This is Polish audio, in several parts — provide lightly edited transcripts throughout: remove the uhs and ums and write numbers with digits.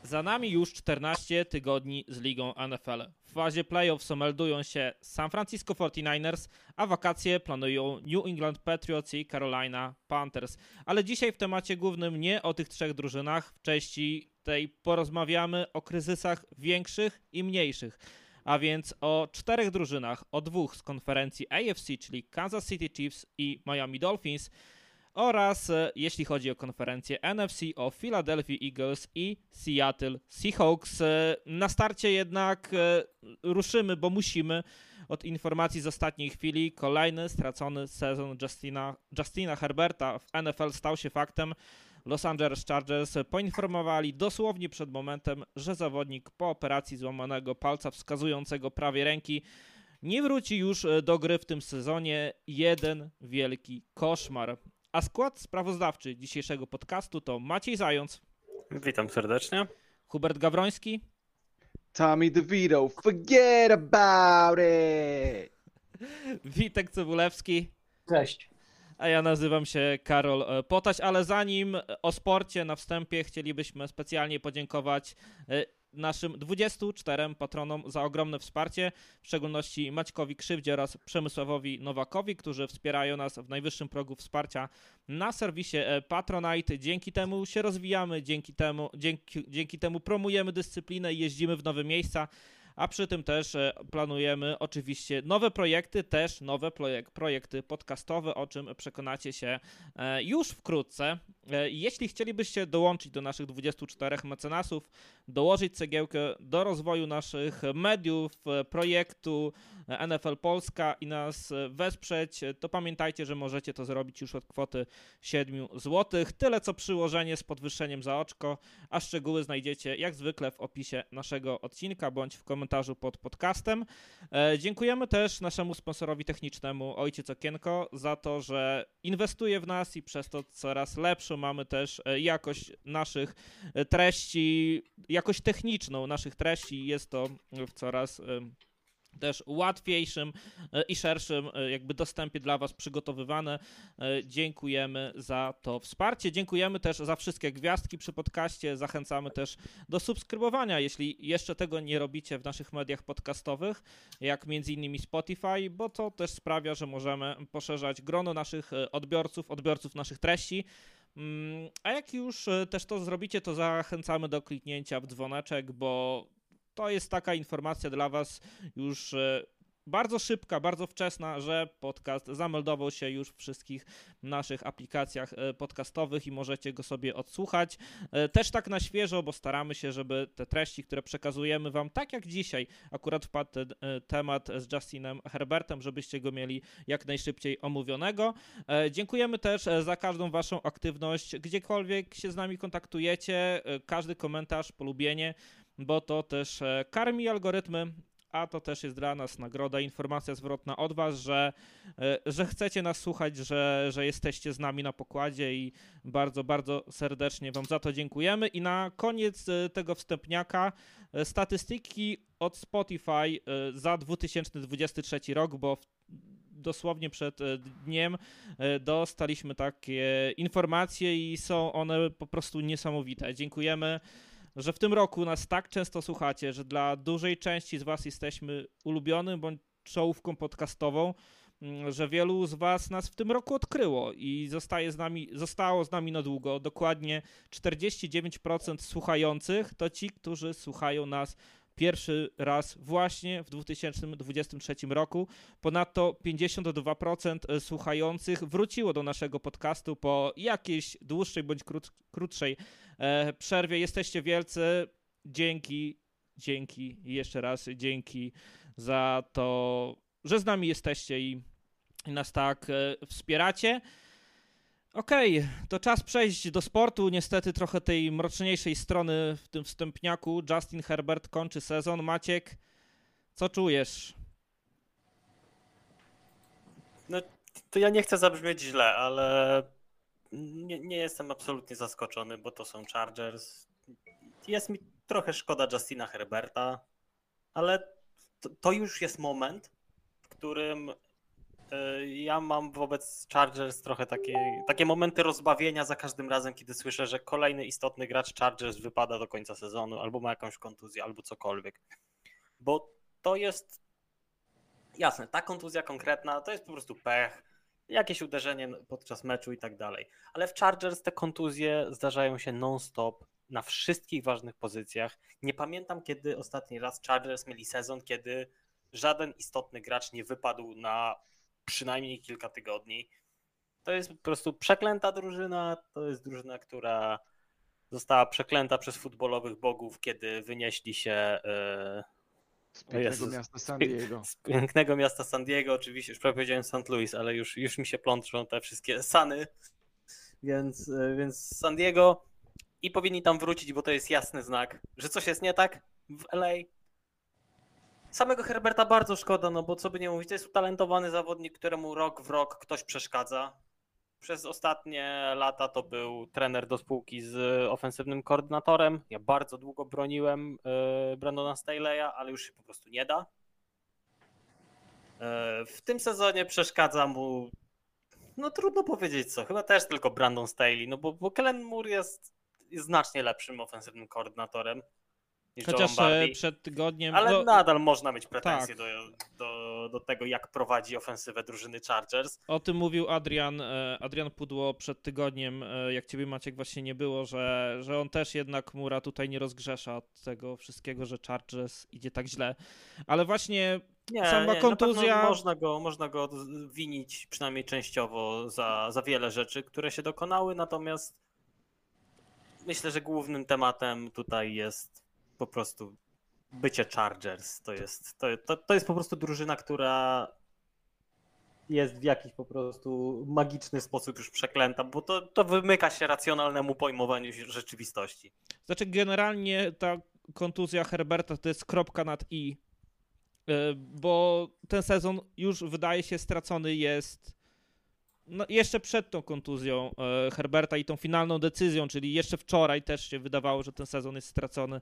Za nami już 14 tygodni z ligą NFL. W fazie playoffs meldują się San Francisco 49ers, a wakacje planują New England Patriots i Carolina Panthers. Ale dzisiaj w temacie głównym nie o tych trzech drużynach. W części tej porozmawiamy o kryzysach większych i mniejszych. A więc o czterech drużynach, o dwóch z konferencji AFC, czyli Kansas City Chiefs i Miami Dolphins, oraz jeśli chodzi o konferencję NFC, o Philadelphia Eagles i Seattle Seahawks. Na starcie jednak ruszymy, bo musimy, od informacji z ostatniej chwili. Kolejny stracony sezon Justina Herberta w NFL stał się faktem. Los Angeles Chargers poinformowali dosłownie przed momentem, że zawodnik po operacji złamanego palca wskazującego prawej ręki nie wróci już do gry w tym sezonie. Jeden wielki koszmar. A skład sprawozdawczy dzisiejszego podcastu to Maciej Zając. Witam serdecznie. Hubert Gawroński. Tommy DeVito, forget about it! Witek Cebulewski. Cześć. A ja nazywam się Karol Potaś, ale zanim o sporcie na wstępie chcielibyśmy specjalnie podziękować naszym 24 patronom za ogromne wsparcie, w szczególności Maćkowi Krzywdzie oraz Przemysławowi Nowakowi, którzy wspierają nas w najwyższym progu wsparcia na serwisie Patronite. Dzięki temu się rozwijamy, dzięki temu promujemy dyscyplinę i jeździmy w nowe miejsca, a przy tym też planujemy oczywiście nowe projekty, też nowe projekty podcastowe, o czym przekonacie się już wkrótce. Jeśli chcielibyście dołączyć do naszych 24 mecenasów, dołożyć cegiełkę do rozwoju naszych mediów, projektu NFL Polska i nas wesprzeć, to pamiętajcie, że możecie to zrobić już od kwoty 7 zł. Tyle co przyłożenie z podwyższeniem za oczko, a szczegóły znajdziecie jak zwykle w opisie naszego odcinka bądź w komentarzu pod podcastem. Dziękujemy też naszemu sponsorowi technicznemu Ojciec Okienko za to, że inwestuje w nas i przez to coraz lepszą mamy też jakość naszych treści, jakość techniczną naszych treści. Jest to w coraz też łatwiejszym i szerszym jakby dostępie dla Was przygotowywane. Dziękujemy za to wsparcie. Dziękujemy też za wszystkie gwiazdki przy podcaście. Zachęcamy też do subskrybowania, jeśli jeszcze tego nie robicie w naszych mediach podcastowych, jak m.in. Spotify, bo to też sprawia, że możemy poszerzać grono naszych odbiorców naszych treści. A jak już też to zrobicie, to zachęcamy do kliknięcia w dzwoneczek, bo to jest taka informacja dla Was już bardzo szybka, bardzo wczesna, że podcast zameldował się już w wszystkich naszych aplikacjach podcastowych i możecie go sobie odsłuchać. Też tak na świeżo, bo staramy się, żeby te treści, które przekazujemy Wam, tak jak dzisiaj, akurat wpadł ten temat z Justinem Herbertem, żebyście go mieli jak najszybciej omówionego. Dziękujemy też za każdą Waszą aktywność, gdziekolwiek się z nami kontaktujecie, każdy komentarz, polubienie, bo to też karmi algorytmy, a to też jest dla nas nagroda, informacja zwrotna od Was, że chcecie nas słuchać, że jesteście z nami na pokładzie i bardzo, bardzo serdecznie Wam za to dziękujemy. I na koniec tego wstępniaka statystyki od Spotify za 2023 rok, bo dosłownie przed dniem dostaliśmy takie informacje i są one po prostu niesamowite. Dziękujemy, że w tym roku nas tak często słuchacie, że dla dużej części z Was jesteśmy ulubionym bądź czołówką podcastową, że wielu z Was nas w tym roku odkryło i zostało z nami na długo. Dokładnie 49% słuchających to ci, którzy słuchają nas pierwszy raz właśnie w 2023 roku. Ponadto 52% słuchających wróciło do naszego podcastu po jakiejś dłuższej bądź krótszej przerwie. Jesteście wielcy. Dzięki i jeszcze raz dzięki za to, że z nami jesteście i nas tak wspieracie. Okej, to czas przejść do sportu. Niestety trochę tej mroczniejszej strony w tym wstępniaku. Justin Herbert kończy sezon. Maciek, co czujesz? No, to ja nie chcę zabrzmieć źle, ale nie jestem absolutnie zaskoczony, bo to są Chargers. Jest mi trochę szkoda Justina Herberta, ale to już jest moment, w którym Ja mam wobec Chargers trochę takie momenty rozbawienia za każdym razem, kiedy słyszę, że kolejny istotny gracz Chargers wypada do końca sezonu, albo ma jakąś kontuzję, albo cokolwiek. Bo to jest jasne, ta kontuzja konkretna to jest po prostu pech, jakieś uderzenie podczas meczu i tak dalej. Ale w Chargers te kontuzje zdarzają się non-stop na wszystkich ważnych pozycjach. Nie pamiętam, kiedy ostatni raz Chargers mieli sezon, kiedy żaden istotny gracz nie wypadł na przynajmniej kilka tygodni. To jest po prostu przeklęta drużyna, to jest drużyna, która została przeklęta przez futbolowych bogów, kiedy wynieśli się Z pięknego miasta San Diego. z pięknego miasta San Diego, oczywiście, już prawie powiedziałem St. Louis, ale już mi się plączą te wszystkie Sany, więc San Diego i powinni tam wrócić, bo to jest jasny znak, że coś jest nie tak w LA. Samego Herberta bardzo szkoda, no bo co by nie mówić, to jest utalentowany zawodnik, któremu rok w rok ktoś przeszkadza. Przez ostatnie lata to był trener do spółki z ofensywnym koordynatorem. Ja bardzo długo broniłem Brandona Staley'a, ale już się po prostu nie da. W tym sezonie przeszkadza mu, no trudno powiedzieć co, chyba też tylko Brandon Staley, no bo Kellen Moore jest znacznie lepszym ofensywnym koordynatorem niż Chociaż Joe Lombardi. przed tygodniem... Ale nadal można mieć pretensje tak. do tego, jak prowadzi ofensywę drużyny Chargers. O tym mówił Adrian Pudło przed tygodniem, jak ciebie Maciek właśnie nie było, że on też jednak Mura tutaj nie rozgrzesza od tego wszystkiego, że Chargers idzie tak źle. Ale właśnie sama kontuzja... Można go winić przynajmniej częściowo za wiele rzeczy, które się dokonały, natomiast myślę, że głównym tematem tutaj jest po prostu bycie Chargers. To jest po prostu drużyna, która jest w jakiś po prostu magiczny sposób już przeklęta, bo to wymyka się racjonalnemu pojmowaniu rzeczywistości. Znaczy generalnie ta kontuzja Herberta to jest kropka nad i, bo ten sezon już wydaje się stracony jest jeszcze przed tą kontuzją Herberta i tą finalną decyzją, czyli jeszcze wczoraj też się wydawało, że ten sezon jest stracony.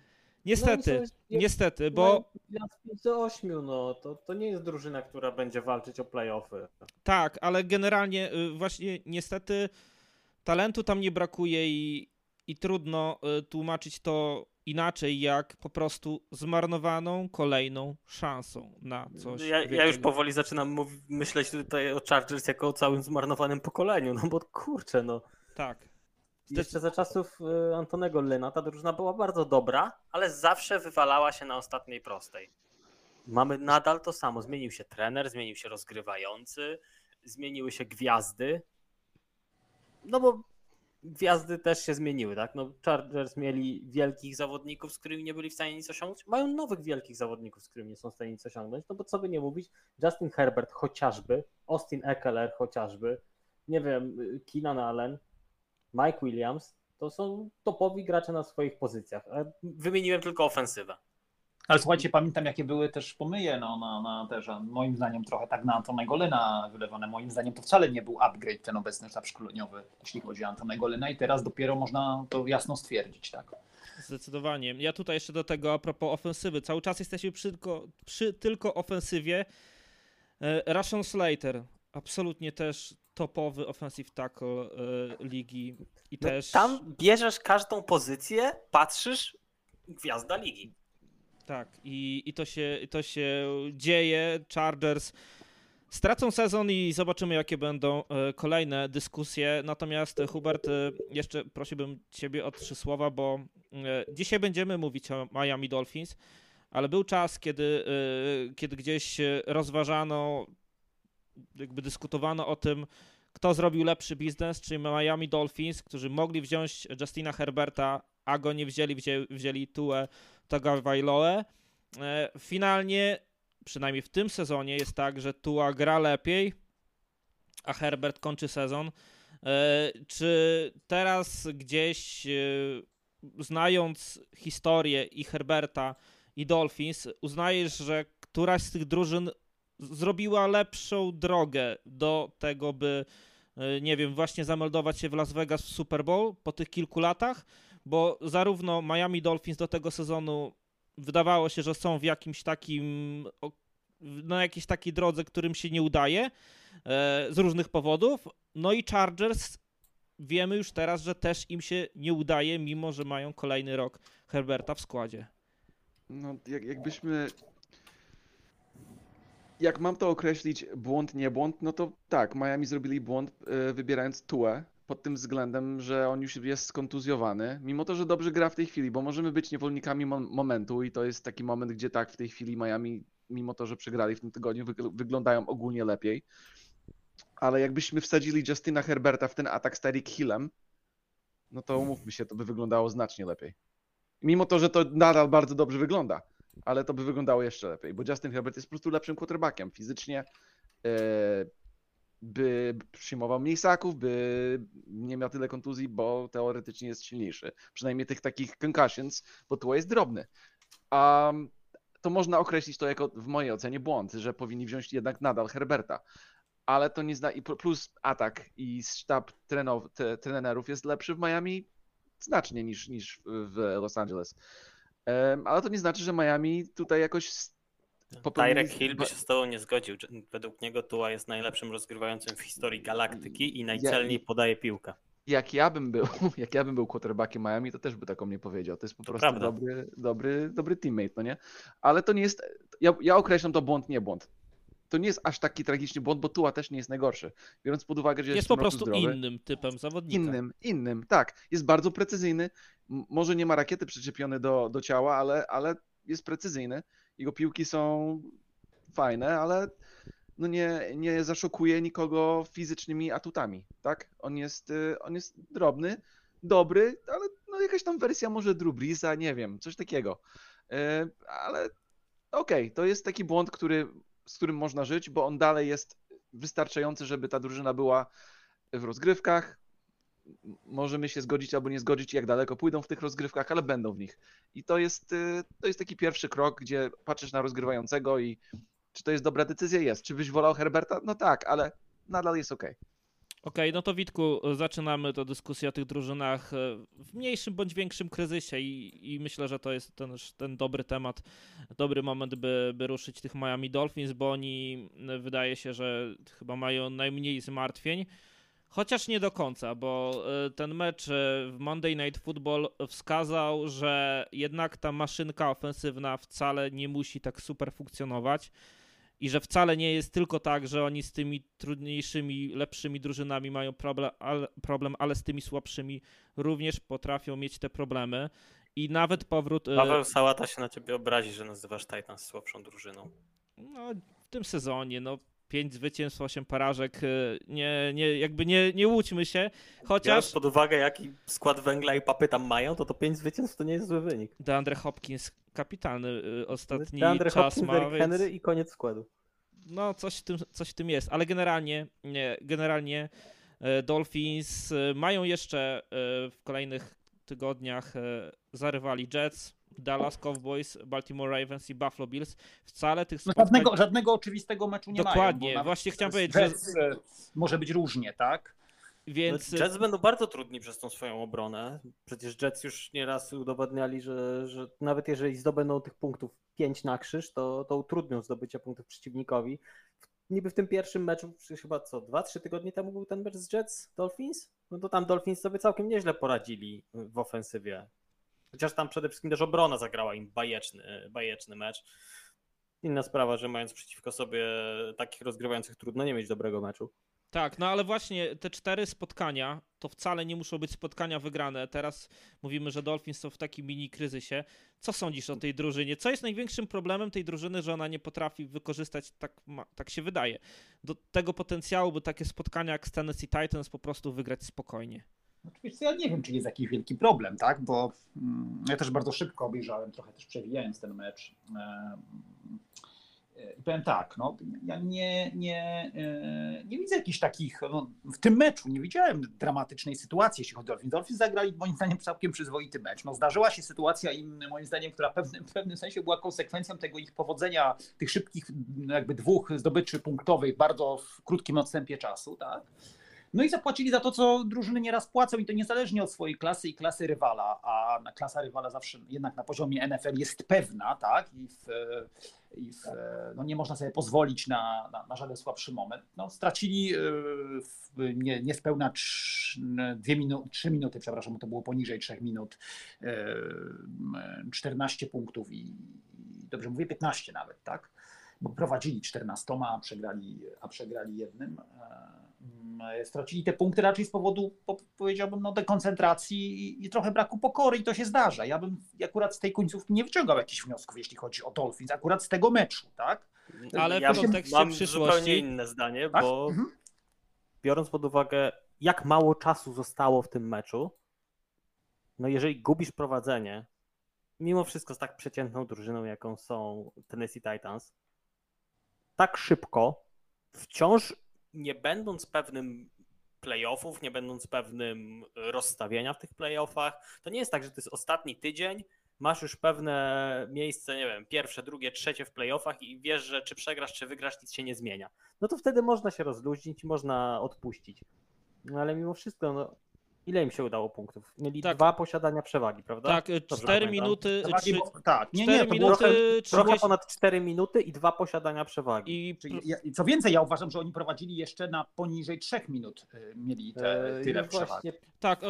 Niestety, bo... 5 do 8, no to nie jest drużyna, która będzie walczyć o play-offy. Tak, ale generalnie właśnie niestety talentu tam nie brakuje i trudno tłumaczyć to inaczej, jak po prostu zmarnowaną kolejną szansą na coś Ja już powoli zaczynam myśleć tutaj o Chargers jako o całym zmarnowanym pokoleniu, no bo kurczę, no. Tak. Jeszcze za czasów Antonego Lyna ta drużyna była bardzo dobra, ale zawsze wywalała się na ostatniej prostej. Mamy nadal to samo. Zmienił się trener, zmienił się rozgrywający, zmieniły się gwiazdy. No bo gwiazdy też się zmieniły, tak? No Chargers mieli wielkich zawodników, z którymi nie byli w stanie nic osiągnąć. Mają nowych wielkich zawodników, z którymi nie są w stanie nic osiągnąć. No bo co by nie mówić, Justin Herbert chociażby, Austin Ekeler chociażby, nie wiem, Keenan Allen, Mike Williams, to są topowi gracze na swoich pozycjach. Wymieniłem tylko ofensywę. Ale słuchajcie, pamiętam jakie były też pomyje na też, moim zdaniem trochę tak na Antonego Lyna wylewane. Moim zdaniem to wcale nie był upgrade ten obecny sztab szkoleniowy, jeśli chodzi o Antonego Lyna i teraz dopiero można to jasno stwierdzić, tak. Zdecydowanie. Ja tutaj jeszcze do tego a propos ofensywy. Cały czas jesteśmy przy tylko ofensywie. Rashawn Slater, absolutnie też topowy offensive tackle ligi. I no też... Tam bierzesz każdą pozycję, patrzysz, gwiazda ligi. Tak, i to się dzieje. Chargers stracą sezon i zobaczymy, jakie będą kolejne dyskusje. Natomiast Hubert, jeszcze prosiłbym ciebie o 3 słowa, bo dzisiaj będziemy mówić o Miami Dolphins, ale był czas, kiedy gdzieś rozważano, jakby dyskutowano o tym, kto zrobił lepszy biznes, czyli Miami Dolphins, którzy mogli wziąć Justina Herberta, a go nie wzięli Tua Tagovailoa. Finalnie, przynajmniej w tym sezonie, jest tak, że Tua gra lepiej, a Herbert kończy sezon. Czy teraz gdzieś, znając historię i Herberta, i Dolphins, uznajesz, że któraś z tych drużyn zrobiła lepszą drogę do tego, by, nie wiem, właśnie zameldować się w Las Vegas w Super Bowl po tych kilku latach? Bo zarówno Miami Dolphins do tego sezonu wydawało się, że są w jakimś takim na jakiejś takiej drodze, którym się nie udaje z różnych powodów. No i Chargers wiemy już teraz, że też im się nie udaje, mimo że mają kolejny rok Herberta w składzie. No, jak mam to określić błąd, nie błąd, no to tak, Miami zrobili błąd wybierając Tuę pod tym względem, że on już jest skontuzjowany, mimo to, że dobrze gra w tej chwili, bo możemy być niewolnikami momentu i to jest taki moment, gdzie tak, w tej chwili Miami, mimo to, że przegrali w tym tygodniu, wyglądają ogólnie lepiej. Ale jakbyśmy wsadzili Justina Herberta w ten atak z Tyreek Hillem, no to umówmy się, to by wyglądało znacznie lepiej. Mimo to, że to nadal bardzo dobrze wygląda, ale to by wyglądało jeszcze lepiej, bo Justin Herbert jest po prostu lepszym quarterbackiem. Fizycznie by przyjmował mniej saków, by nie miał tyle kontuzji, bo teoretycznie jest silniejszy. Przynajmniej tych takich concussions, bo Tua jest drobny. A to można określić to jako, w mojej ocenie, błąd, że powinni wziąć jednak nadal Herberta. Ale to nie zna, i plus atak i sztab trenerów jest lepszy w Miami znacznie niż w Los Angeles. Ale to nie znaczy, że Miami tutaj jakoś Tyreek Hill by się z tobą nie zgodził. Według niego Tua jest najlepszym rozgrywającym w historii galaktyki i najcelniej podaje piłkę. Jak ja bym był quarterbackiem Miami, to też by tak o mnie powiedział. To jest po prostu dobry teammate, no nie? Ale to nie jest, ja określam to błąd, nie błąd. To nie jest aż taki tragiczny błąd, bo Tua też nie jest najgorszy. Biorąc pod uwagę, że jest po prostu zdrowy, innym typem zawodnika. Innym, tak. Jest bardzo precyzyjny. Może nie ma rakiety przyczepione do ciała, ale jest precyzyjny. Jego piłki są fajne, ale no nie zaszokuje nikogo fizycznymi atutami, tak? On jest drobny, dobry, ale no jakaś tam wersja może Drew Breesa, nie wiem, coś takiego. Ale okej, to jest taki błąd, z którym można żyć, bo on dalej jest wystarczający, żeby ta drużyna była w rozgrywkach. Możemy się zgodzić albo nie zgodzić, jak daleko pójdą w tych rozgrywkach, ale będą w nich. I to jest taki pierwszy krok, gdzie patrzysz na rozgrywającego i czy to jest dobra decyzja? Jest. Czy byś wolał Herberta? No tak, ale nadal jest okej. Okej, no to Witku, zaczynamy tę dyskusję o tych drużynach w mniejszym bądź większym kryzysie i myślę, że to jest ten dobry temat, dobry moment, by ruszyć tych Miami Dolphins, bo oni wydaje się, że chyba mają najmniej zmartwień, chociaż nie do końca, bo ten mecz w Monday Night Football wskazał, że jednak ta maszynka ofensywna wcale nie musi tak super funkcjonować. I że wcale nie jest tylko tak, że oni z tymi trudniejszymi, lepszymi drużynami mają problem, ale z tymi słabszymi również potrafią mieć te problemy. I nawet powrót... Paweł Sałata się na ciebie obrazi, że nazywasz Titans słabszą drużyną. No, w tym sezonie, 5 zwycięstw, 8 porażek, nie łudźmy się, chociaż... Biorąc pod uwagę, jaki skład węgla i papy tam mają, to 5 zwycięstw to nie jest zły wynik. DeAndre Hopkins, kapitalny ostatni DeAndre czas Hopkins, ma, Derrick więc... Henry i koniec składu. No, coś w tym jest, ale generalnie Dolphins mają jeszcze w kolejnych tygodniach zarywali Jets, Dallas Cowboys, Baltimore Ravens i Buffalo Bills. Wcale tych spotkań... Żadnego oczywistego meczu nie Dokładnie, mają. właśnie chciałem powiedzieć, Jets, że może być różnie, tak? Więc... Jets będą bardzo trudni przez tą swoją obronę. Przecież Jets już nieraz udowodniali, że nawet jeżeli zdobędą tych punktów 5 na krzyż, to utrudnią zdobycie punktów przeciwnikowi. Niby w tym pierwszym meczu, chyba 2-3 tygodnie temu był ten mecz z Jets Dolphins? No to tam Dolphins sobie całkiem nieźle poradzili w ofensywie. Chociaż tam przede wszystkim też obrona zagrała im bajeczny mecz. Inna sprawa, że mając przeciwko sobie takich rozgrywających trudno nie mieć dobrego meczu. Tak, no ale właśnie te 4 spotkania to wcale nie muszą być spotkania wygrane. Teraz mówimy, że Dolphins są w takim mini kryzysie. Co sądzisz o tej drużynie? Co jest największym problemem tej drużyny, że ona nie potrafi wykorzystać, tak się wydaje, do tego potencjału, by takie spotkania jak z Tennessee Titans po prostu wygrać spokojnie? Oczywiście ja nie wiem, czy jest jakiś wielki problem, tak? Bo ja też bardzo szybko obejrzałem, trochę też przewijając ten mecz. I powiem tak, ja nie widzę jakichś takich, w tym meczu nie widziałem dramatycznej sytuacji, jeśli chodzi o Dolphins. Dolphins zagrali moim zdaniem całkiem przyzwoity mecz. Zdarzyła się sytuacja moim zdaniem, która w pewnym sensie była konsekwencją tego ich powodzenia, tych szybkich jakby 2 zdobyczy punktowych bardzo w krótkim odstępie czasu, tak? No i zapłacili za to, co drużyny nieraz płacą i to niezależnie od swojej klasy i klasy rywala, a klasa rywala zawsze jednak na poziomie NFL jest pewna, tak? No nie można sobie pozwolić na żaden słabszy moment. No, stracili niespełna 3 minuty, przepraszam, to było poniżej 3 minut, 14 punktów i dobrze mówię, 15 nawet, tak? Bo prowadzili 14, a przegrali jednym. Stracili te punkty raczej z powodu, powiedziałbym, no, dekoncentracji i trochę braku pokory i to się zdarza. Ja bym akurat z tej końcówki nie wyciągał jakichś wniosków, jeśli chodzi o Dolphins, akurat z tego meczu, tak? Ale ja w kontekście mam przyszłości... zupełnie inne zdanie, bo biorąc pod uwagę, jak mało czasu zostało w tym meczu, no jeżeli gubisz prowadzenie, mimo wszystko z tak przeciętną drużyną, jaką są Tennessee Titans, tak szybko, wciąż nie będąc pewnym playoffów, nie będąc pewnym rozstawienia w tych playoffach, to nie jest tak, że to jest ostatni tydzień, masz już pewne miejsce, nie wiem, pierwsze, drugie, trzecie w playoffach i wiesz, że czy przegrasz, czy wygrasz, nic się nie zmienia. No to wtedy można się rozluźnić, można odpuścić. No ale mimo wszystko, no, ile im się udało punktów? Mieli 2 posiadania przewagi, prawda? Tak, Dobrze 4 pamiętam. minuty... Tak, nie, 4 to minuty... Trochę ponad 4 minuty i 2 posiadania przewagi. I co więcej, ja uważam, że oni prowadzili jeszcze na poniżej 3 minut, mieli tyle przewagi. Tak,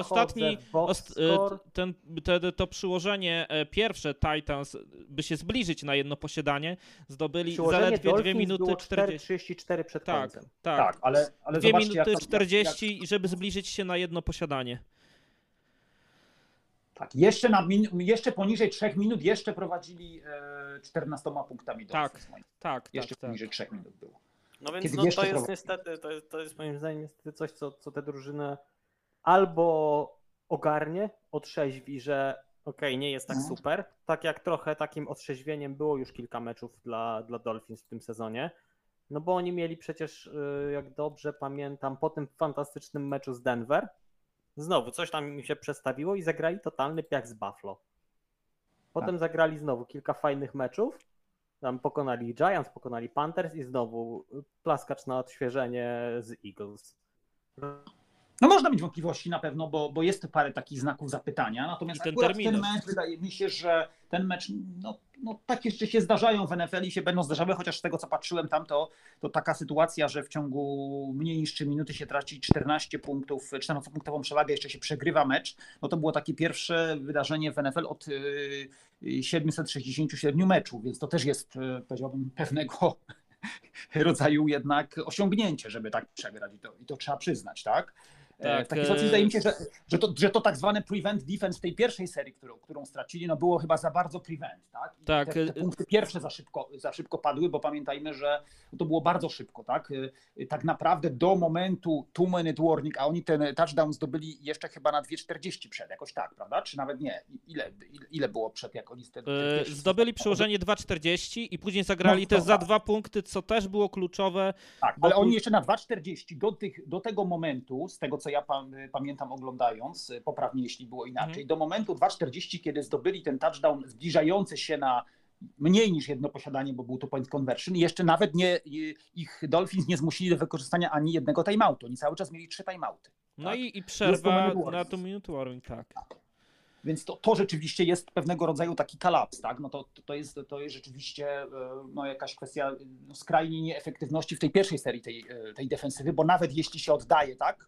to przyłożenie pierwsze Titans, by się zbliżyć na jedno posiadanie, zdobyli zaledwie 2 minuty 4:34 przed końcem. Tak, ale 2 minuty 40, żeby zbliżyć się na jedno posiadanie. Tak, jeszcze poniżej 3 minut jeszcze prowadzili 14 punktami. Tak. Jeszcze poniżej 3 minut było. No więc no, to jest niestety, to jest moim zdaniem niestety coś, co te drużyny albo ogarnie, otrzeźwi, że okej, nie jest tak super, tak jak trochę takim otrzeźwieniem było już kilka meczów dla Dolphins w tym sezonie, no bo oni mieli przecież, jak dobrze pamiętam, po tym fantastycznym meczu z Denver, znowu coś tam im się przestawiło i zagrali totalny piach z Buffalo. Potem zagrali znowu kilka fajnych meczów, tam pokonali Giants, pokonali Panthers i znowu plaskacz na odświeżenie z Eagles. No można mieć wątpliwości na pewno, bo jest parę takich znaków zapytania, natomiast ten mecz, wydaje mi się, że ten mecz, no takie rzeczy się zdarzają w NFL i się będą zdarzały, chociaż z tego co patrzyłem tam, to taka sytuacja, że w ciągu mniej niż 3 minuty się traci 14-punktową przewagę, jeszcze się przegrywa mecz, no to było takie pierwsze wydarzenie w NFL od 767 meczów, więc to też jest, powiedziałbym, pewnego rodzaju jednak osiągnięcie, żeby tak przegrać i to trzeba przyznać, tak? W takiej sytuacji wydaje mi się, że to tak zwane prevent defense w tej pierwszej serii, którą stracili, no było chyba za bardzo prevent, tak? Te punkty pierwsze za szybko padły, bo pamiętajmy, że to było bardzo szybko, tak? Tak naprawdę do momentu 2-minute warning, a oni ten touchdown zdobyli jeszcze chyba na 2:40 przed, jakoś tak, prawda? Czy nawet nie? Ile było przed, jak oni zdobyli przyłożenie 2:40 i później zagrali też za 2 punkty, co też było kluczowe. Tak, ale oni jeszcze na 2:40 do tego momentu, z tego co ja pamiętam oglądając, poprawnie jeśli było inaczej, do momentu 2:40, kiedy zdobyli ten touchdown zbliżający się na mniej niż jedno posiadanie, bo był to point conversion, i jeszcze nawet ich Dolphins nie zmusili do wykorzystania ani jednego timeoutu. Oni cały czas mieli 3 timeouty. No tak? I przerwa na 2-minute warning, tak. Więc to rzeczywiście jest pewnego rodzaju taki kolaps, tak? No to jest rzeczywiście jakaś kwestia skrajnej nieefektywności w tej pierwszej serii tej defensywy, bo nawet jeśli się oddaje, tak,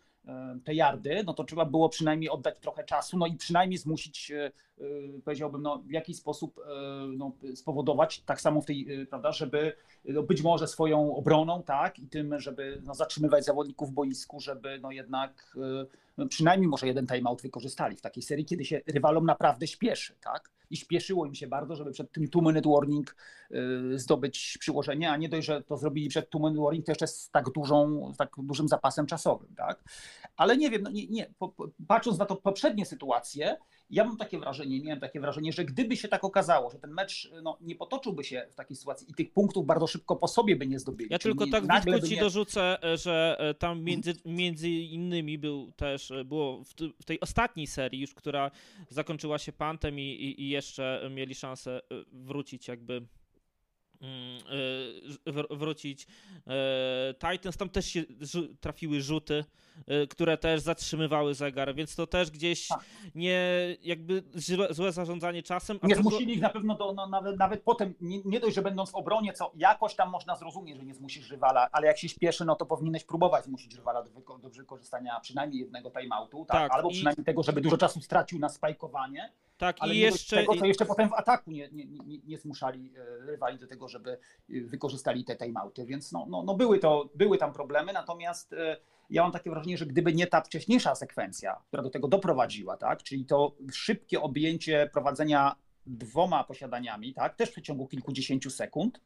te yardy, no to trzeba było przynajmniej oddać trochę czasu, no i przynajmniej zmusić, powiedziałbym, w jakiś sposób spowodować, tak samo w tej, prawda, żeby być może swoją obroną, tak, i tym, żeby zatrzymywać zawodników w boisku, żeby jednak przynajmniej może jeden timeout wykorzystali w takiej serii, kiedy się rywalom naprawdę śpieszy, tak? I śpieszyło im się bardzo, żeby przed tym 2-minute warning zdobyć przyłożenie, a nie dość, że to zrobili przed 2-minute warning, to jeszcze z tak dużym zapasem czasowym, tak? Ale nie wiem, patrząc na to poprzednie sytuacje, miałem takie wrażenie, że gdyby się tak okazało, że ten mecz nie potoczyłby się w takiej sytuacji i tych punktów bardzo szybko po sobie by nie zdobyli. Ja tylko tak w ci dorzucę, że tam między innymi było w tej ostatniej serii już, która zakończyła się pantem i jeszcze mieli szansę wrócić jakby wrócić. Titans, tam też się trafiły rzuty, które też zatrzymywały zegar, więc to też gdzieś nie jakby złe zarządzanie czasem. Nie zmusili ich na pewno nawet potem, nie dość, że będąc w obronie, co jakoś tam można zrozumieć, że nie zmusisz rywala, ale jak się śpieszy, no to powinieneś próbować zmusić rywala do wykorzystania przynajmniej jednego timeoutu, tak? Albo przynajmniej tego, żeby dużo czasu stracił na spajkowanie. Tak, ale i jeszcze tego, co jeszcze potem w ataku nie zmuszali rywali do tego, żeby wykorzystali te timeouty, więc były tam problemy, natomiast ja mam takie wrażenie, że gdyby nie ta wcześniejsza sekwencja, która do tego doprowadziła, tak, czyli to szybkie objęcie prowadzenia 2 posiadaniami, tak, też w przeciągu kilkudziesięciu sekund,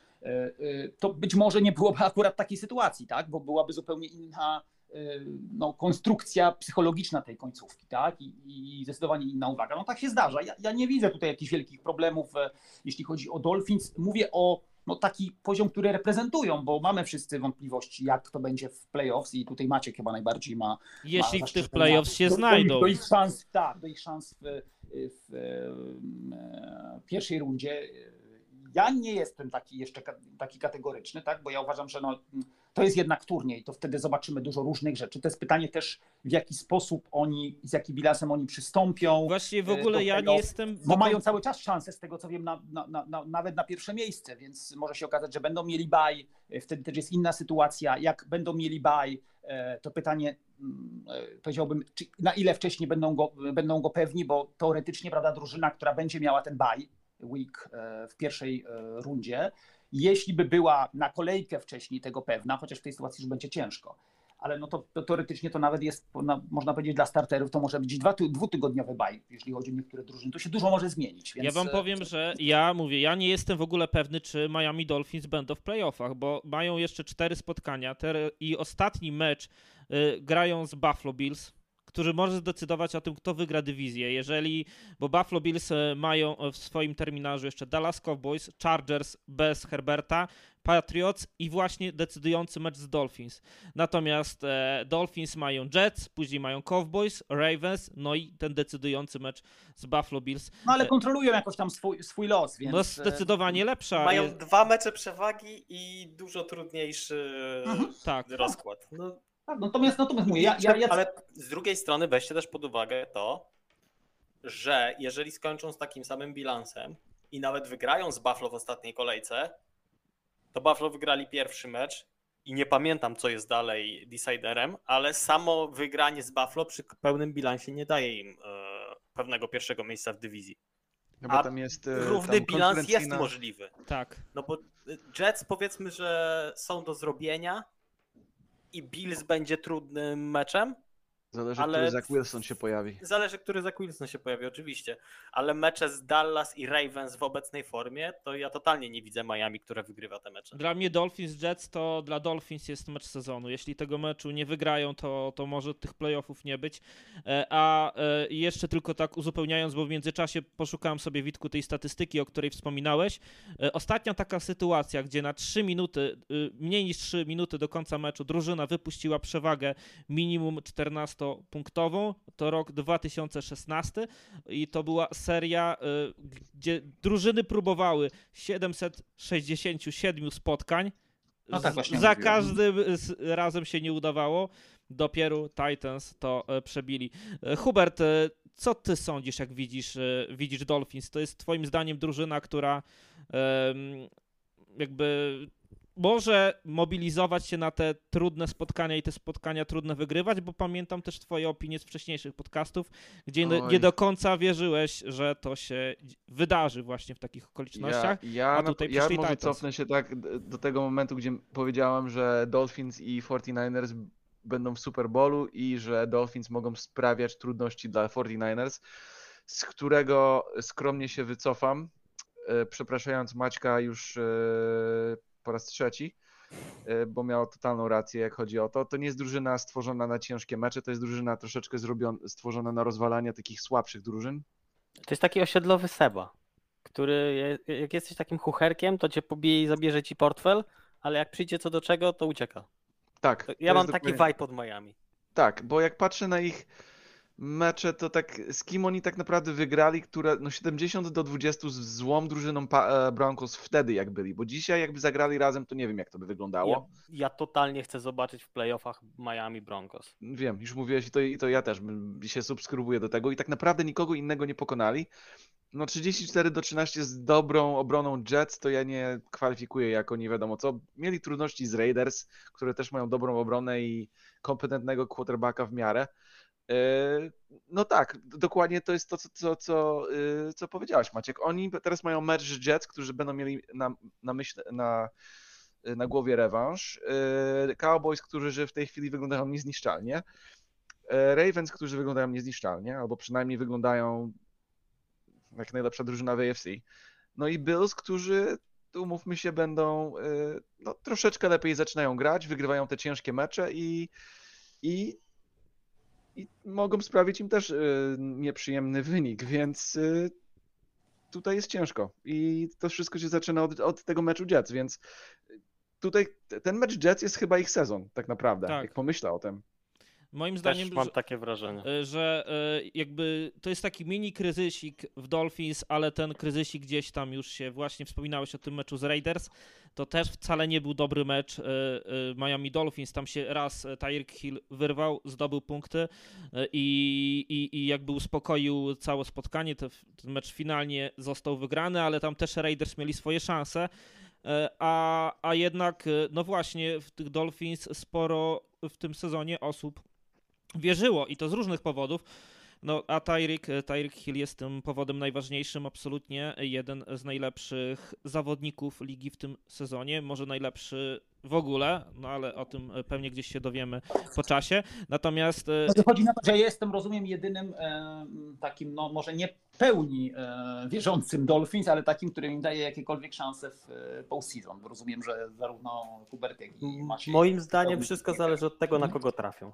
to być może nie byłoby akurat takiej sytuacji, tak, bo byłaby zupełnie inna konstrukcja psychologiczna tej końcówki, tak? I zdecydowanie inna uwaga. No tak się zdarza. Ja nie widzę tutaj jakichś wielkich problemów, jeśli chodzi o Dolphins. Mówię o taki poziom, który reprezentują, bo mamy wszyscy wątpliwości, jak to będzie w playoffs i tutaj Maciek chyba najbardziej ma... Jeśli w tych playoffs się znajdą. Do ich szans w pierwszej rundzie. Ja nie jestem taki kategoryczny, tak? Bo ja uważam, że to jest jednak turniej, to wtedy zobaczymy dużo różnych rzeczy. To jest pytanie też, w jaki sposób z jakim bilansem oni przystąpią. Właśnie w ogóle ja nie jestem... Bo mają cały czas szansę, z tego co wiem, nawet na pierwsze miejsce, więc może się okazać, że będą mieli bye, wtedy też jest inna sytuacja. Jak będą mieli bye, to pytanie, powiedziałbym, na ile wcześniej będą go pewni, bo teoretycznie, prawda, drużyna, która będzie miała ten bye week w pierwszej rundzie, jeśli by była na kolejkę wcześniej tego pewna, chociaż w tej sytuacji już będzie ciężko, ale to teoretycznie to nawet jest, można powiedzieć, dla starterów to może być dwutygodniowy bye, jeśli chodzi o niektóre drużyny. To się dużo może zmienić. Więc... Ja wam powiem, że ja nie jestem w ogóle pewny, czy Miami Dolphins będą w playoffach, bo mają jeszcze 4 spotkania i ostatni mecz grają z Buffalo Bills, którzy może zdecydować o tym, kto wygra dywizję. Bo Buffalo Bills mają w swoim terminarzu jeszcze Dallas Cowboys, Chargers bez Herberta, Patriots i właśnie decydujący mecz z Dolphins. Natomiast Dolphins mają Jets, później mają Cowboys, Ravens, no i ten decydujący mecz z Buffalo Bills. No ale kontrolują jakoś tam swój los, więc... No zdecydowanie lepsza. Mają 2 mecze przewagi i dużo trudniejszy rozkład. Natomiast mówię, ale z drugiej strony weźcie też pod uwagę to, że jeżeli skończą z takim samym bilansem i nawet wygrają z Buffalo w ostatniej kolejce, to Buffalo wygrali pierwszy mecz i nie pamiętam, co jest dalej deciderem, ale samo wygranie z Buffalo przy pełnym bilansie nie daje im pewnego pierwszego miejsca w dywizji. Chyba tam jest równy bilans jest możliwy. Tak. No bo Jets, powiedzmy, że są do zrobienia i Bills będzie trudnym meczem. Zależy, który Zach Wilson się pojawi. Zależy, który Zach Wilson się pojawi, oczywiście. Ale mecze z Dallas i Ravens w obecnej formie, to ja totalnie nie widzę Miami, które wygrywa te mecze. Dla mnie Dolphins Jets to dla Dolphins jest mecz sezonu. Jeśli tego meczu nie wygrają, to może tych playoffów nie być. A jeszcze tylko tak uzupełniając, bo w międzyczasie poszukałem sobie, Witku, tej statystyki, o której wspominałeś. Ostatnia taka sytuacja, gdzie na 3 minuty, mniej niż 3 minuty do końca meczu drużyna wypuściła przewagę minimum 14-punktową, to rok 2016 i to była seria, gdzie drużyny próbowały 767 spotkań. Za każdym razem się nie udawało. Dopiero Titans to przebili. Hubert, co ty sądzisz, jak widzisz Dolphins? To jest twoim zdaniem drużyna, która jakby może mobilizować się na te trudne spotkania i te spotkania trudne wygrywać, bo pamiętam też twoje opinie z wcześniejszych podcastów, gdzie nie do końca wierzyłeś, że to się wydarzy właśnie w takich okolicznościach, a tutaj ja przyszli może Titans. cofnę się tak do tego momentu, gdzie powiedziałem, że Dolphins i 49ers będą w Super Bowlu i że Dolphins mogą sprawiać trudności dla 49ers, z którego skromnie się wycofam, przepraszając Maćka już po raz trzeci, bo miał totalną rację, jak chodzi o to. To nie jest drużyna stworzona na ciężkie mecze, to jest drużyna troszeczkę stworzona na rozwalanie takich słabszych drużyn. To jest taki osiedlowy Seba, który jak jesteś takim chucherkiem, to cię pobije i zabierze ci portfel, ale jak przyjdzie co do czego, to ucieka. Tak. Ja mam taki vibe od Miami. Tak, bo jak patrzę mecze to tak, z kim oni tak naprawdę wygrali, które no 70-20 z złą drużyną Broncos wtedy jak byli, bo dzisiaj jakby zagrali razem, to nie wiem jak to by wyglądało. Ja totalnie chcę zobaczyć w playoffach Miami Broncos. Wiem, już mówiłeś i to ja też się subskrybuję do tego i tak naprawdę nikogo innego nie pokonali. No 34-13 z dobrą obroną Jets to ja nie kwalifikuję jako nie wiadomo co. Mieli trudności z Raiders, które też mają dobrą obronę i kompetentnego quarterbacka w miarę. No tak, dokładnie to jest to, co powiedziałeś, Maciek. Oni teraz mają mecz z Jets, którzy będą mieli na głowie rewanż. Cowboys, którzy w tej chwili wyglądają niezniszczalnie. Ravens, którzy wyglądają niezniszczalnie, albo przynajmniej wyglądają jak najlepsza drużyna w AFC. No i Bills, którzy, umówmy się, będą no, troszeczkę lepiej zaczynają grać, wygrywają te ciężkie mecze i mogą sprawić im też nieprzyjemny wynik, więc tutaj jest ciężko. I to wszystko się zaczyna od tego meczu Jets, więc tutaj ten mecz Jets jest chyba ich sezon, tak naprawdę, Tak. jak pomyślę o tym. Moim zdaniem, Też mam takie wrażenie. że jakby to jest taki mini kryzysik w Dolphins, ale ten kryzysik gdzieś tam już się właśnie wspominałeś o tym meczu z Raiders, to też wcale nie był dobry mecz Miami Dolphins. Tam się raz Tyreek Hill wyrwał, zdobył punkty i jakby uspokoił całe spotkanie. Ten mecz finalnie został wygrany, ale tam też Raiders mieli swoje szanse. A jednak, no właśnie, w tych Dolphins sporo w tym sezonie osób wierzyło i to z różnych powodów. No, a Tyreek Hill jest tym powodem najważniejszym, absolutnie jeden z najlepszych zawodników ligi w tym sezonie, może najlepszy w ogóle, no ale o tym pewnie gdzieś się dowiemy po czasie. Natomiast Chodzi na to, że ja jestem, rozumiem, jedynym takim, no może nie pełni wierzącym Dolphins, ale takim, który im daje jakiekolwiek szanse w postseason. Rozumiem, że zarówno Hubert, jak i Maciej. Moim zdaniem wszystko zależy od tego, na kogo trafią.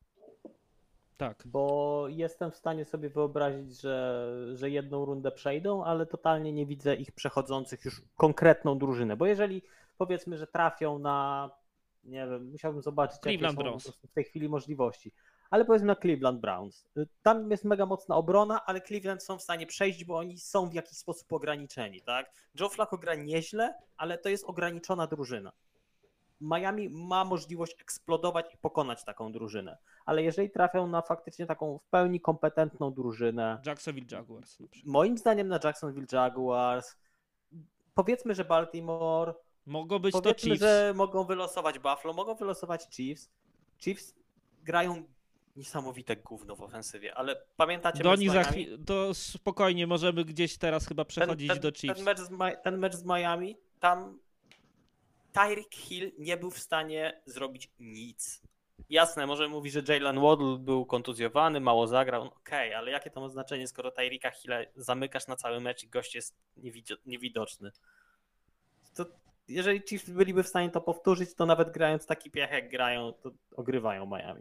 tak. Bo jestem w stanie sobie wyobrazić, że jedną rundę przejdą, ale totalnie nie widzę ich przechodzących już konkretną drużynę. Bo jeżeli powiedzmy, że trafią na, nie wiem, musiałbym zobaczyć, Cleveland jakie są Browns. po prostu w tej chwili możliwości. Ale powiedzmy na Cleveland Browns. Tam jest mega mocna obrona, ale Cleveland są w stanie przejść, bo oni są w jakiś sposób ograniczeni, tak? Joe Flacco gra nieźle, ale to jest ograniczona drużyna. Miami ma możliwość eksplodować i pokonać taką drużynę, ale jeżeli trafią na faktycznie taką w pełni kompetentną drużynę, Jacksonville Jaguars na przykład. moim zdaniem na Jacksonville Jaguars, powiedzmy, że Baltimore, Mogą być to powiedzmy, Chiefs. że mogą wylosować Buffalo, mogą wylosować Chiefs. Chiefs grają niesamowite gówno w ofensywie, ale pamiętacie Do mecz nich z Miami? to spokojnie możemy gdzieś teraz chyba przechodzić do Chiefs. Ten mecz z Miami, tam Tyreek Hill nie był w stanie zrobić nic. Jasne, może mówi, że Jalen Waddle był kontuzjowany, mało zagrał. No okej, ale jakie to ma znaczenie, skoro Tyreeka Hilla zamykasz na cały mecz i gość jest niewidoczny. To jeżeli Chiefs byliby w stanie to powtórzyć, to nawet grając taki piach jak grają, to ogrywają Miami.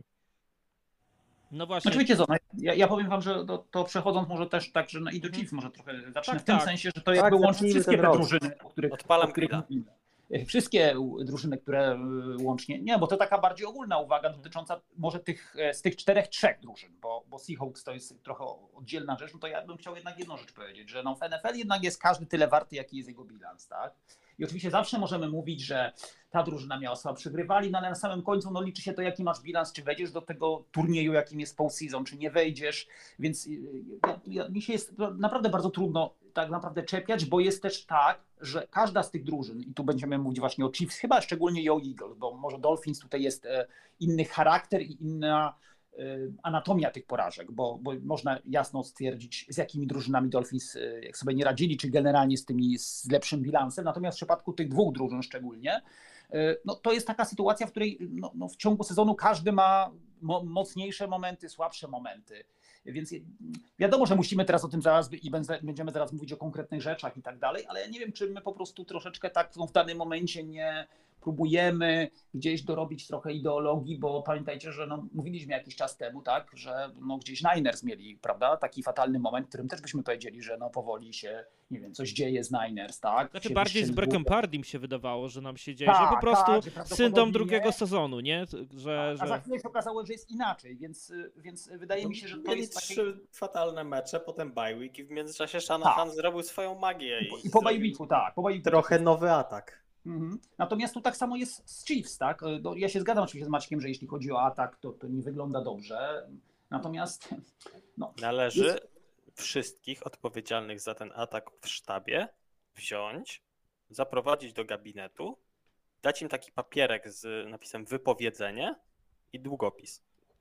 No właśnie. Znaczy wiecie co, ja powiem wam, że to przechodząc może też tak, że i do Chiefs może trochę zacznę Tak, w tym tak. sensie, że to jakby łączy zacznijmy wszystkie ten te rok. drużyny, o których grilla. mówimy. Wszystkie drużyny, które łącznie, nie, bo to taka bardziej ogólna uwaga dotycząca może z tych 3 drużyn, bo Seahawks to jest trochę oddzielna rzecz, no to ja bym chciał jednak jedną rzecz powiedzieć, że no w NFL jednak jest każdy tyle warty, jaki jest jego bilans, tak? I oczywiście zawsze możemy mówić, że ta drużyna miała słabszych rywali, no ale na samym końcu no liczy się to, jaki masz bilans, czy wejdziesz do tego turnieju, jakim jest postseason, czy nie wejdziesz, więc mi się jest naprawdę bardzo trudno tak naprawdę czepiać, bo jest też tak, że każda z tych drużyn, i tu będziemy mówić właśnie o Chiefs, chyba szczególnie i o Eagles, bo może Dolphins tutaj jest inny charakter i inna anatomia tych porażek, bo można jasno stwierdzić, z jakimi drużynami Dolphins jak sobie nie radzili, czy generalnie z tymi z lepszym bilansem. Natomiast w przypadku tych 2 drużyn szczególnie, no to jest taka sytuacja, w której no w ciągu sezonu każdy ma mocniejsze momenty, słabsze momenty. Więc wiadomo, że musimy teraz o tym zaraz i będziemy zaraz mówić o konkretnych rzeczach i tak dalej, ale ja nie wiem, czy my po prostu troszeczkę tak w danym momencie nie próbujemy gdzieś dorobić trochę ideologii, bo pamiętajcie, że no, mówiliśmy jakiś czas temu, tak, że no, gdzieś Niners mieli, prawda, taki fatalny moment, w którym też byśmy powiedzieli, że no powoli się, nie wiem, coś dzieje z Niners, tak? Znaczy się bardziej z wystrzeliwuje. Breckiem Pardim się wydawało, że nam się dzieje, że Tak, po prostu tak, że prawdopodobnie syndrom nie. drugiego sezonu, nie? A za chwilę się okazało, że jest inaczej, więc wydaje mi się, że to Mieli jest takie... 3 fatalne mecze, potem bye week i w międzyczasie Shanahan zrobił swoją magię. I po zrobił bajbiku, tak. Po bajbiku trochę nowy atak. Natomiast tu tak samo jest z Chiefs, tak? No, ja się zgadzam oczywiście z Maćkiem, że jeśli chodzi o atak, to nie wygląda dobrze. Natomiast no, Należy wszystkich odpowiedzialnych za ten atak w sztabie wziąć, zaprowadzić do gabinetu, dać im taki papierek z napisem wypowiedzenie i długopis.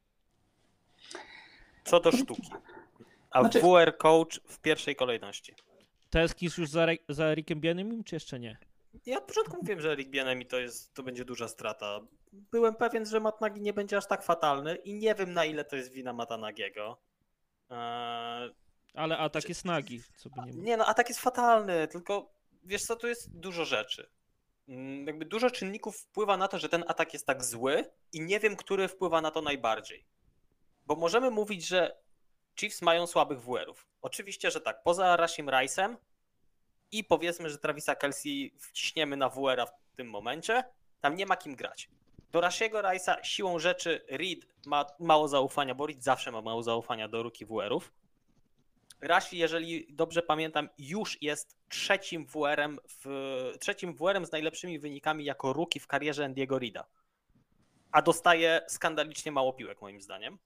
Co do sztuki. A Znaczy- WR coach w pierwszej kolejności. Tęsknisz już za Ericiem Bieniemim, czy jeszcze nie? Ja od początku mówiłem, że Eric Bieniemy to będzie duża strata. Byłem pewien, że Matt Nagy nie będzie aż tak fatalny i nie wiem, na ile to jest wina Matta Nagyego. Ale atak jest nagi, co by nie było. Nie no, atak jest fatalny, tylko wiesz co, tu jest dużo rzeczy. Jakby dużo czynników wpływa na to, że ten atak jest tak zły i nie wiem, który wpływa na to najbardziej. Bo możemy mówić, że Chiefs mają słabych WR-ów. Oczywiście, że tak. Poza Rashim Rice'em i powiedzmy, że Travisa Kelce wciśniemy na WR-a w tym momencie, tam nie ma kim grać. Do Rashiego Rice'a siłą rzeczy Reed ma mało zaufania, bo Reed zawsze ma mało zaufania do rookie WR-ów. Rashi, jeżeli dobrze pamiętam, już jest trzecim WR-em z najlepszymi wynikami jako rookie w karierze Andy'ego Reeda. A dostaje skandalicznie mało piłek, moim zdaniem.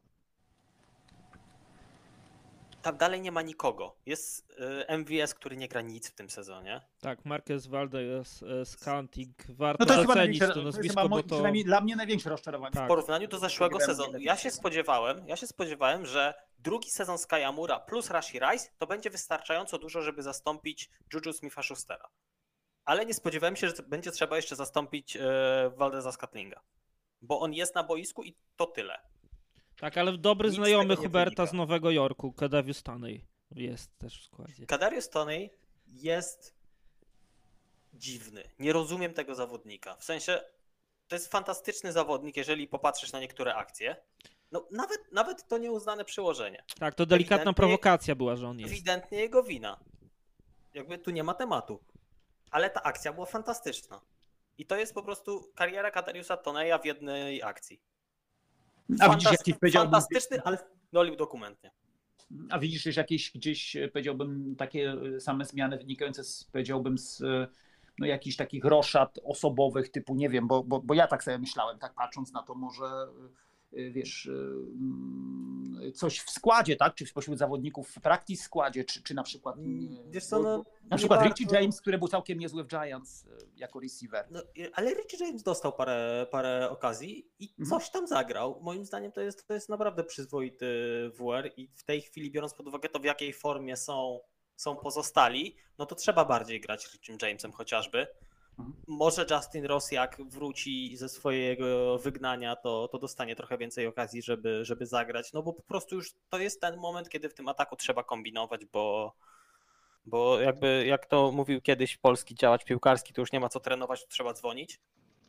Tam dalej nie ma nikogo. Jest MVS, który nie gra nic w tym sezonie. Tak, Marquez Valdez, Scanting, warto No to jest chyba docenić największe, to to jest nazwisko, chyba bo to... przynajmniej dla mnie największe rozczarowanie. Tak. W porównaniu do zeszłego sezonu. Ja się spodziewałem, że drugi sezon Skyamura plus Rashi Rice to będzie wystarczająco dużo, żeby zastąpić Juju Smitha-Schustera. Ale nie spodziewałem się, że będzie trzeba jeszcze zastąpić Valdeza Scantlinga. Bo on jest na boisku i to tyle. Tak, ale dobry Nic z znajomy tego nie Huberta wynika. z Nowego Jorku, Kadarius Toney jest też w składzie. Kadarius Toney jest dziwny. Nie rozumiem tego zawodnika. W sensie, to jest fantastyczny zawodnik, jeżeli popatrzysz na niektóre akcje. No nawet to nieuznane przyłożenie. Tak, to delikatna Ewidentnie- prowokacja była, że on jest. Ewidentnie jego wina. Jakby tu nie ma tematu. Ale ta akcja była fantastyczna. I to jest po prostu kariera Kadariusa Toneya w jednej akcji. A widzisz jakiś, powiedziałbym, Fantastyczny, ale dolił dokumentnie. a widzisz też jakieś gdzieś, powiedziałbym, takie same zmiany wynikające powiedziałbym, z no, jakichś takich roszad osobowych typu, nie wiem, bo ja tak sobie myślałem, tak patrząc na to, może wiesz, coś w składzie, tak? Czy spośród zawodników w practice składzie, czy na przykład Wiesz co, no, na przykład nie Richie bardzo- James, który był całkiem niezły w Giants jako receiver. No, ale Richie James dostał parę okazji i coś tam zagrał. Moim zdaniem to jest naprawdę przyzwoity WR i w tej chwili, biorąc pod uwagę to, w jakiej formie są pozostali, no to trzeba bardziej grać Richie Jamesem chociażby. Może Justin Ross jak wróci ze swojego wygnania, to dostanie trochę więcej okazji, żeby zagrać, no bo po prostu już to jest ten moment, kiedy w tym ataku trzeba kombinować, bo jakby jak to mówił kiedyś polski działacz piłkarski, to już nie ma co trenować, to trzeba dzwonić.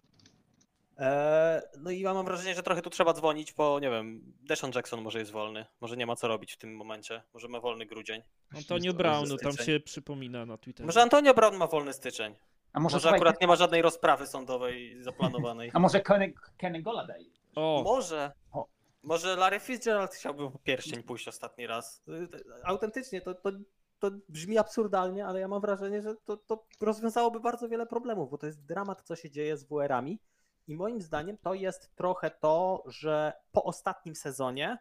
No i ja mam wrażenie, że trochę tu trzeba dzwonić, bo nie wiem, Deshaun Jackson może jest wolny, może nie ma co robić w tym momencie, może ma wolny grudzień. Antonio Brown, no tam się przypomina na Twitterze. Może Antonio Brown ma wolny styczeń. A Może słuchaj, akurat nie ma żadnej rozprawy sądowej zaplanowanej. a może Kenny Golladay? O, Może. O. Może Larry Fitzgerald chciałby po pierścień pójść ostatni raz. Autentycznie to brzmi absurdalnie, ale ja mam wrażenie, że to rozwiązałoby bardzo wiele problemów, bo to jest dramat, co się dzieje z WR-ami. I moim zdaniem to jest trochę to, że po ostatnim sezonie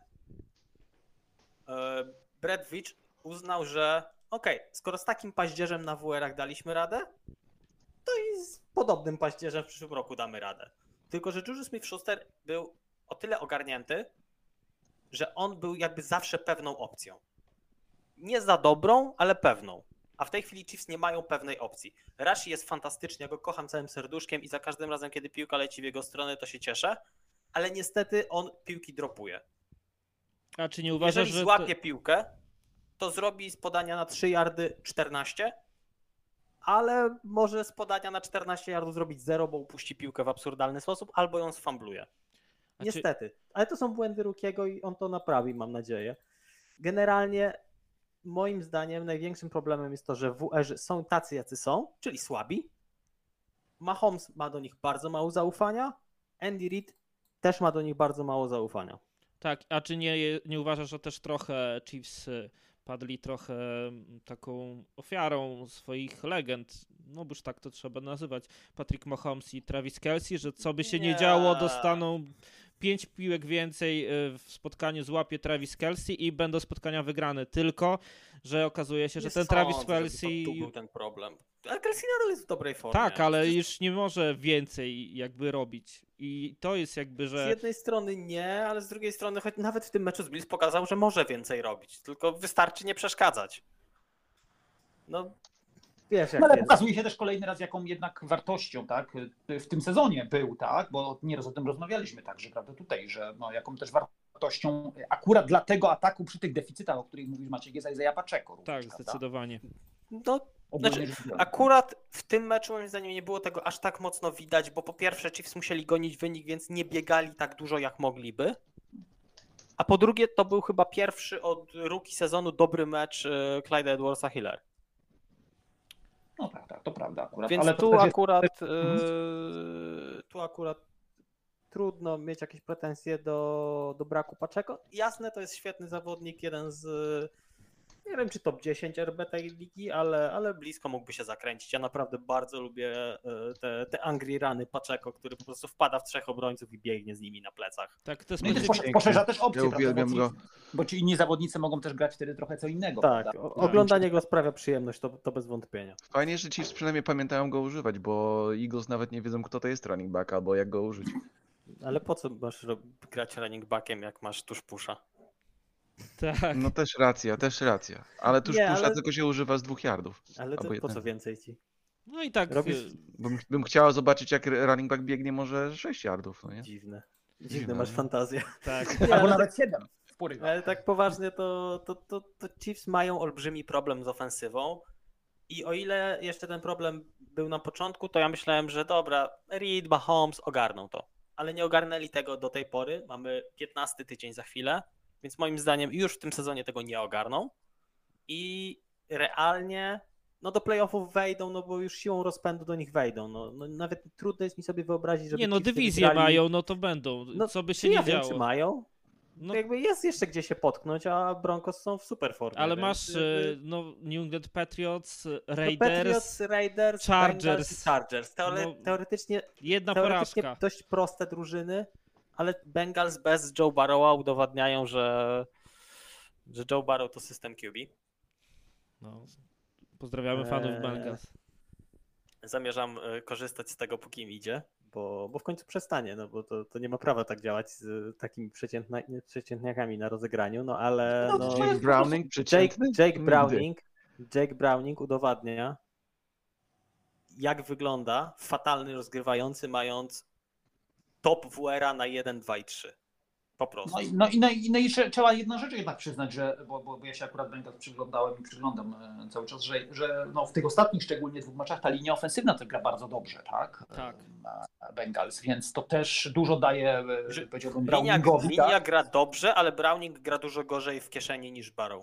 Brett Veach uznał, że okej, skoro z takim paździerzem na WR-ach daliśmy radę, to i z podobnym paździerzem w przyszłym roku damy radę. Tylko że Juju Smith-Schuster był o tyle ogarnięty, że on był jakby zawsze pewną opcją. Nie za dobrą, ale pewną. A w tej chwili Chiefs nie mają pewnej opcji. Rashi jest fantastyczny, ja go kocham całym serduszkiem i za każdym razem, kiedy piłka leci w jego stronę, to się cieszę, ale niestety on piłki dropuje. a czy nie uważasz, Jeżeli że... złapie piłkę, to zrobi z podania na 3 yardy 14, ale może z podania na 14 yardów zrobić 0, bo upuści piłkę w absurdalny sposób, albo ją sfambluje. Niestety. Ale to są błędy Rookiego i on to naprawi, mam nadzieję. Generalnie moim zdaniem największym problemem jest to, że WR są tacy, jacy są, czyli słabi. Mahomes ma do nich bardzo mało zaufania. Andy Reid też ma do nich bardzo mało zaufania. Tak, a czy nie uważasz, że też trochę Chiefs padli trochę taką ofiarą swoich legend, no bo już tak to trzeba nazywać, Patrick Mahomes i Travis Kelce, że co by się nie działo, dostaną 5 piłek więcej w spotkaniu złapie Travis Kelce i będą spotkania wygrane, tylko że okazuje się, że ten Travis Kelce... To był ten problem. Ale Kelce nadal jest w dobrej formie. Tak, ale już nie może więcej jakby robić. I to jest jakby, że... Z jednej strony nie, ale z drugiej strony choć nawet w tym meczu z Bills pokazał, że może więcej robić. Tylko wystarczy nie przeszkadzać. No, wiesz jak No ale jest. pokazuje się też kolejny raz, jaką jednak wartością, tak, w tym sezonie był, tak, bo nieraz o tym rozmawialiśmy także, prawda, tutaj, że no, jaką też wartością akurat dla tego ataku przy tych deficytach, o których mówisz Maciek, jest Isaiah Pacheco. Tak, zdecydowanie. No, znaczy, akurat w tym meczu moim zdaniem nie było tego aż tak mocno widać, bo po pierwsze Chiefs musieli gonić wynik, więc nie biegali tak dużo jak mogliby. A po drugie to był chyba pierwszy od rookie sezonu dobry mecz Clyde'a Edwardsa-Helaire. No tak, to prawda akurat. Więc ale tu jest... akurat trudno mieć jakieś pretensje do braku Pacheco. Jasne, to jest świetny zawodnik, jeden z, nie wiem czy top 10 RB tej ligi, ale blisko mógłby się zakręcić. Ja naprawdę bardzo lubię te angry runy Pacheco, który po prostu wpada w 3 obrońców i biegnie z nimi na plecach. Tak, to jest No i też poszerza też opcje, Ja uwielbiam go. bo ci inni zawodnicy mogą też grać wtedy trochę co innego. Tak, prawda? oglądanie go sprawia przyjemność, to bez wątpienia. Fajnie, że Chiefs przynajmniej pamiętają go używać, bo Eagles nawet nie wiedzą, kto to jest running back albo jak go użyć. Ale po co masz grać running backiem, jak masz tuż pusha? Tak. No też racja. Ale tuż pusza tylko się używa z 2 yardów. Ale to po co więcej ci? No i tak... Bym chciała zobaczyć, jak running back biegnie może 6 yardów, no nie? Dziwne masz fantazję. Tak. Albo nawet 7 w porywa. Ale tak poważnie to Chiefs mają olbrzymi problem z ofensywą i o ile jeszcze ten problem był na początku, to ja myślałem, że dobra, Reid, Mahomes ogarną to, ale nie ogarnęli tego do tej pory. Mamy 15 tydzień za chwilę, więc moim zdaniem już w tym sezonie tego nie ogarną i realnie no do playoffów wejdą, no bo już siłą rozpędu do nich wejdą. No nawet trudno jest mi sobie wyobrazić, żeby Nie no, Chiefs dywizję wygrali. mają, no to będą, No, co by się ja nie wiem, działo. czy mają. No, To jakby jest jeszcze gdzie się potknąć, a Broncos są w super formie. ale więc masz jakby... no, New England Patriots, Patriots, Raiders, Chargers. Bengals i Chargers. No, Teoretycznie porażka. dość proste drużyny, ale Bengals bez Joe Burrowa udowadniają, że Joe Burrow to system QB. No, pozdrawiamy fanów Bengals. Zamierzam korzystać z tego, póki im idzie, bo w końcu przestanie, no bo to nie ma prawa tak działać z takimi przeciętniakami na rozegraniu, no ale... No, Jake Browning przeciętny? Jake Browning udowadnia, jak wygląda fatalny rozgrywający, mając top WR-a na 1, 2 i 3. Po prostu. No i trzeba jedną rzecz jednak przyznać, że, bo ja się akurat Bengals przyglądałem i przyglądam cały czas, że no w tych ostatnich szczególnie 2 meczach ta linia ofensywna też gra bardzo dobrze, tak? Tak. Bengals, więc to też dużo daje, powiedziałbym, Browningowi. Linia gra dobrze, ale Browning gra dużo gorzej w kieszeni niż Burrow.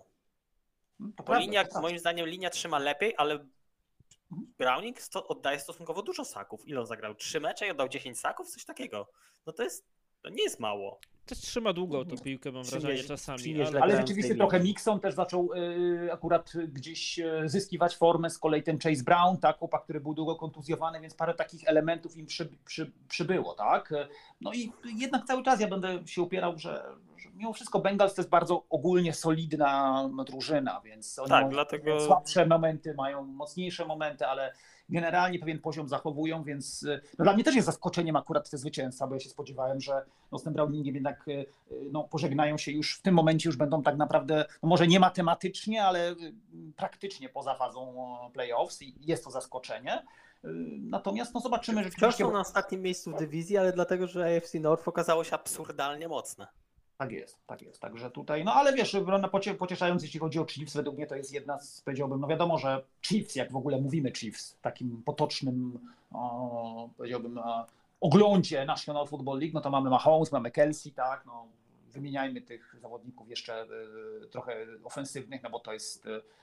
Moim zdaniem linia trzyma lepiej, ale Browning oddaje stosunkowo dużo saków. Ile on zagrał? 3 mecze i oddał 10 saków? Coś takiego. No to nie jest mało. Też trzyma długo tą piłkę, mam wrażenie czasami. Ale rzeczywiście trochę Mixon też zaczął akurat gdzieś zyskiwać formę, z kolei ten Chase Brown, tak, chłopak, który był długo kontuzjowany, więc parę takich elementów im przybyło, tak. No i jednak cały czas ja będę się upierał, że mimo wszystko Bengals to jest bardzo ogólnie solidna drużyna, więc oni mają słabsze momenty, mają mocniejsze momenty, ale generalnie pewien poziom zachowują, więc no dla mnie też jest zaskoczeniem akurat te zwycięstwa, bo ja się spodziewałem, że no z tym Browningiem jednak no, pożegnają się już w tym momencie, już będą tak naprawdę, no może nie matematycznie, ale praktycznie poza fazą playoffs i jest to zaskoczenie. Natomiast no zobaczymy, że wciąż są na ostatnim miejscu w dywizji, ale dlatego, że AFC North okazało się absurdalnie mocne. Tak jest, tak jest. Także tutaj, no ale wiesz, pocieszając, jeśli chodzi o Chiefs, według mnie to jest jedna z, powiedziałbym, no wiadomo, że Chiefs, jak w ogóle mówimy Chiefs, w takim potocznym, powiedziałbym, oglądzie National Football League, no to mamy Mahomes, mamy Kelsey, tak, no wymieniajmy tych zawodników jeszcze trochę ofensywnych, no bo to jest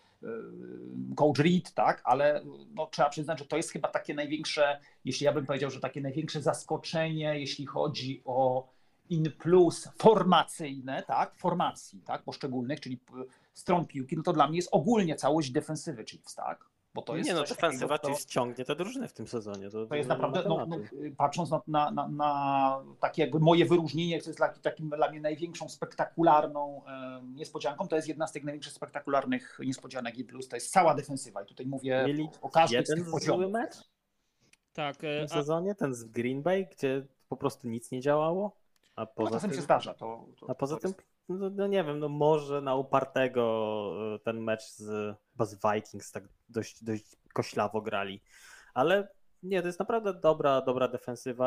coach Reed, tak, ale no, trzeba przyznać, że to jest chyba takie największe, jeśli ja bym powiedział, że takie największe zaskoczenie, jeśli chodzi o in plus formacyjne, tak, formacji, tak, poszczególnych, czyli stron piłki, no to dla mnie jest ogólnie całość defensywy Chiefs, tak, bo to jest Nie no, coś defensywa takiego, Chiefs ciągnie te drużyny w tym sezonie. to jest naprawdę, patrząc na takie jakby moje wyróżnienie, to jest dla mnie największą spektakularną niespodzianką, to jest jedna z tych największych spektakularnych niespodzianek i plus, to jest cała defensywa i tutaj mówię Mieli o każdym z jeden tych zły poziomów. mecz Tak, w tym sezonie, ten z Green Bay, gdzie po prostu nic nie działało, a No, poza czasem tym... się zdarza. A poza to tym, jest- no nie wiem, no może na upartego ten mecz chyba z Vikings tak dość koślawo grali, ale nie, to jest naprawdę dobra defensywa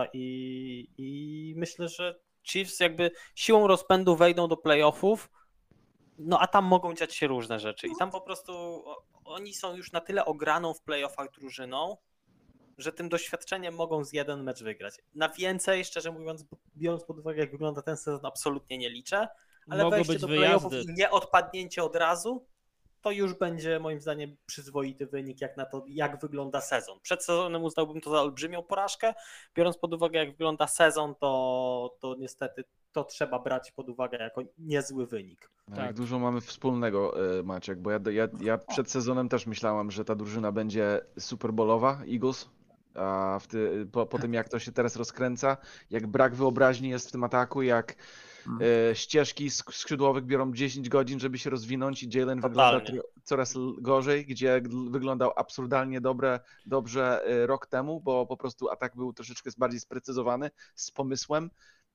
i myślę, że Chiefs jakby siłą rozpędu wejdą do playoffów, no a tam mogą dziać się różne rzeczy i tam po prostu oni są już na tyle ograną w playoffach drużyną, że tym doświadczeniem mogą z jeden mecz wygrać. Na więcej, szczerze mówiąc, biorąc pod uwagę, jak wygląda ten sezon, absolutnie nie liczę, ale mogą wejście być do playoffów wyjazdy. i nie odpadnięcie od razu, to już będzie moim zdaniem przyzwoity wynik jak na to, jak wygląda sezon. Przed sezonem uznałbym to za olbrzymią porażkę, biorąc pod uwagę, jak wygląda sezon, to niestety to trzeba brać pod uwagę jako niezły wynik. Tak. Jak dużo mamy wspólnego, Maciek, bo ja przed sezonem też myślałem, że ta drużyna będzie Super Bowlowa, Eagles, a po tym jak to się teraz rozkręca, jak brak wyobraźni jest w tym ataku, jak ścieżki skrzydłowych biorą 10 godzin, żeby się rozwinąć i Jalen wygląda coraz gorzej, gdzie wyglądał absurdalnie dobrze rok temu, bo po prostu atak był troszeczkę bardziej sprecyzowany, z pomysłem.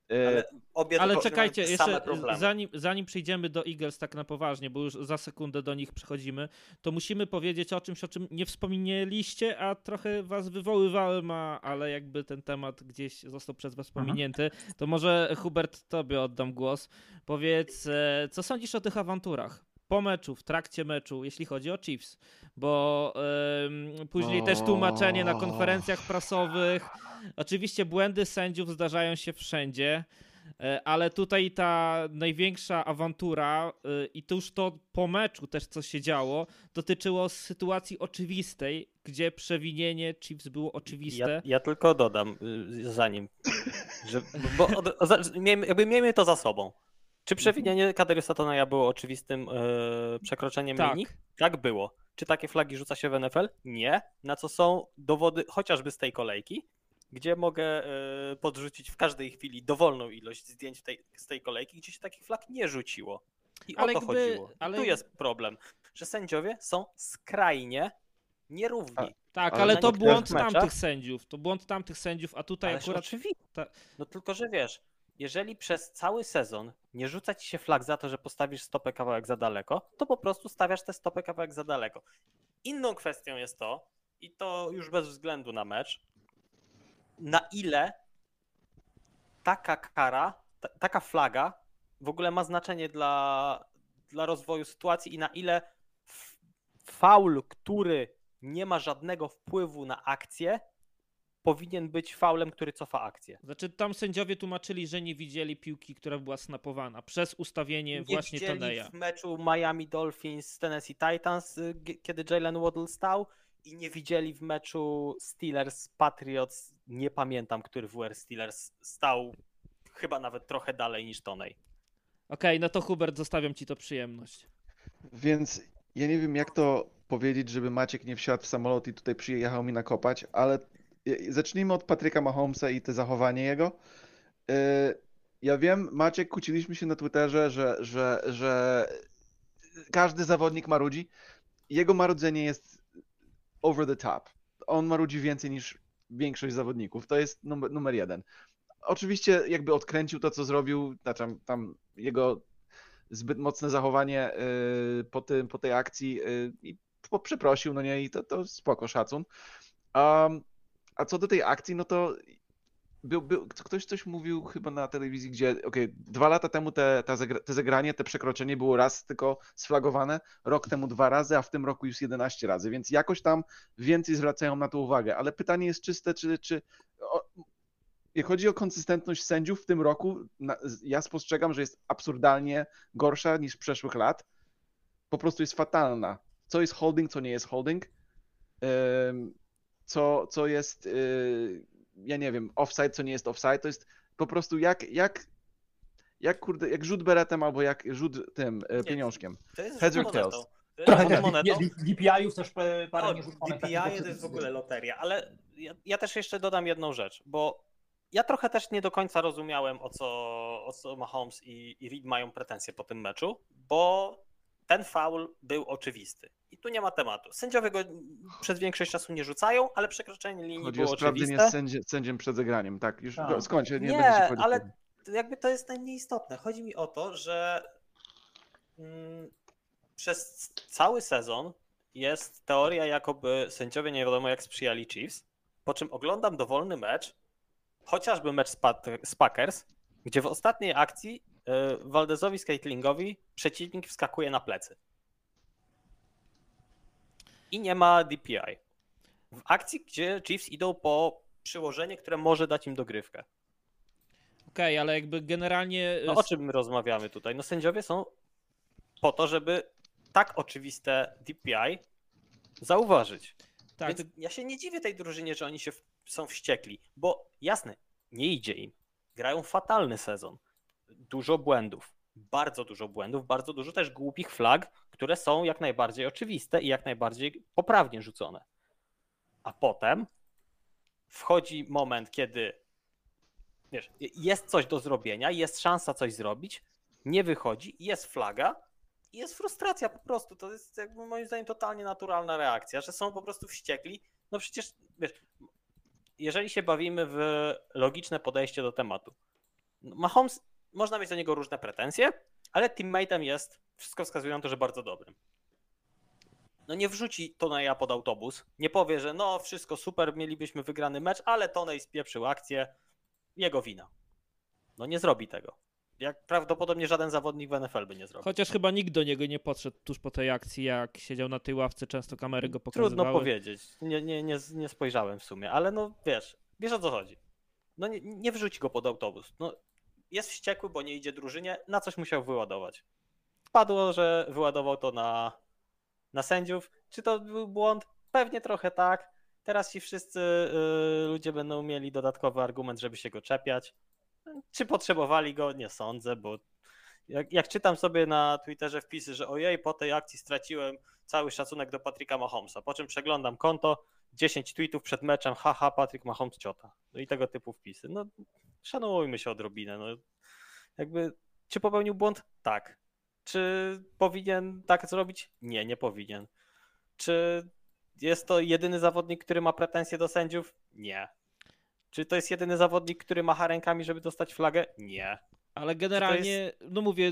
Ale czekajcie, jeszcze same zanim przejdziemy do Eagles tak na poważnie, bo już za sekundę do nich przychodzimy, to musimy powiedzieć o czymś, o czym nie wspomnieliście, a trochę was wywoływałem, ale jakby ten temat gdzieś został przez was pominięty. To może Hubert, tobie oddam głos. Powiedz, co sądzisz o tych awanturach? Po meczu, w trakcie meczu, jeśli chodzi o Chiefs, bo później też tłumaczenie na konferencjach prasowych. Oczywiście błędy sędziów zdarzają się wszędzie, ale tutaj ta największa awantura i tuż to po meczu też co się działo, dotyczyło sytuacji oczywistej, gdzie przewinienie Chiefs było oczywiste. Ja tylko dodam zanim, miejmy to za sobą. Czy przewinienie Kadariusa Toneja było oczywistym przekroczeniem linii? Tak było. Czy takie flagi rzuca się w NFL? Nie. Na co są dowody chociażby z tej kolejki, gdzie mogę podrzucić w każdej chwili dowolną ilość zdjęć z tej kolejki, gdzie się takich flag nie rzuciło. I o to chodziło. I tu jest problem, że sędziowie są skrajnie nierówni. Tak, ale to błąd tamtych sędziów. To błąd tamtych sędziów, a tutaj Ależ akurat... Oczywiście. No tylko, że wiesz, jeżeli przez cały sezon nie rzuca ci się flag za to, że postawisz stopę kawałek za daleko, to po prostu stawiasz tę stopę kawałek za daleko. Inną kwestią jest to, i to już bez względu na mecz, na ile taka kara, taka flaga w ogóle ma znaczenie dla rozwoju sytuacji i na ile faul, który nie ma żadnego wpływu na akcję, powinien być faulem, który cofa akcję. Znaczy tam sędziowie tłumaczyli, że nie widzieli piłki, która była snapowana przez ustawienie właśnie Toneja. Nie widzieli w meczu Miami Dolphins z Tennessee Titans, kiedy Jalen Waddle stał, i nie widzieli w meczu Steelers Patriots, nie pamiętam, który WR Steelers stał chyba nawet trochę dalej niż Tonej. Okej, no to Hubert, zostawiam ci to przyjemność. Więc ja nie wiem, jak to powiedzieć, żeby Maciek nie wsiadł w samolot i tutaj przyjechał mi nakopać, ale zacznijmy od Patryka Mahomesa i te zachowanie jego. Ja wiem, Maciek, kłóciliśmy się na Twitterze, że każdy zawodnik marudzi. Jego marudzenie jest over the top. On marudzi więcej niż większość zawodników. To jest numer jeden. Oczywiście jakby odkręcił to, co zrobił, znaczy tam jego zbyt mocne zachowanie po tej akcji i przeprosił, no nie, i to spoko, szacun. A co do tej akcji, no to Ktoś coś mówił chyba na telewizji, gdzie 2 lata temu te zagranie, te przekroczenie było raz tylko sflagowane, rok temu 2 razy, a w tym roku już 11 razy, więc jakoś tam więcej zwracają na to uwagę, ale pytanie jest czyste, jak chodzi o konsystentność sędziów w tym roku, ja spostrzegam, że jest absurdalnie gorsza niż z przeszłych lat, po prostu jest fatalna. Co jest holding, co nie jest holding, co jest, ja nie wiem, offside, co nie jest offside, to jest po prostu jak rzut beretem albo jak rzut tym pieniążkiem. To jest Heads or rzut tails. monetą. Trochę monetą. DPI-ów też parę No, nierzuconych. DPI to jest w ogóle loteria, ale ja też jeszcze dodam jedną rzecz, bo ja trochę też nie do końca rozumiałem, o co Mahomes i Reed mają pretensje po tym meczu, bo ten faul był oczywisty. I tu nie ma tematu. Sędziowie go przez większość czasu nie rzucają, ale przekroczenie linii Chodzi było o sprawdzenie oczywiste. sędziem przed zagraniem, tak? Już Tak. skończę, nie Nie, będę się wchodzić. ale jakby to jest najmniej istotne. Chodzi mi o to, że przez cały sezon jest teoria, jakoby sędziowie nie wiadomo jak sprzyjali Chiefs, po czym oglądam dowolny mecz, chociażby mecz z Packers, gdzie w ostatniej akcji Waldezowi Scaitlingowi przeciwnik wskakuje na plecy. I nie ma DPI. W akcji, gdzie Chiefs idą po przyłożenie, które może dać im dogrywkę. Okej, ale jakby generalnie... No o czym my rozmawiamy tutaj? No sędziowie są po to, żeby tak oczywiste DPI zauważyć. Tak, Więc ja się nie dziwię tej drużynie, że oni są wściekli, bo jasne, nie idzie im. Grają fatalny sezon. Dużo błędów, bardzo dużo też głupich flag, które są jak najbardziej oczywiste i jak najbardziej poprawnie rzucone. A potem wchodzi moment, kiedy wiesz, jest coś do zrobienia, jest szansa coś zrobić, nie wychodzi, jest flaga i jest frustracja po prostu. To jest jakby moim zdaniem totalnie naturalna reakcja, że są po prostu wściekli. No przecież wiesz, jeżeli się bawimy w logiczne podejście do tematu, Mahomes, można mieć do niego różne pretensje, ale teammate'em jest, wszystko wskazuje na to, że bardzo dobrym. No nie wrzuci Toneja pod autobus, nie powie, że no wszystko super, mielibyśmy wygrany mecz, ale Tonej spieprzył akcję, jego wina. No nie zrobi tego. Jak prawdopodobnie żaden zawodnik w NFL by nie zrobił. chociaż chyba nikt do niego nie podszedł tuż po tej akcji, jak siedział na tej ławce, często kamery go pokazywały. Trudno powiedzieć, nie spojrzałem w sumie, ale no wiesz o co chodzi. No nie wrzuci go pod autobus. No, jest wściekły, bo nie idzie drużynie, na coś musiał wyładować. Padło, że wyładował to na sędziów. Czy to był błąd? Pewnie trochę tak. Teraz ci wszyscy ludzie będą mieli dodatkowy argument, żeby się go czepiać. Czy potrzebowali go? Nie sądzę, bo jak czytam sobie na Twitterze wpisy, że ojej, po tej akcji straciłem cały szacunek do Patricka Mahomesa, po czym przeglądam konto, 10 tweetów przed meczem, haha, Patrick Mahomes ciota. No i tego typu wpisy. No szanujmy się odrobinę. No, jakby, czy popełnił błąd? Tak. Czy powinien tak zrobić? Nie powinien. Czy jest to jedyny zawodnik, który ma pretensje do sędziów? Nie. Czy to jest jedyny zawodnik, który macha rękami, żeby dostać flagę? Nie. Ale generalnie, no mówię,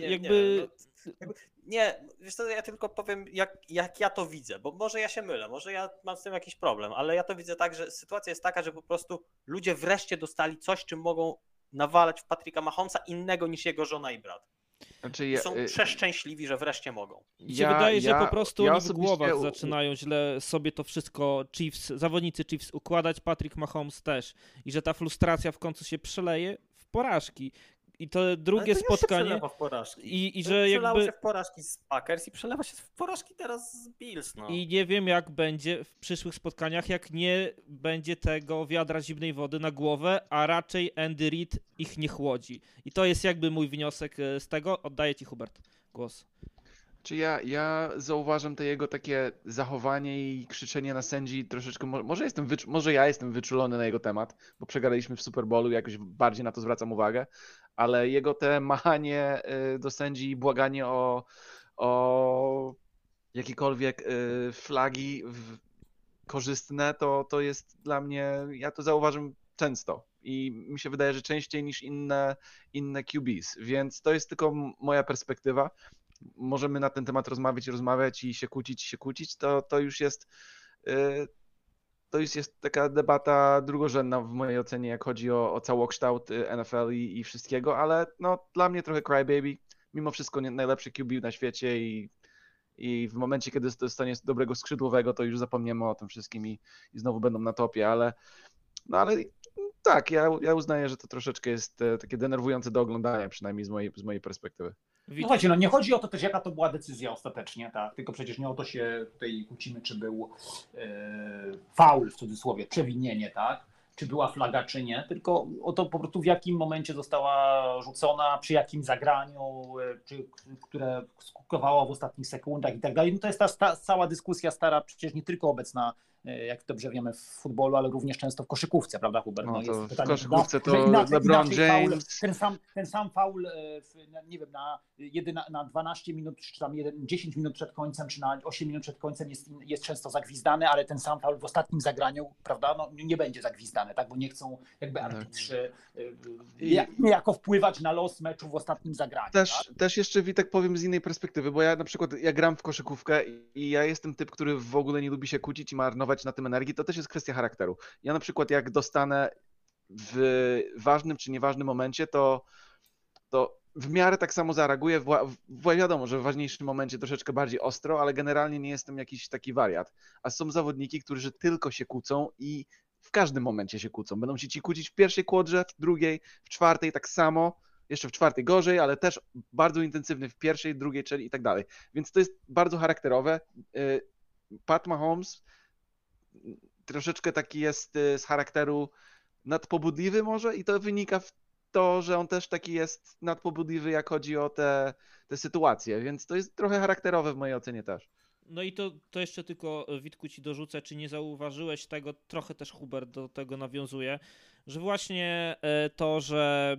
Nie, wiesz co, ja tylko powiem, jak ja to widzę, bo może ja się mylę, może ja mam z tym jakiś problem, ale ja to widzę tak, że sytuacja jest taka, że po prostu ludzie wreszcie dostali coś, czym mogą nawalać w Patricka Mahomesa innego niż jego żona i brat. Znaczy, Są przeszczęśliwi, że wreszcie mogą. Mi się wydaje, że po prostu oni w osobiście głowach zaczynają źle sobie to wszystko zawodnicy Chiefs układać, Patrick Mahomes też. I że ta frustracja w końcu się przeleje w porażki. I to drugie Ale to spotkanie. Już się przelewa w porażki. I że przelało jakby. się w porażki z Packers i przelewa się w porażki teraz z Bills. No. I nie wiem, jak będzie w przyszłych spotkaniach, jak nie będzie tego wiadra zimnej wody na głowę, a raczej Andy Reid ich nie chłodzi. I to jest jakby mój wniosek z tego. Oddaję ci, Hubert, głos. Czy ja zauważam to jego takie zachowanie i krzyczenie na sędzi troszeczkę, może ja jestem wyczulony na jego temat, bo przegraliśmy w Super Bowlu, jakoś bardziej na to zwracam uwagę, ale jego te machanie do sędzi i błaganie o jakiekolwiek flagi korzystne, to jest dla mnie, ja to zauważam często i mi się wydaje, że częściej niż inne QBs, więc to jest tylko moja perspektywa. Możemy na ten temat rozmawiać i się kłócić, to już jest to już jest taka debata drugorzędna w mojej ocenie, jak chodzi o całokształt NFL i wszystkiego, ale no dla mnie trochę crybaby. Mimo wszystko najlepszy QB na świecie i w momencie, kiedy dostanie dobrego skrzydłowego, to już zapomniemy o tym wszystkim i znowu będą na topie, ale tak, ja uznaję, że to troszeczkę jest takie denerwujące do oglądania, przynajmniej z mojej perspektywy. No słuchajcie, no nie chodzi o to też, jaka to była decyzja ostatecznie, tak? Tylko przecież nie o to się tutaj kłócimy, czy był faul w cudzysłowie, przewinienie, tak? Czy była flaga, czy nie, tylko o to po prostu w jakim momencie została rzucona, przy jakim zagraniu, które skutkowało w ostatnich sekundach i tak dalej. No to jest ta cała dyskusja stara, przecież nie tylko obecna, jak dobrze wiemy, w futbolu, ale również często w koszykówce, prawda, Hubert? No jest to pytanie, w koszykówce to inaczej, LeBron faul, James. ten sam faul, nie wiem, na 12 minut, czy tam 10 minut przed końcem, czy na 8 minut przed końcem jest często zagwizdany, ale ten sam faul w ostatnim zagraniu, prawda, no, nie będzie zagwizdany, tak, bo nie chcą jakby arbitrzy niejako wpływać na los meczu w ostatnim zagraniu. Też jeszcze, Witek, powiem z innej perspektywy, bo ja na przykład gram w koszykówkę i ja jestem typ, który w ogóle nie lubi się kłócić i marnować na tym energii, to też jest kwestia charakteru. Ja na przykład jak dostanę w ważnym czy nieważnym momencie, to w miarę tak samo zareaguję. Wiadomo, że w ważniejszym momencie troszeczkę bardziej ostro, ale generalnie nie jestem jakiś taki wariat. A są zawodniki, którzy tylko się kłócą i w każdym momencie się kłócą. Będą się ci kłócić w pierwszej kłodrze, w drugiej, w czwartej tak samo, jeszcze w czwartej gorzej, ale też bardzo intensywny w pierwszej, drugiej, trzeciej i tak dalej. Więc to jest bardzo charakterowe. Pat Mahomes troszeczkę taki jest z charakteru nadpobudliwy może i to wynika w to, że on też taki jest nadpobudliwy, jak chodzi o te sytuacje, więc to jest trochę charakterowe w mojej ocenie też. No i to jeszcze tylko, Witku, ci dorzucę, czy nie zauważyłeś tego, trochę też Hubert do tego nawiązuje, że właśnie to, że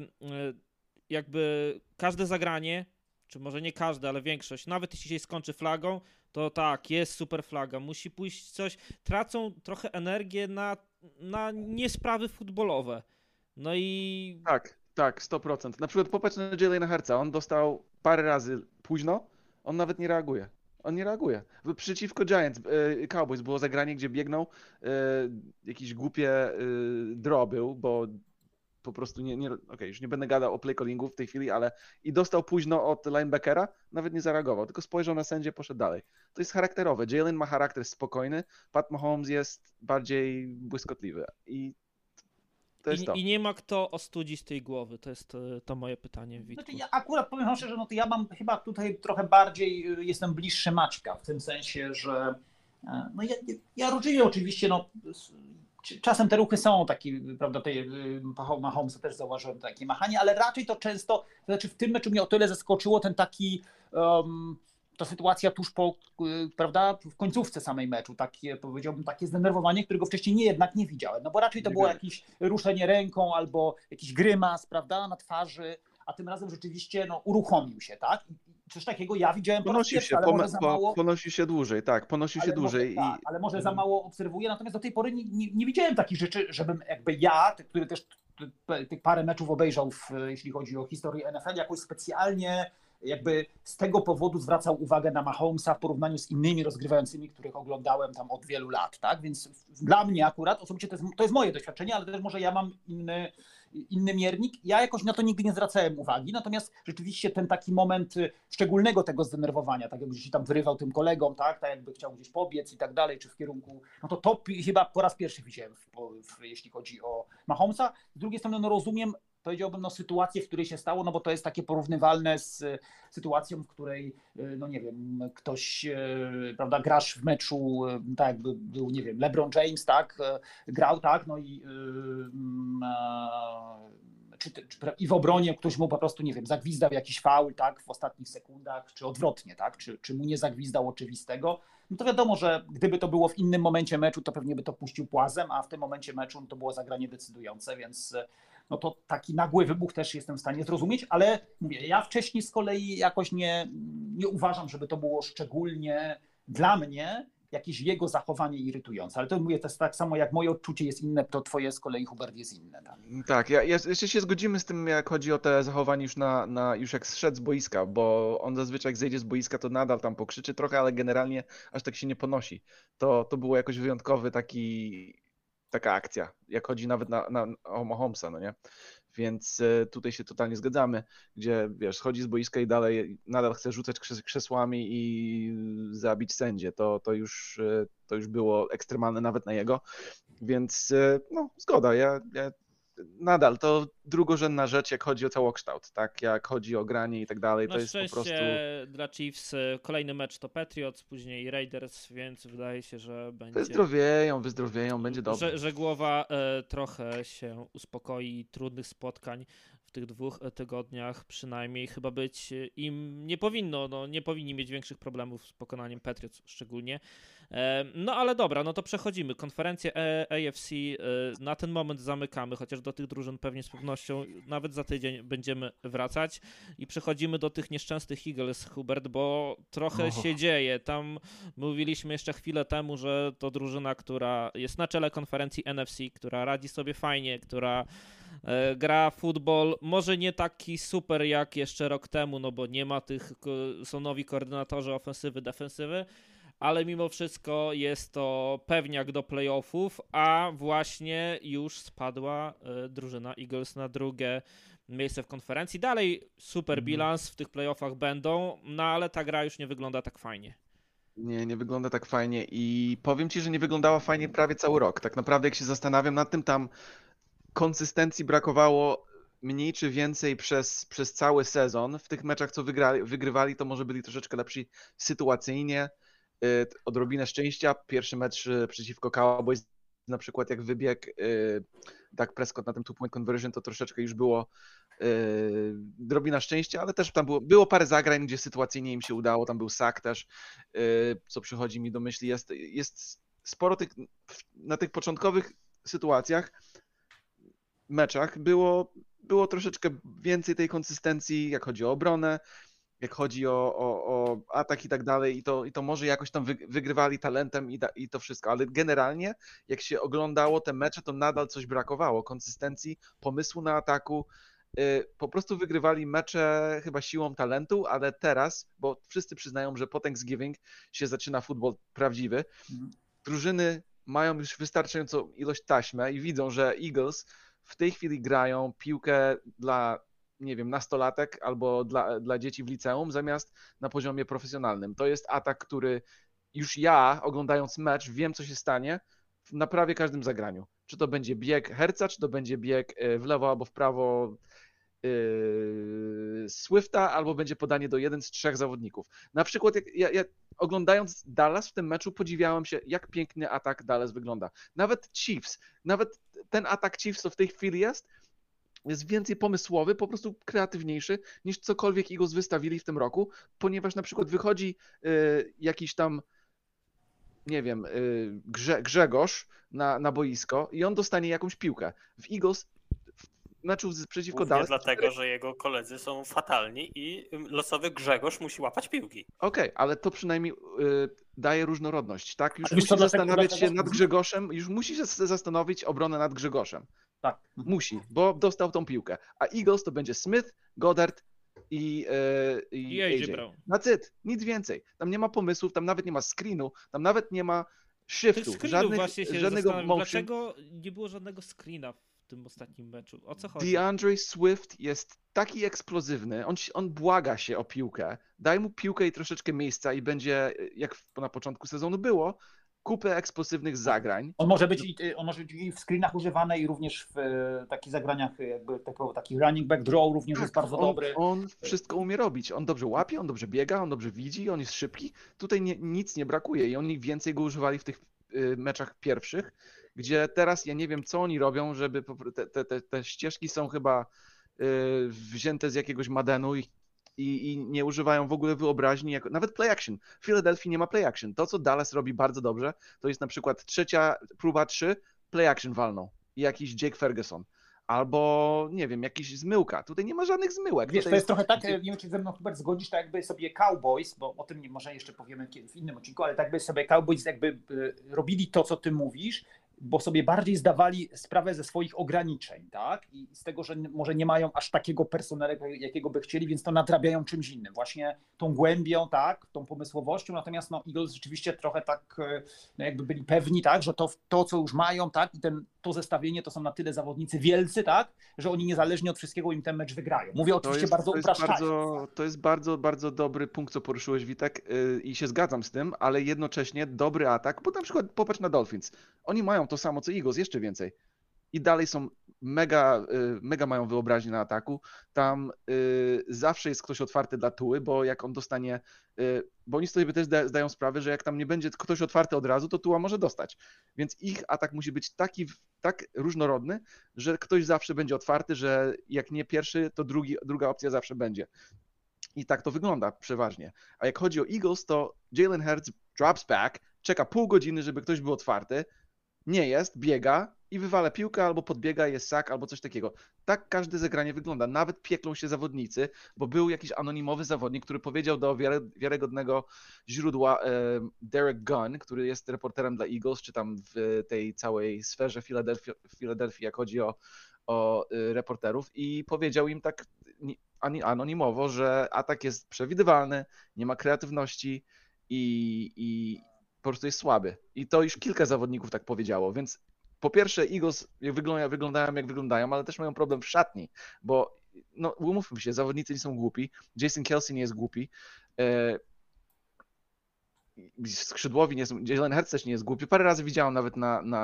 jakby każde zagranie, czy może nie każde, ale większość, nawet jeśli się skończy flagą, to tak, jest super flaga, musi pójść coś, tracą trochę energię na niesprawy futbolowe. No i... Tak, 100%. Na przykład popatrz na Jalena Hurtsa, on dostał parę razy późno, on nawet nie reaguje. On nie reaguje. Przeciwko Giants, Cowboys było zagranie, gdzie biegną, jakieś głupie draw był, bo po prostu okej, już nie będę gadał o play callingu w tej chwili, ale i dostał późno od linebackera, nawet nie zareagował, tylko spojrzał na sędzię, poszedł dalej. To jest charakterowe. Jalen ma charakter spokojny, Pat Mahomes jest bardziej błyskotliwy i to jest to. I nie ma kto ostudzić tej głowy, to jest to moje pytanie, Witku. Znaczy, ja akurat powiem wam szczerze, no to ja mam chyba tutaj trochę bardziej, jestem bliższy Maćka, w tym sensie, że no ja różnię oczywiście, no czasem te ruchy są takie, prawda, Mahomesa też zauważyłem takie machanie, ale raczej to często, to znaczy w tym meczu mnie o tyle zaskoczyło ten taki, ta sytuacja tuż po, prawda, w końcówce samej meczu, takie, powiedziałbym, takie zdenerwowanie, którego wcześniej jednak nie widziałem, no bo raczej to było jakieś ruszenie ręką albo jakiś grymas, prawda, na twarzy, a tym razem rzeczywiście no, uruchomił się, tak? Coś takiego ja widziałem po raz pierwszy, ale może za mało... Ponosił się dłużej, tak, ponosił się dłużej. Tak, ale może za mało obserwuję, natomiast do tej pory nie widziałem takich rzeczy, żebym jakby ja, który też tych parę meczów obejrzał, jeśli chodzi o historię NFL, jakoś specjalnie jakby z tego powodu zwracał uwagę na Mahomesa w porównaniu z innymi rozgrywającymi, których oglądałem tam od wielu lat, tak? Więc dla mnie akurat, osobiście to jest moje doświadczenie, ale też może ja mam inny miernik. Ja jakoś na to nigdy nie zwracałem uwagi, natomiast rzeczywiście ten taki moment szczególnego tego zdenerwowania, tak jakby się tam wyrywał tym kolegom, tak jakby chciał gdzieś pobiec i tak dalej, czy w kierunku, no to chyba po raz pierwszy widziałem, jeśli chodzi o Mahomesa. Z drugiej strony no rozumiem, powiedziałbym, no sytuację, w której się stało, no bo to jest takie porównywalne z sytuacją, w której, no nie wiem, ktoś, prawda, grasz w meczu, tak jakby był, nie wiem, LeBron James, tak, grał, tak, no i i w obronie ktoś mu po prostu, nie wiem, zagwizdał jakiś faul, tak, w ostatnich sekundach, czy odwrotnie, tak, czy mu nie zagwizdał oczywistego, no to wiadomo, że gdyby to było w innym momencie meczu, to pewnie by to puścił płazem, a w tym momencie meczu no to było zagranie decydujące, więc no to taki nagły wybuch też jestem w stanie zrozumieć, ale mówię, ja wcześniej z kolei jakoś nie uważam, żeby to było szczególnie dla mnie jakieś jego zachowanie irytujące, ale to mówię, to jest tak samo jak moje odczucie jest inne, to twoje z kolei, Hubert, jest inne. Tak, jeszcze się zgodzimy z tym, jak chodzi o te zachowanie już już jak zszedł z boiska, bo on zazwyczaj jak zejdzie z boiska, to nadal tam pokrzyczy trochę, ale generalnie aż tak się nie ponosi. To było jakoś wyjątkowy taki taka akcja, jak chodzi nawet na Mahomesa, no nie? Więc tutaj się totalnie zgadzamy, gdzie wiesz, schodzi z boiska i nadal chce rzucać krzesłami i zabić sędzię. To już było ekstremalne nawet na jego, więc no zgoda, ja nadal to drugorzędna rzecz, jak chodzi o całokształt, tak? Jak chodzi o granie i tak dalej, to jest po prostu... dla Chiefs kolejny mecz to Patriots, później Raiders, więc wydaje się, że będzie... Wyzdrowieją, będzie dobrze. Że głowa trochę się uspokoi, trudnych spotkań w tych 2 tygodniach przynajmniej chyba być im nie powinno, no nie powinni mieć większych problemów z pokonaniem Patriots szczególnie. No ale dobra, no to przechodzimy. Konferencję AFC na ten moment zamykamy, chociaż do tych drużyn pewnie z pewnością nawet za tydzień będziemy wracać i przechodzimy do tych nieszczęsnych Eagles, Hubert, bo trochę się dzieje. Tam mówiliśmy jeszcze chwilę temu, że to drużyna, która jest na czele konferencji NFC, która radzi sobie fajnie, która gra futbol, może nie taki super jak jeszcze rok temu, no bo nie ma są nowi koordynatorzy ofensywy, defensywy, ale mimo wszystko jest to pewniak do playoffów, a właśnie już spadła drużyna Eagles na drugie miejsce w konferencji. Dalej super bilans w tych playoffach będą, no ale ta gra już nie wygląda tak fajnie. Nie wygląda tak fajnie i powiem Ci, że nie wyglądała fajnie prawie cały rok. Tak naprawdę jak się zastanawiam nad tym, tam konsystencji brakowało mniej czy więcej przez cały sezon. W tych meczach, co wygrywali, to może byli troszeczkę lepsi sytuacyjnie. Odrobinę szczęścia. Pierwszy mecz przeciwko Cowboys, na przykład jak wybiegł Dak Prescott na tym two-point conversion, to troszeczkę już było drobina szczęścia, ale też tam było parę zagrań, gdzie sytuacyjnie im się udało. Tam był sack też, co przychodzi mi do myśli. Jest sporo na tych początkowych sytuacjach, meczach było troszeczkę więcej tej konsystencji, jak chodzi o obronę, jak chodzi o atak i tak dalej, i to może jakoś tam wygrywali talentem i to wszystko, ale generalnie jak się oglądało te mecze, to nadal coś brakowało, konsystencji, pomysłu na ataku, po prostu wygrywali mecze chyba siłą talentu, ale teraz, bo wszyscy przyznają, że po Thanksgiving się zaczyna futbol prawdziwy, drużyny mają już wystarczającą ilość taśmy i widzą, że Eagles w tej chwili grają piłkę dla, nie wiem, nastolatek albo dla dzieci w liceum zamiast na poziomie profesjonalnym. To jest atak, który już ja, oglądając mecz, wiem, co się stanie na prawie każdym zagraniu. Czy to będzie bieg Herca, czy to będzie bieg w lewo albo w prawo Swifta, albo będzie podanie do 1 z 3 zawodników. Na przykład ja oglądając Dallas w tym meczu podziwiałem się, jak piękny atak Dallas wygląda. Nawet Chiefs, nawet ten atak Chiefs, co w tej chwili jest więcej pomysłowy, po prostu kreatywniejszy niż cokolwiek Eagles wystawili w tym roku, ponieważ na przykład wychodzi jakiś tam, nie wiem, Grzegorz na boisko i on dostanie jakąś piłkę. W Eagles meczu przeciwko Dallas... dlatego, że jego koledzy są fatalni i losowy Grzegorz musi łapać piłki. Okej, ale to przynajmniej daje różnorodność, tak? Już musi zastanawiać się nad Grzegorzem, już musi się zastanowić obronę nad Grzegorzem. Tak. Musi, bo dostał tą piłkę. A Eagles to będzie Smith, Goddard i AJ Brown. That's it, nic więcej. Tam nie ma pomysłów, tam nawet nie ma screenu, tam nawet nie ma shiftu, żadnego motion. Dlaczego nie było żadnego screena w tym ostatnim meczu? O co chodzi? DeAndre Swift jest taki eksplozywny, on błaga się o piłkę, daj mu piłkę i troszeczkę miejsca i będzie, jak na początku sezonu było, kupę eksplozywnych zagrań. On może być i w screenach używany i również w takich zagraniach, jakby taki running back draw również jest bardzo dobry. On wszystko umie robić. On dobrze łapie, on dobrze biega, on dobrze widzi, on jest szybki. Tutaj nic nie brakuje i oni więcej go używali w tych meczach pierwszych, gdzie teraz ja nie wiem, co oni robią, żeby te ścieżki są chyba wzięte z jakiegoś Madenu i nie używają w ogóle wyobraźni, nawet play action. W Philadelphia nie ma play action. To, co Dallas robi bardzo dobrze, to jest na przykład trzecia próba 3, play action walną i jakiś Jake Ferguson. Albo, nie wiem, jakiś zmyłka. Tutaj nie ma żadnych zmyłek. Wiesz, to jest trochę tak, nie wiem, czy ze mną Hubert zgodzisz, tak jakby sobie Cowboys, bo o tym może jeszcze powiemy w innym odcinku, ale tak jakby sobie Cowboys jakby robili to, co ty mówisz, bo sobie bardziej zdawali sprawę ze swoich ograniczeń, tak? I z tego, że może nie mają aż takiego personelu, jakiego by chcieli, więc to nadrabiają czymś innym. Właśnie tą głębią, tak? Tą pomysłowością, natomiast no, Eagles rzeczywiście trochę tak no, jakby byli pewni, tak? Że to, co już mają, tak? I to zestawienie to są na tyle zawodnicy wielcy, tak? Że oni niezależnie od wszystkiego im ten mecz wygrają. Mówię oczywiście bardzo upraszczając. To jest bardzo, bardzo dobry punkt, co poruszyłeś, Witek, i się zgadzam z tym, ale jednocześnie dobry atak, bo na przykład popatrz na Dolphins. Oni mają to samo co Eagles, jeszcze więcej. I dalej są mega mają wyobraźnię na ataku. Tam zawsze jest ktoś otwarty dla Tuły, bo jak on dostanie, bo oni sobie też zdają sprawę, że jak tam nie będzie ktoś otwarty od razu, to Tuła może dostać. Więc ich atak musi być tak różnorodny, że ktoś zawsze będzie otwarty, że jak nie pierwszy, to druga opcja zawsze będzie. I tak to wygląda przeważnie. A jak chodzi o Eagles, to Jalen Hurts drops back, czeka pół godziny, żeby ktoś był otwarty, nie jest, biega i wywala piłkę, albo podbiega, jest sack, albo coś takiego. Tak każde zagranie wygląda. Nawet pieklą się zawodnicy, bo był jakiś anonimowy zawodnik, który powiedział do wiarygodnego źródła Derek Gunn, który jest reporterem dla Eagles, czy tam w tej całej sferze Filadelfii, jak chodzi o reporterów, i powiedział im tak anonimowo, że atak jest przewidywalny, nie ma kreatywności i po prostu jest słaby. I to już kilka zawodników tak powiedziało, więc po pierwsze Eagles wyglądają jak wyglądają, ale też mają problem w szatni, bo no umówmy się, zawodnicy nie są głupi, Jason Kelce nie jest głupi, skrzydłowi nie są, Jalen Hurts też nie jest głupi. Parę razy widziałem nawet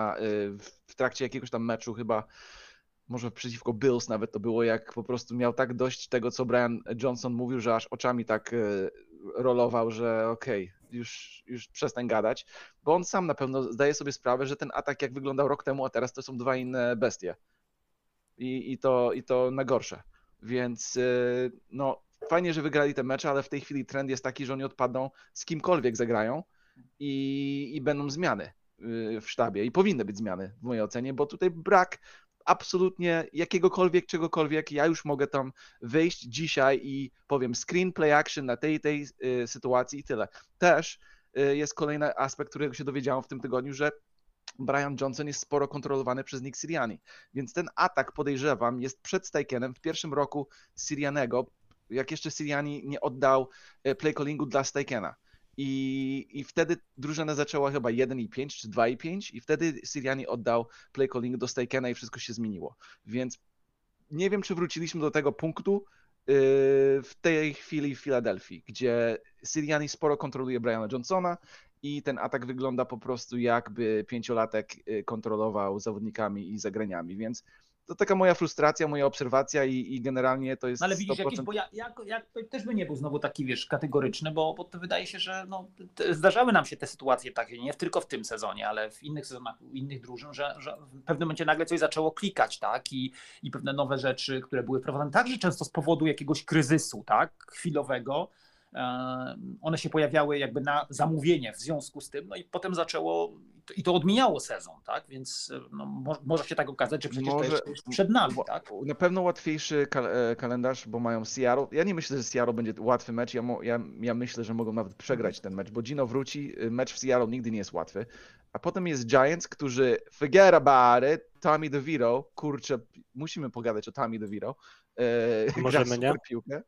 w trakcie jakiegoś tam meczu, chyba może przeciwko Bills nawet to było, jak po prostu miał tak dość tego, co Brian Johnson mówił, że aż oczami tak rolował, że okej, już przestań gadać, bo on sam na pewno zdaje sobie sprawę, że ten atak jak wyglądał rok temu, a teraz to są dwa inne bestie. I to na gorsze. Więc no fajnie, że wygrali te mecze, ale w tej chwili trend jest taki, że oni odpadną, z kimkolwiek zagrają i będą zmiany w sztabie. I powinny być zmiany w mojej ocenie, bo tutaj brak absolutnie jakiegokolwiek, czegokolwiek. Ja już mogę tam wyjść dzisiaj i powiem screen, play action na tej sytuacji i tyle. Też jest kolejny aspekt, którego się dowiedziałem w tym tygodniu, że Brian Johnson jest sporo kontrolowany przez Nick Sirianni, więc ten atak, podejrzewam, jest przed Steikenem w pierwszym roku Siriannego, jak jeszcze Sirianni nie oddał play callingu dla Steikena. I wtedy drużyna zaczęła chyba 1-5 czy 2-5 i wtedy Sirianni oddał play calling do Steikena i wszystko się zmieniło. Więc nie wiem, czy wróciliśmy do tego punktu w tej chwili w Filadelfii, gdzie Sirianni sporo kontroluje Briana Johnsona i ten atak wygląda po prostu jakby 5-latek kontrolował zawodnikami i zagraniami, więc to taka moja frustracja, moja obserwacja i generalnie to jest 100%... Ale widzisz, bo ja też by nie był znowu taki, wiesz, kategoryczny, bo to wydaje się, że no, zdarzały nam się te sytuacje takie, nie tylko w tym sezonie, ale w innych sezonach, u innych drużyn, że w pewnym momencie nagle coś zaczęło klikać, tak, i pewne nowe rzeczy, które były wprowadzane także często z powodu jakiegoś kryzysu, tak, chwilowego, one się pojawiały jakby na zamówienie w związku z tym, no i potem zaczęło i to odmieniało sezon, tak? Więc no, może się tak okazać, że przecież to jest przed nami, tak? Na pewno łatwiejszy kalendarz, bo mają Seattle. Ja nie myślę, że Seattle będzie łatwy mecz. Ja myślę, że mogą nawet przegrać ten mecz, bo Gino wróci. Mecz w Seattle nigdy nie jest łatwy. A potem jest Giants, którzy forget about it. Tommy DeVito, kurczę, musimy pogadać o Tommy DeVito. Możemy, nie? Piłkę.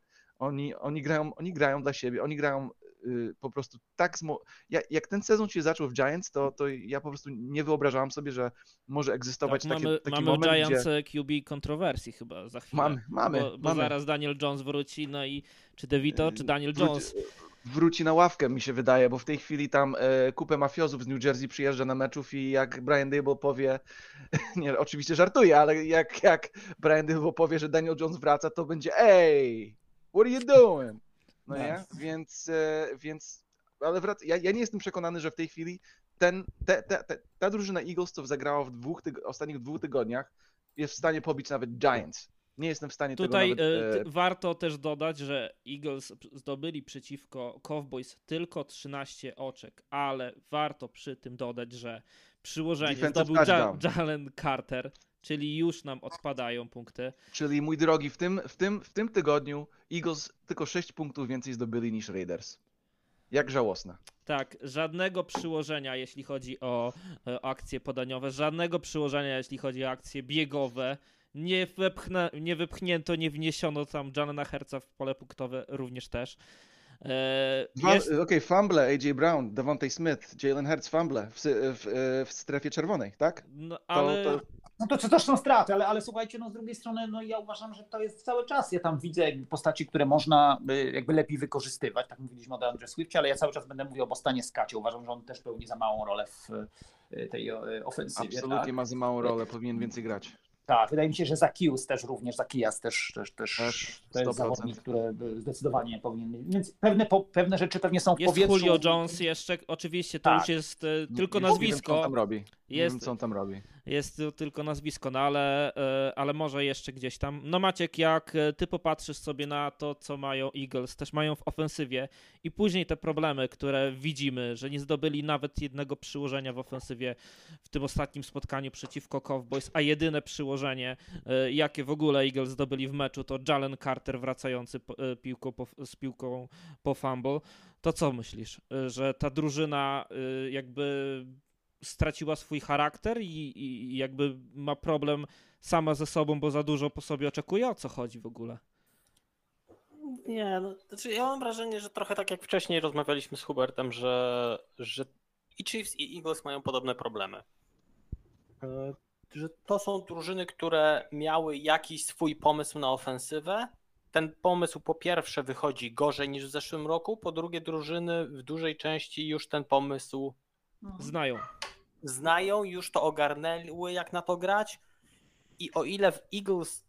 Oni grają dla siebie, oni grają po prostu tak... Jak ten sezon się zaczął w Giants, to ja po prostu nie wyobrażałem sobie, że może egzystować tak, taki mamy moment, Giants gdzie... QB kontrowersji chyba za chwilę. Mamy. Zaraz Daniel Jones wróci, no i czy DeVito, czy Daniel Jones? Wróci na ławkę, mi się wydaje, bo w tej chwili tam kupę mafiozów z New Jersey przyjeżdża na meczów i jak Brian Daboll powie, nie, oczywiście żartuję, ale jak Brian Daboll powie, że Daniel Jones wraca, to będzie ej, what are you doing? No nie? Więc ale ja nie jestem przekonany, że w tej chwili ta drużyna Eagles, co zagrała w ostatnich 2 tygodniach, jest w stanie pobić nawet Giants. Nie jestem w stanie Tutaj tego nawet... warto też dodać, że Eagles zdobyli przeciwko Cowboys tylko 13 oczek, ale warto przy tym dodać, że przyłożenie zdobył Jalen Carter, czyli już nam odpadają punkty. Czyli mój drogi, w tym tygodniu Eagles tylko 6 punktów więcej zdobyli niż Raiders. Jak żałosne. Tak, żadnego przyłożenia, jeśli chodzi o akcje podaniowe, żadnego przyłożenia, jeśli chodzi o akcje biegowe. Nie wypchnięto, nie wniesiono tam Jalena Hurtsa w pole punktowe również też. Okej, fumble, AJ Brown, Devontae Smith, Jalen Hurts fumble w strefie czerwonej, tak? No, ale... No to też są straty, ale słuchajcie, no z drugiej strony, no ja uważam, że to jest cały czas. Ja tam widzę jakby postaci, które można jakby lepiej wykorzystywać. Tak mówiliśmy o DeAndre Swiftie, ale ja cały czas będę mówił o Bostanie Scottie. Uważam, że on też pełni za małą rolę w tej ofensywie. Absolutnie tak? ma za małą rolę, powinien więcej grać. Tak, wydaje mi się, że Zacchaeus też również, Zacchaeus też to jest 100%. zawodnik, który zdecydowanie powinien mieć. Więc pewne rzeczy pewnie są w jest powietrzu. Julio Jones jeszcze, oczywiście to Tak. już jest tylko Nie nazwisko. wiem, co on tam robi. Nie Jest- wiem, co on tam robi. Jest to tylko nazwisko, no ale może jeszcze gdzieś tam. No Maciek, jak ty popatrzysz sobie na to, co mają Eagles, też mają w ofensywie i później te problemy, które widzimy, że nie zdobyli nawet jednego przyłożenia w ofensywie w tym ostatnim spotkaniu przeciwko Cowboys, a jedyne przyłożenie, jakie w ogóle Eagles zdobyli w meczu, to Jalen Carter wracający z piłką po fumble. To co myślisz? Że ta drużyna jakby straciła swój charakter i jakby ma problem sama ze sobą, bo za dużo po sobie oczekuje? O co chodzi w ogóle? Nie, no, znaczy ja mam wrażenie, że trochę tak jak wcześniej rozmawialiśmy z Hubertem, że i Chiefs i Eagles mają podobne problemy. Że to są drużyny, które miały jakiś swój pomysł na ofensywę. Ten pomysł po pierwsze wychodzi gorzej niż w zeszłym roku, po drugie drużyny w dużej części już ten pomysł znają, już to ogarnęły, jak na to grać. I o ile w Eagles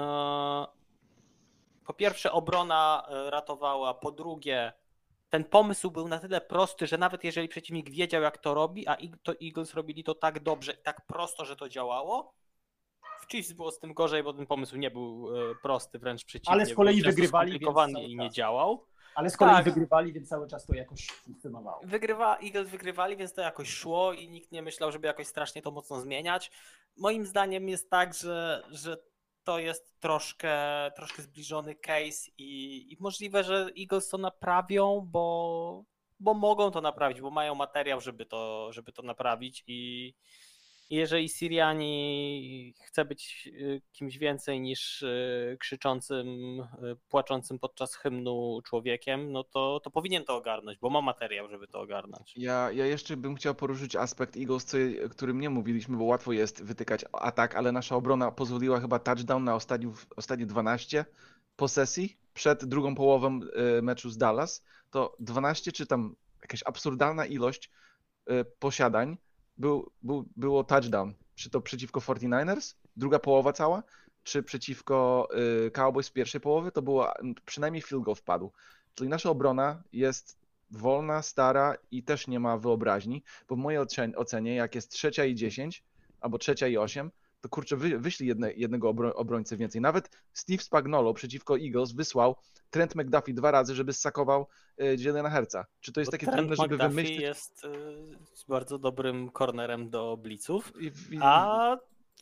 po pierwsze obrona ratowała, po drugie ten pomysł był na tyle prosty, że nawet jeżeli przeciwnik wiedział, jak to robi, a to Eagles robili to tak dobrze i tak prosto, że to działało, w Chiefs było z tym gorzej, bo ten pomysł nie był prosty, wręcz przeciwnie. Ale z kolei był często wygrywali, skomplikowany więc i nie działał. Ale z kolei Tak. wygrywali, więc cały czas to jakoś funkcjonowało. Eagles wygrywali, więc to jakoś szło i nikt nie myślał, żeby jakoś strasznie to mocno zmieniać. Moim zdaniem jest tak, że to jest troszkę zbliżony case i możliwe, że Eagles to naprawią, bo mogą to naprawić, bo mają materiał, żeby to naprawić i jeżeli Sirianni chce być kimś więcej niż krzyczącym, płaczącym podczas hymnu człowiekiem, no to powinien to ogarnąć, bo ma materiał, żeby to ogarnąć. Ja jeszcze bym chciał poruszyć aspekt Eagles, o którym nie mówiliśmy, bo łatwo jest wytykać atak, ale nasza obrona pozwoliła chyba touchdown na ostatnie 12 posesji przed drugą połową meczu z Dallas. To 12 czy tam jakaś absurdalna ilość posiadań było touchdown. Czy to przeciwko 49ers, druga połowa cała, czy przeciwko Cowboys w pierwszej połowie, to było przynajmniej field goal wpadł. Czyli nasza obrona jest wolna, stara i też nie ma wyobraźni, bo w mojej ocenie, jak jest 3:10 albo 3:8, to kurczę, wyślij jednego obrońcę więcej. Nawet Steve Spagnuolo przeciwko Eagles wysłał Trent McDuffie 2 razy, żeby ssakował Jalena Hurtsa. Czy to jest takie trudne, żeby wymyślić? jest bardzo dobrym cornerem do blitzów, I- a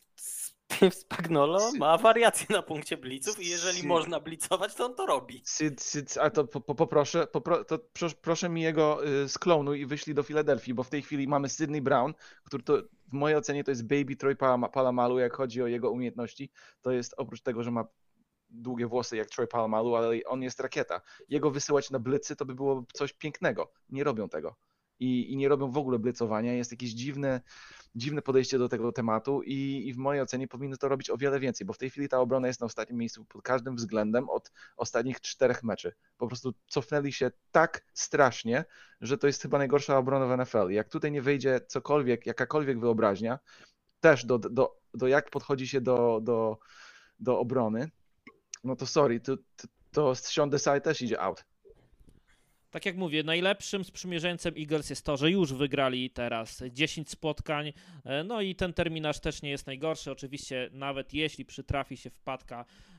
Spagnuolo ma wariacje na punkcie blitzów i jeżeli można blitzować, to on to robi. A to proszę mi jego sklonuj i wyślij do Filadelfii, bo w tej chwili mamy Sydney Brown, który to w mojej ocenie to jest baby Troy Polamalu, jak chodzi o jego umiejętności. To jest oprócz tego, że ma długie włosy jak Troy Polamalu, ale on jest rakieta. Jego wysyłać na blicy to by było coś pięknego. Nie robią tego. I nie robią w ogóle blicowania. Jest jakieś dziwne podejście do tego tematu i w mojej ocenie powinny to robić o wiele więcej, bo w tej chwili ta obrona jest na ostatnim miejscu pod każdym względem od ostatnich 4 meczy. Po prostu cofnęli się tak strasznie, że to jest chyba najgorsza obrona w NFL. Jak tutaj nie wyjdzie cokolwiek, jakakolwiek wyobraźnia, też do jak podchodzi się do obrony, no to sorry, to Sean Desai też idzie out. Tak jak mówię, najlepszym sprzymierzeńcem Eagles jest to, że już wygrali teraz 10 spotkań, no i ten terminarz też nie jest najgorszy. Oczywiście nawet jeśli przytrafi się wpadka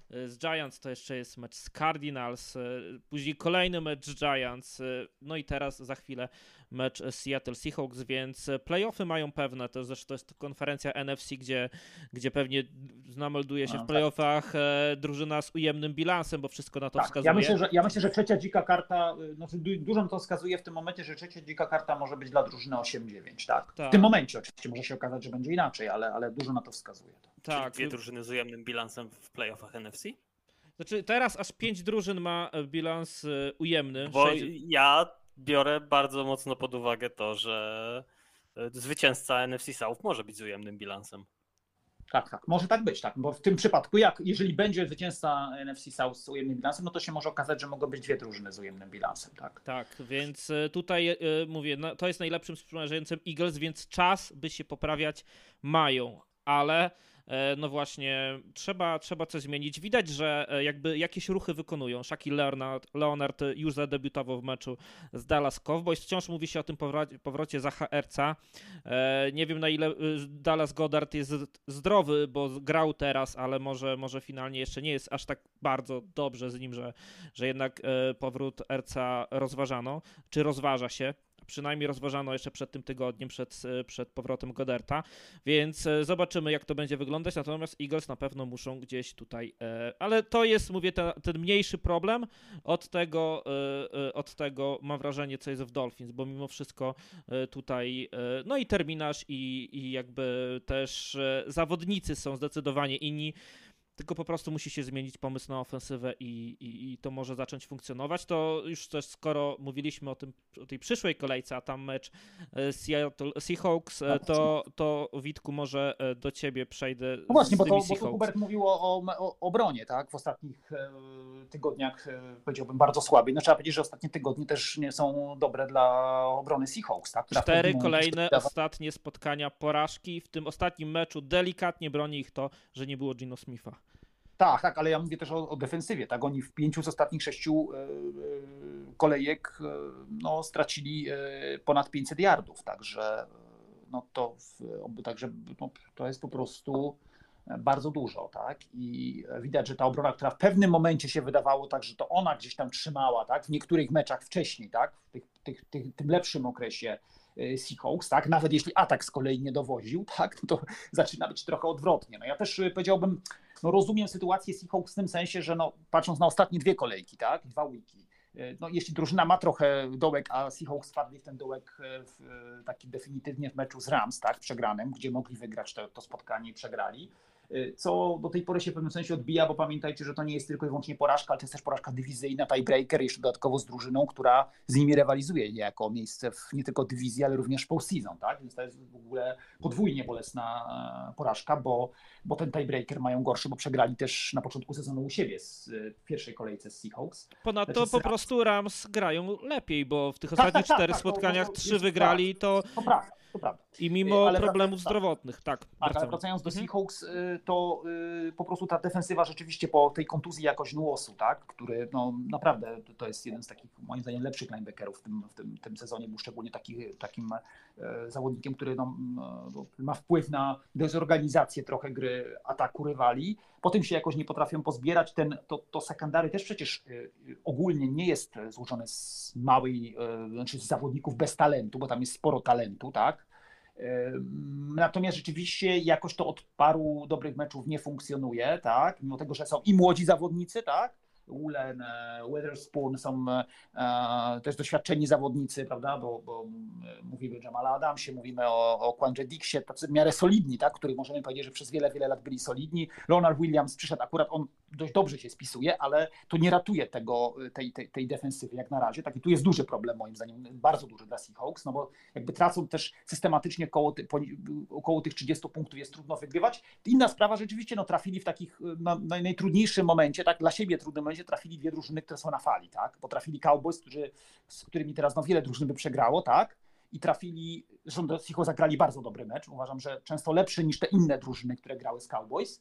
z Giants, to jeszcze jest mecz z Cardinals, później kolejny mecz z Giants, no i teraz za chwilę mecz z Seattle Seahawks, więc playoffy mają pewne, to zresztą to jest konferencja NFC, gdzie pewnie namelduje się w playoffach drużyna z ujemnym bilansem, bo wszystko na to wskazuje. Ja myślę, że trzecia dzika karta, dużo na to wskazuje w tym momencie, że trzecia dzika karta może być dla drużyny 8-9, tak? W tym momencie oczywiście może się okazać, że będzie inaczej, ale dużo na to wskazuje. Tak. Dwie drużyny z ujemnym bilansem w playoffach NFC? Znaczy teraz aż 5 drużyn ma bilans ujemny. Bo ja biorę bardzo mocno pod uwagę to, że zwycięzca NFC South może być z ujemnym bilansem. Tak, może tak być, tak, bo w tym przypadku, jeżeli będzie zwycięzca NFC South z ujemnym bilansem, no to się może okazać, że mogą być dwie drużyny z ujemnym bilansem, tak. Tak, więc tutaj mówię, to jest najlepszym sprzymierzeńcem Eagles, więc czas, by się poprawiać mają, ale no właśnie, trzeba coś zmienić. Widać, że jakby jakieś ruchy wykonują. Shaquille Leonard już zadebiutował w meczu z Dallas Cowboys. Wciąż mówi się o tym powrocie Zacha Erca. Nie wiem, na ile Dallas Goedert jest zdrowy, bo grał teraz, ale może finalnie jeszcze nie jest aż tak bardzo dobrze z nim, że jednak powrót Erca rozważano, czy rozważa się. Przynajmniej rozważano jeszcze przed tym tygodniem, przed powrotem Goederta, więc zobaczymy, jak to będzie wyglądać, natomiast Eagles na pewno muszą gdzieś tutaj, ale to jest, mówię, ten mniejszy problem od tego mam wrażenie, co jest w Dolphins, bo mimo wszystko tutaj, no i terminarz i jakby też zawodnicy są zdecydowanie inni, tylko po prostu musi się zmienić pomysł na ofensywę i to może zacząć funkcjonować. To już też skoro mówiliśmy o tej przyszłej kolejce, a tam mecz Seattle Seahawks, to Witku, może do ciebie przejdę. No właśnie, bo to Hubert mówił o obronie, tak? W ostatnich tygodniach powiedziałbym bardzo słabiej. No trzeba powiedzieć, że ostatnie tygodnie też nie są dobre dla obrony Seahawks, tak? 4 kolejne ostatnie spotkania porażki. W tym ostatnim meczu delikatnie broni ich to, że nie było Geno Smitha. Tak, ale ja mówię też o defensywie, tak? Oni w 5 z ostatnich 6 kolejek stracili ponad 500 yardów, także to jest po prostu bardzo dużo, tak? I widać, że ta obrona, która w pewnym momencie się wydawało tak, że to ona gdzieś tam trzymała, tak? W niektórych meczach wcześniej, tak? W tym lepszym okresie Seahawks, tak? Nawet jeśli atak z kolei nie dowoził, tak? To zaczyna być trochę odwrotnie. No ja też powiedziałbym, rozumiem sytuację Seahawks w tym sensie, że patrząc na ostatnie 2 kolejki, tak? 2 weeki, jeśli drużyna ma trochę dołek, a Seahawks wpadli w ten dołek taki definitywnie w meczu z Rams, tak? Przegranym, gdzie mogli wygrać to spotkanie i przegrali, co do tej pory się w pewnym sensie odbija, bo pamiętajcie, że to nie jest tylko i wyłącznie porażka, ale to jest też porażka dywizyjna, tiebreaker, jeszcze dodatkowo z drużyną, która z nimi rywalizuje jako miejsce w nie tylko dywizji, ale również postseason, tak? Więc to jest w ogóle podwójnie bolesna porażka, bo ten tiebreaker mają gorszy, bo przegrali też na początku sezonu u siebie w pierwszej kolejce z Seahawks. Ponadto po prostu Rams grają lepiej, bo w tych ostatnich 4 spotkaniach 3 wygrali, to prawda. I mimo problemów zdrowotnych, tak. Ale wracając do Seahawks, to po prostu ta defensywa rzeczywiście po tej kontuzji jakoś Nuosu, tak, który naprawdę to jest jeden z takich moim zdaniem lepszych linebackerów w tym sezonie, był szczególnie takim zawodnikiem, który ma wpływ na dezorganizację trochę gry ataku rywali. Potem się jakoś nie potrafią pozbierać. To secondary też przecież ogólnie nie jest złożone z z zawodników bez talentu, bo tam jest sporo talentu, tak? Natomiast rzeczywiście jakoś to od paru dobrych meczów nie funkcjonuje, tak? Mimo tego, że są i młodzi zawodnicy, tak? Ulen, Witherspoon są też doświadczeni zawodnicy, prawda? Bo mówimy o Jamala Adamsie, mówimy o Quandre Dixie, tacy w miarę solidni, tak? Których możemy powiedzieć, że przez wiele lat byli solidni. Leonard Williams przyszedł, akurat on dość dobrze się spisuje, ale to nie ratuje tej defensywy jak na razie. Taki tu jest duży problem moim zdaniem, bardzo duży dla Seahawks, bo jakby tracą też systematycznie około tych 30 punktów, jest trudno wygrywać. Inna sprawa, rzeczywiście trafili w takich najtrudniejszym momencie, tak? Dla siebie trudnym momencie trafili 2 drużyny, które są na fali, tak? Bo trafili Cowboys, z którymi teraz wiele drużyn by przegrało, tak? I trafili, zresztą Seahawks zagrali bardzo dobry mecz, uważam, że często lepszy niż te inne drużyny, które grały z Cowboys.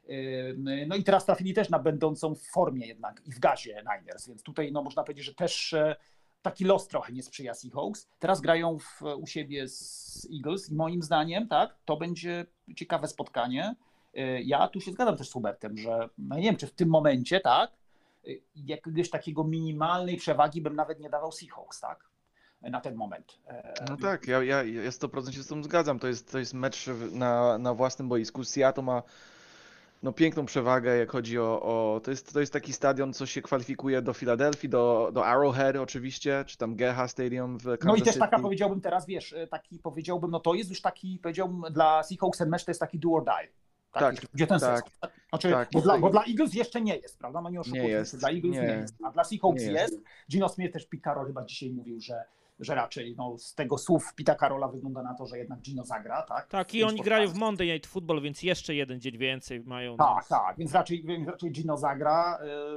No i teraz trafili też na będącą w formie jednak i w gazie Niners, więc tutaj można powiedzieć, że też taki los trochę nie sprzyja Seahawks. Teraz grają u siebie z Eagles i moim zdaniem, tak, to będzie ciekawe spotkanie. Ja tu się zgadzam też z Hubertem, że no nie wiem, czy w tym momencie, tak, jakiegoś takiego minimalnej przewagi bym nawet nie dawał Seahawks, tak, na ten moment. No tak, ja 100% się z tym zgadzam. To jest mecz na własnym boisku. Seattle ma no, piękną przewagę, jak chodzi to jest taki stadion, co się kwalifikuje do Filadelfii, do Arrowhead oczywiście, czy tam Geha Stadium w Kansas No i też taka City. powiedziałbym teraz, wiesz, taki powiedziałbym, no to jest już taki, powiedziałbym, dla Seahawks ten mecz to jest taki do or die. Tak, gdzie ten tak, sezon. Znaczy, tak. bo dla Eagles jeszcze nie jest, prawda? No nie oszukujmy się, jest, dla Eagles nie, nie jest, a dla Seahawks nie jest. Gino Smith też Pete Carroll chyba dzisiaj mówił, że raczej no, z tego słów Pita Carrolla wygląda na to, że jednak Gino zagra, tak? Tak, i oni grają w Monday Night Football, więc jeszcze jeden dzień więcej mają. Tak, więc raczej Gino zagra.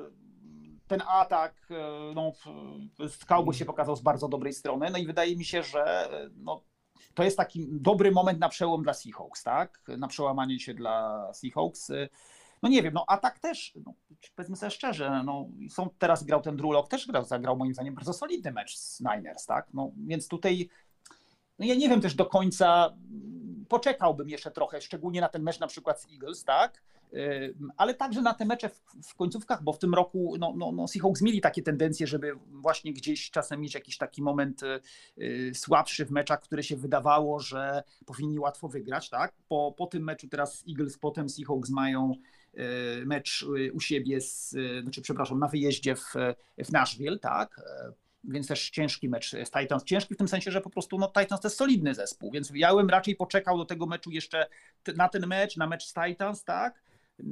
Ten atak no, z Cowboys się pokazał z bardzo dobrej strony, no i wydaje mi się, że no, to jest taki dobry moment na przełom dla Seahawks, tak? Na przełamanie się dla Seahawks. No nie wiem, no atak też, no, powiedzmy sobie szczerze, no teraz grał ten Drew Lock, też zagrał moim zdaniem bardzo solidny mecz z Niners, tak? No więc tutaj, no ja nie wiem też do końca, poczekałbym jeszcze trochę, szczególnie na ten mecz na przykład z Eagles, tak? Ale także na te mecze w końcówkach, bo w tym roku no Seahawks mieli takie tendencje, żeby właśnie gdzieś czasem mieć jakiś taki moment słabszy w meczach, które się wydawało, że powinni łatwo wygrać, tak? Po tym meczu teraz Eagles, potem Seahawks mają mecz u siebie, na wyjeździe w Nashville, tak? Więc też ciężki mecz z Titans. Ciężki w tym sensie, że po prostu no, Titans to jest solidny zespół, więc ja bym raczej poczekał do tego meczu jeszcze na ten mecz, na mecz z Titans, tak?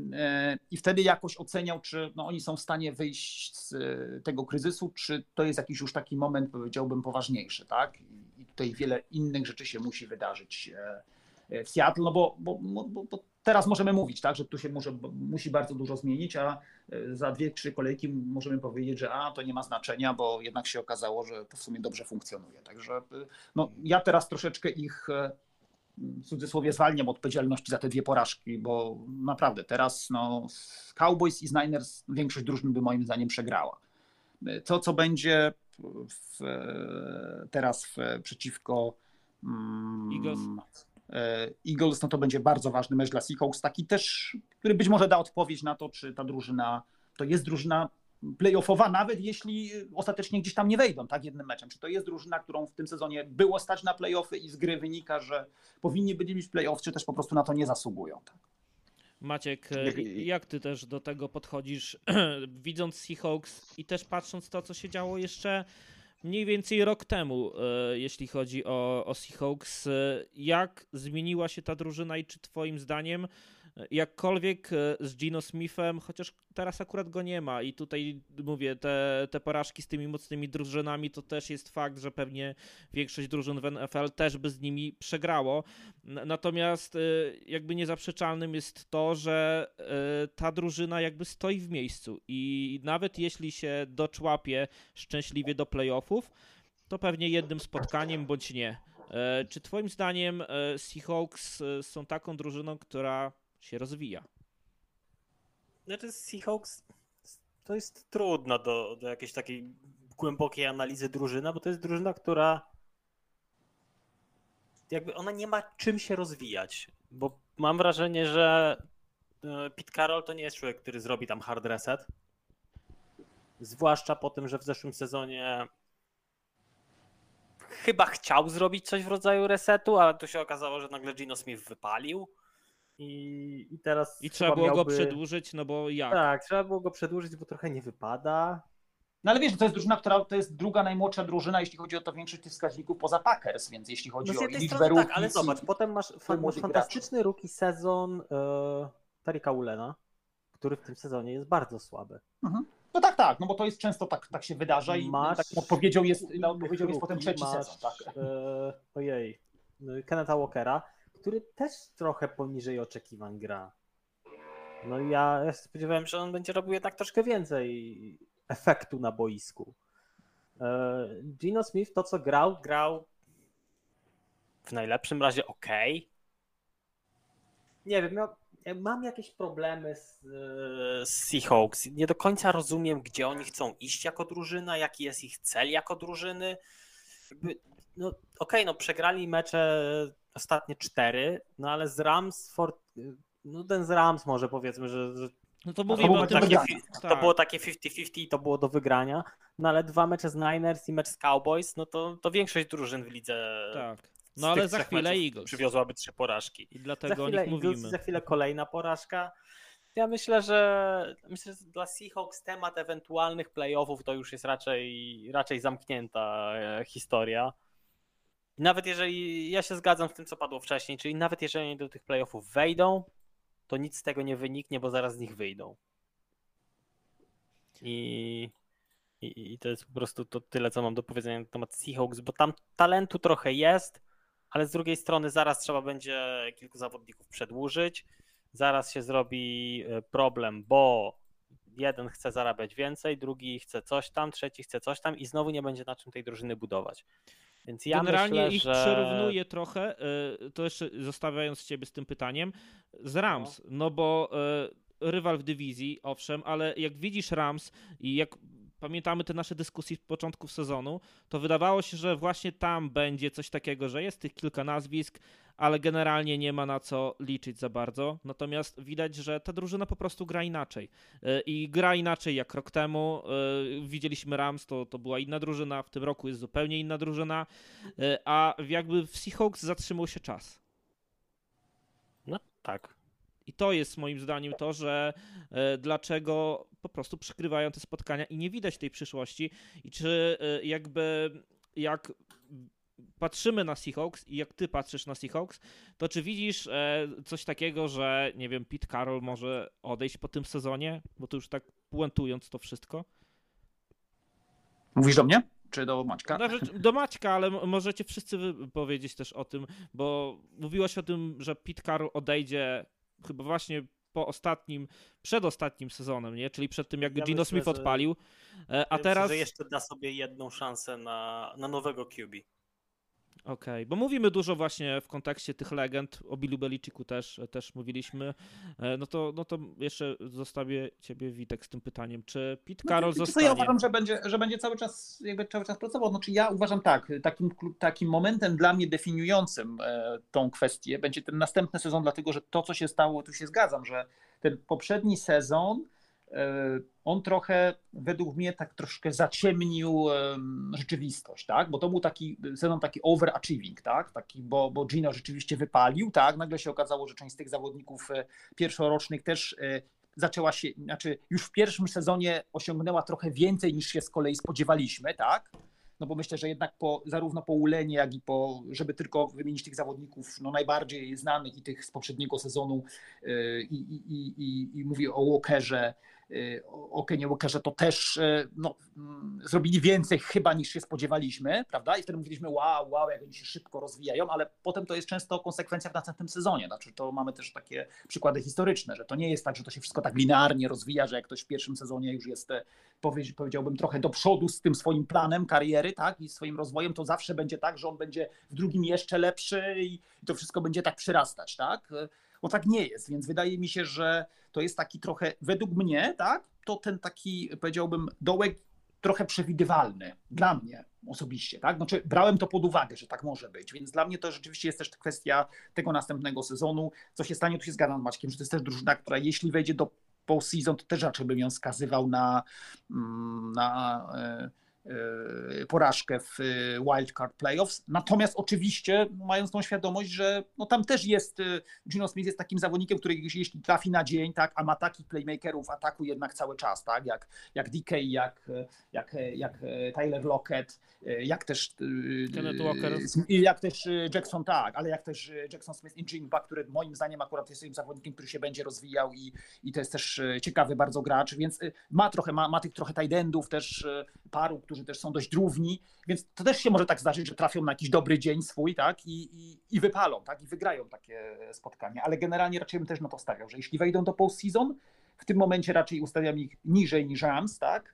I wtedy jakoś oceniał, czy no, oni są w stanie wyjść z tego kryzysu, czy to jest jakiś już taki moment, powiedziałbym, poważniejszy, tak? I tutaj wiele innych rzeczy się musi wydarzyć w Seattle, no bo teraz możemy mówić, tak, że tu się musi bardzo dużo zmienić, a za 2-3 kolejki możemy powiedzieć, że to nie ma znaczenia, bo jednak się okazało, że to w sumie dobrze funkcjonuje. Także no, ja teraz troszeczkę ich w cudzysłowie zwalniam odpowiedzialności za te 2 porażki, bo naprawdę teraz no, z Cowboys i z Niners większość drużyn by moim zdaniem przegrała. To, co będzie teraz przeciwko Eagles, no to będzie bardzo ważny mecz dla Seahawks, taki też, który być może da odpowiedź na to, czy ta drużyna to jest drużyna playoffowa, nawet jeśli ostatecznie gdzieś tam nie wejdą, tak, jednym meczem. Czy to jest drużyna, którą w tym sezonie było stać na playoffy i z gry wynika, że powinni byli playoff, czy też po prostu na to nie zasługują. Tak? Maciek, jak ty też do tego podchodzisz, widząc Seahawks i też patrząc to, co się działo jeszcze mniej więcej rok temu, jeśli chodzi o Seahawks, jak zmieniła się ta drużyna i czy twoim zdaniem jakkolwiek z Gino Smithem, chociaż teraz akurat go nie ma i tutaj mówię, te porażki z tymi mocnymi drużynami to też jest fakt, że pewnie większość drużyn w NFL też by z nimi przegrało. Natomiast jakby niezaprzeczalnym jest to, że ta drużyna jakby stoi w miejscu i nawet jeśli się doczłapie szczęśliwie do playoffów, to pewnie jednym spotkaniem bądź nie. Czy twoim zdaniem Seahawks są taką drużyną, która się rozwija? Znaczy Seahawks to jest trudno do jakiejś takiej głębokiej analizy drużyna, bo to jest drużyna, która jakby ona nie ma czym się rozwijać, bo mam wrażenie, że Pete Carroll to nie jest człowiek, który zrobi tam hard reset, zwłaszcza po tym, że w zeszłym sezonie chyba chciał zrobić coś w rodzaju resetu, ale to się okazało, że nagle Gino Smith wypalił. I teraz. I trzeba było go przedłużyć, no bo jak? Tak, trzeba było go przedłużyć, bo trochę nie wypada. No ale wiesz, to jest drużyna, która to jest druga najmłodsza drużyna, jeśli chodzi o to większość tych wskaźników poza Packers, więc jeśli chodzi o liczbę rookies... Tak, ale zobacz, potem masz fantastyczny rookie sezon Tarika Ulena, który w tym sezonie jest bardzo słaby. Mhm. No tak, no bo to jest często tak się wydarza i taką odpowiedzią jest potem trzeci sezon. Tak. Kennetha Walkera, który też trochę poniżej oczekiwań gra. No i ja spodziewałem się, że on będzie robił jednak troszkę więcej efektu na boisku. Gino Smith to co grał w najlepszym razie okej. Nie wiem, mam jakieś problemy z Seahawks. Nie do końca rozumiem, gdzie oni chcą iść jako drużyna, jaki jest ich cel jako drużyny. Przegrali mecze ostatnie 4, no ale z Rams no ten z Rams może powiedzmy, że No to mówimy o tym, to było takie 50-50 i to było do wygrania, no ale 2 mecze z Niners i mecz z Cowboys, no to większość drużyn w lidze tak. No ale za chwilę Eagles przywiozłaby 3 porażki. I dlatego o nich mówimy. Za chwilę kolejna porażka. Ja myślę, że dla Seahawks temat ewentualnych playoffów to już jest raczej zamknięta historia. Nawet jeżeli, ja się zgadzam z tym, co padło wcześniej, czyli nawet jeżeli oni do tych playoffów wejdą, to nic z tego nie wyniknie, bo zaraz z nich wyjdą. I to jest po prostu to tyle, co mam do powiedzenia na temat Seahawks, bo tam talentu trochę jest, ale z drugiej strony zaraz trzeba będzie kilku zawodników przedłużyć, zaraz się zrobi problem, bo jeden chce zarabiać więcej, drugi chce coś tam, trzeci chce coś tam i znowu nie będzie na czym tej drużyny budować. Więc ja generalnie myślę, ich przyrównuję trochę, to jeszcze zostawiając ciebie z tym pytaniem, z Rams, no bo rywal w dywizji, owszem, ale jak widzisz Rams i jak pamiętamy te nasze dyskusje z początków sezonu, to wydawało się, że właśnie tam będzie coś takiego, że jest tych kilka nazwisk, ale generalnie nie ma na co liczyć za bardzo. Natomiast widać, że ta drużyna po prostu gra inaczej. I gra inaczej jak rok temu. Widzieliśmy Rams, to była inna drużyna, w tym roku jest zupełnie inna drużyna, a jakby w Seahawks zatrzymał się czas. No tak. I to jest moim zdaniem to, że dlaczego po prostu przegrywają te spotkania i nie widać tej przyszłości. I czy jak patrzymy na Seahawks i jak ty patrzysz na Seahawks, to czy widzisz coś takiego, że nie wiem, Pete Carroll może odejść po tym sezonie? Bo to już tak puentując to wszystko. Mówisz do mnie? Czy do Maćka? Do Maćka, ale możecie wszyscy powiedzieć też o tym, bo mówiłaś o tym, że Pete Carroll odejdzie chyba właśnie przed ostatnim sezonem, nie? Czyli przed tym, jak Geno Smith odpalił. A teraz... że jeszcze da sobie jedną szansę na nowego QB. Okej, bo mówimy dużo właśnie w kontekście tych legend, o Billu Belichicku też mówiliśmy, no to jeszcze zostawię ciebie, Witek, z tym pytaniem, czy Pete Carroll zostanie? Ja uważam, że będzie cały czas pracował, znaczy ja uważam tak, takim momentem dla mnie definiującym tą kwestię będzie ten następny sezon, dlatego że to, co się stało, tu się zgadzam, że ten poprzedni sezon on trochę, według mnie, tak troszkę zaciemnił rzeczywistość, tak? Bo to był taki sezon taki overachieving, tak? Bo Gino rzeczywiście wypalił, tak? Nagle się okazało, że część z tych zawodników pierwszorocznych też zaczęła się, znaczy już w pierwszym sezonie osiągnęła trochę więcej niż się z kolei spodziewaliśmy, tak? No bo myślę, że jednak zarówno po Ulenie, jak i żeby tylko wymienić tych zawodników najbardziej znanych i tych z poprzedniego sezonu i mówię o Walkerze, o Kenie Walkerze, to też zrobili więcej chyba niż się spodziewaliśmy, prawda? I wtedy mówiliśmy wow, jak oni się szybko rozwijają, ale potem to jest często konsekwencja w następnym sezonie. Znaczy to mamy też takie przykłady historyczne, że to nie jest tak, że to się wszystko tak linearnie rozwija, że jak ktoś w pierwszym sezonie już jest, powiedziałbym, trochę do przodu z tym swoim planem kariery, tak, i swoim rozwojem, to zawsze będzie tak, że on będzie w drugim jeszcze lepszy i to wszystko będzie tak przyrastać, tak? Bo tak nie jest, więc wydaje mi się, że to jest taki trochę, według mnie, tak, to ten taki, powiedziałbym, dołek trochę przewidywalny dla mnie osobiście, tak? Znaczy brałem to pod uwagę, że tak może być, więc dla mnie to rzeczywiście jest też kwestia tego następnego sezonu. Co się stanie, tu się zgadzam z Maćkiem, że to jest też drużyna, która jeśli wejdzie do postseason, to też raczej bym ją skazywał na porażkę w wildcard playoffs. Natomiast oczywiście mając tą świadomość, że tam też jest, Geno Smith jest takim zawodnikiem, który jeśli trafi na dzień, tak, a ma takich playmakerów ataku jednak cały czas, tak, jak DK, jak Tyler Lockett, jak też Kenneth Walker, jak też Jackson, tak, ale jak też Jackson Smith i Njigba, który moim zdaniem akurat jest tym zawodnikiem, który się będzie rozwijał i to jest też ciekawy bardzo gracz, więc ma tych trochę tight endów też paru, którzy też są dość drówni, więc to też się może tak zdarzyć, że trafią na jakiś dobry dzień swój, tak, i wypalą, tak, i wygrają takie spotkania, ale generalnie raczej bym też na to stawiał, że jeśli wejdą do postseason, w tym momencie raczej ustawiam ich niżej niż Rams, tak,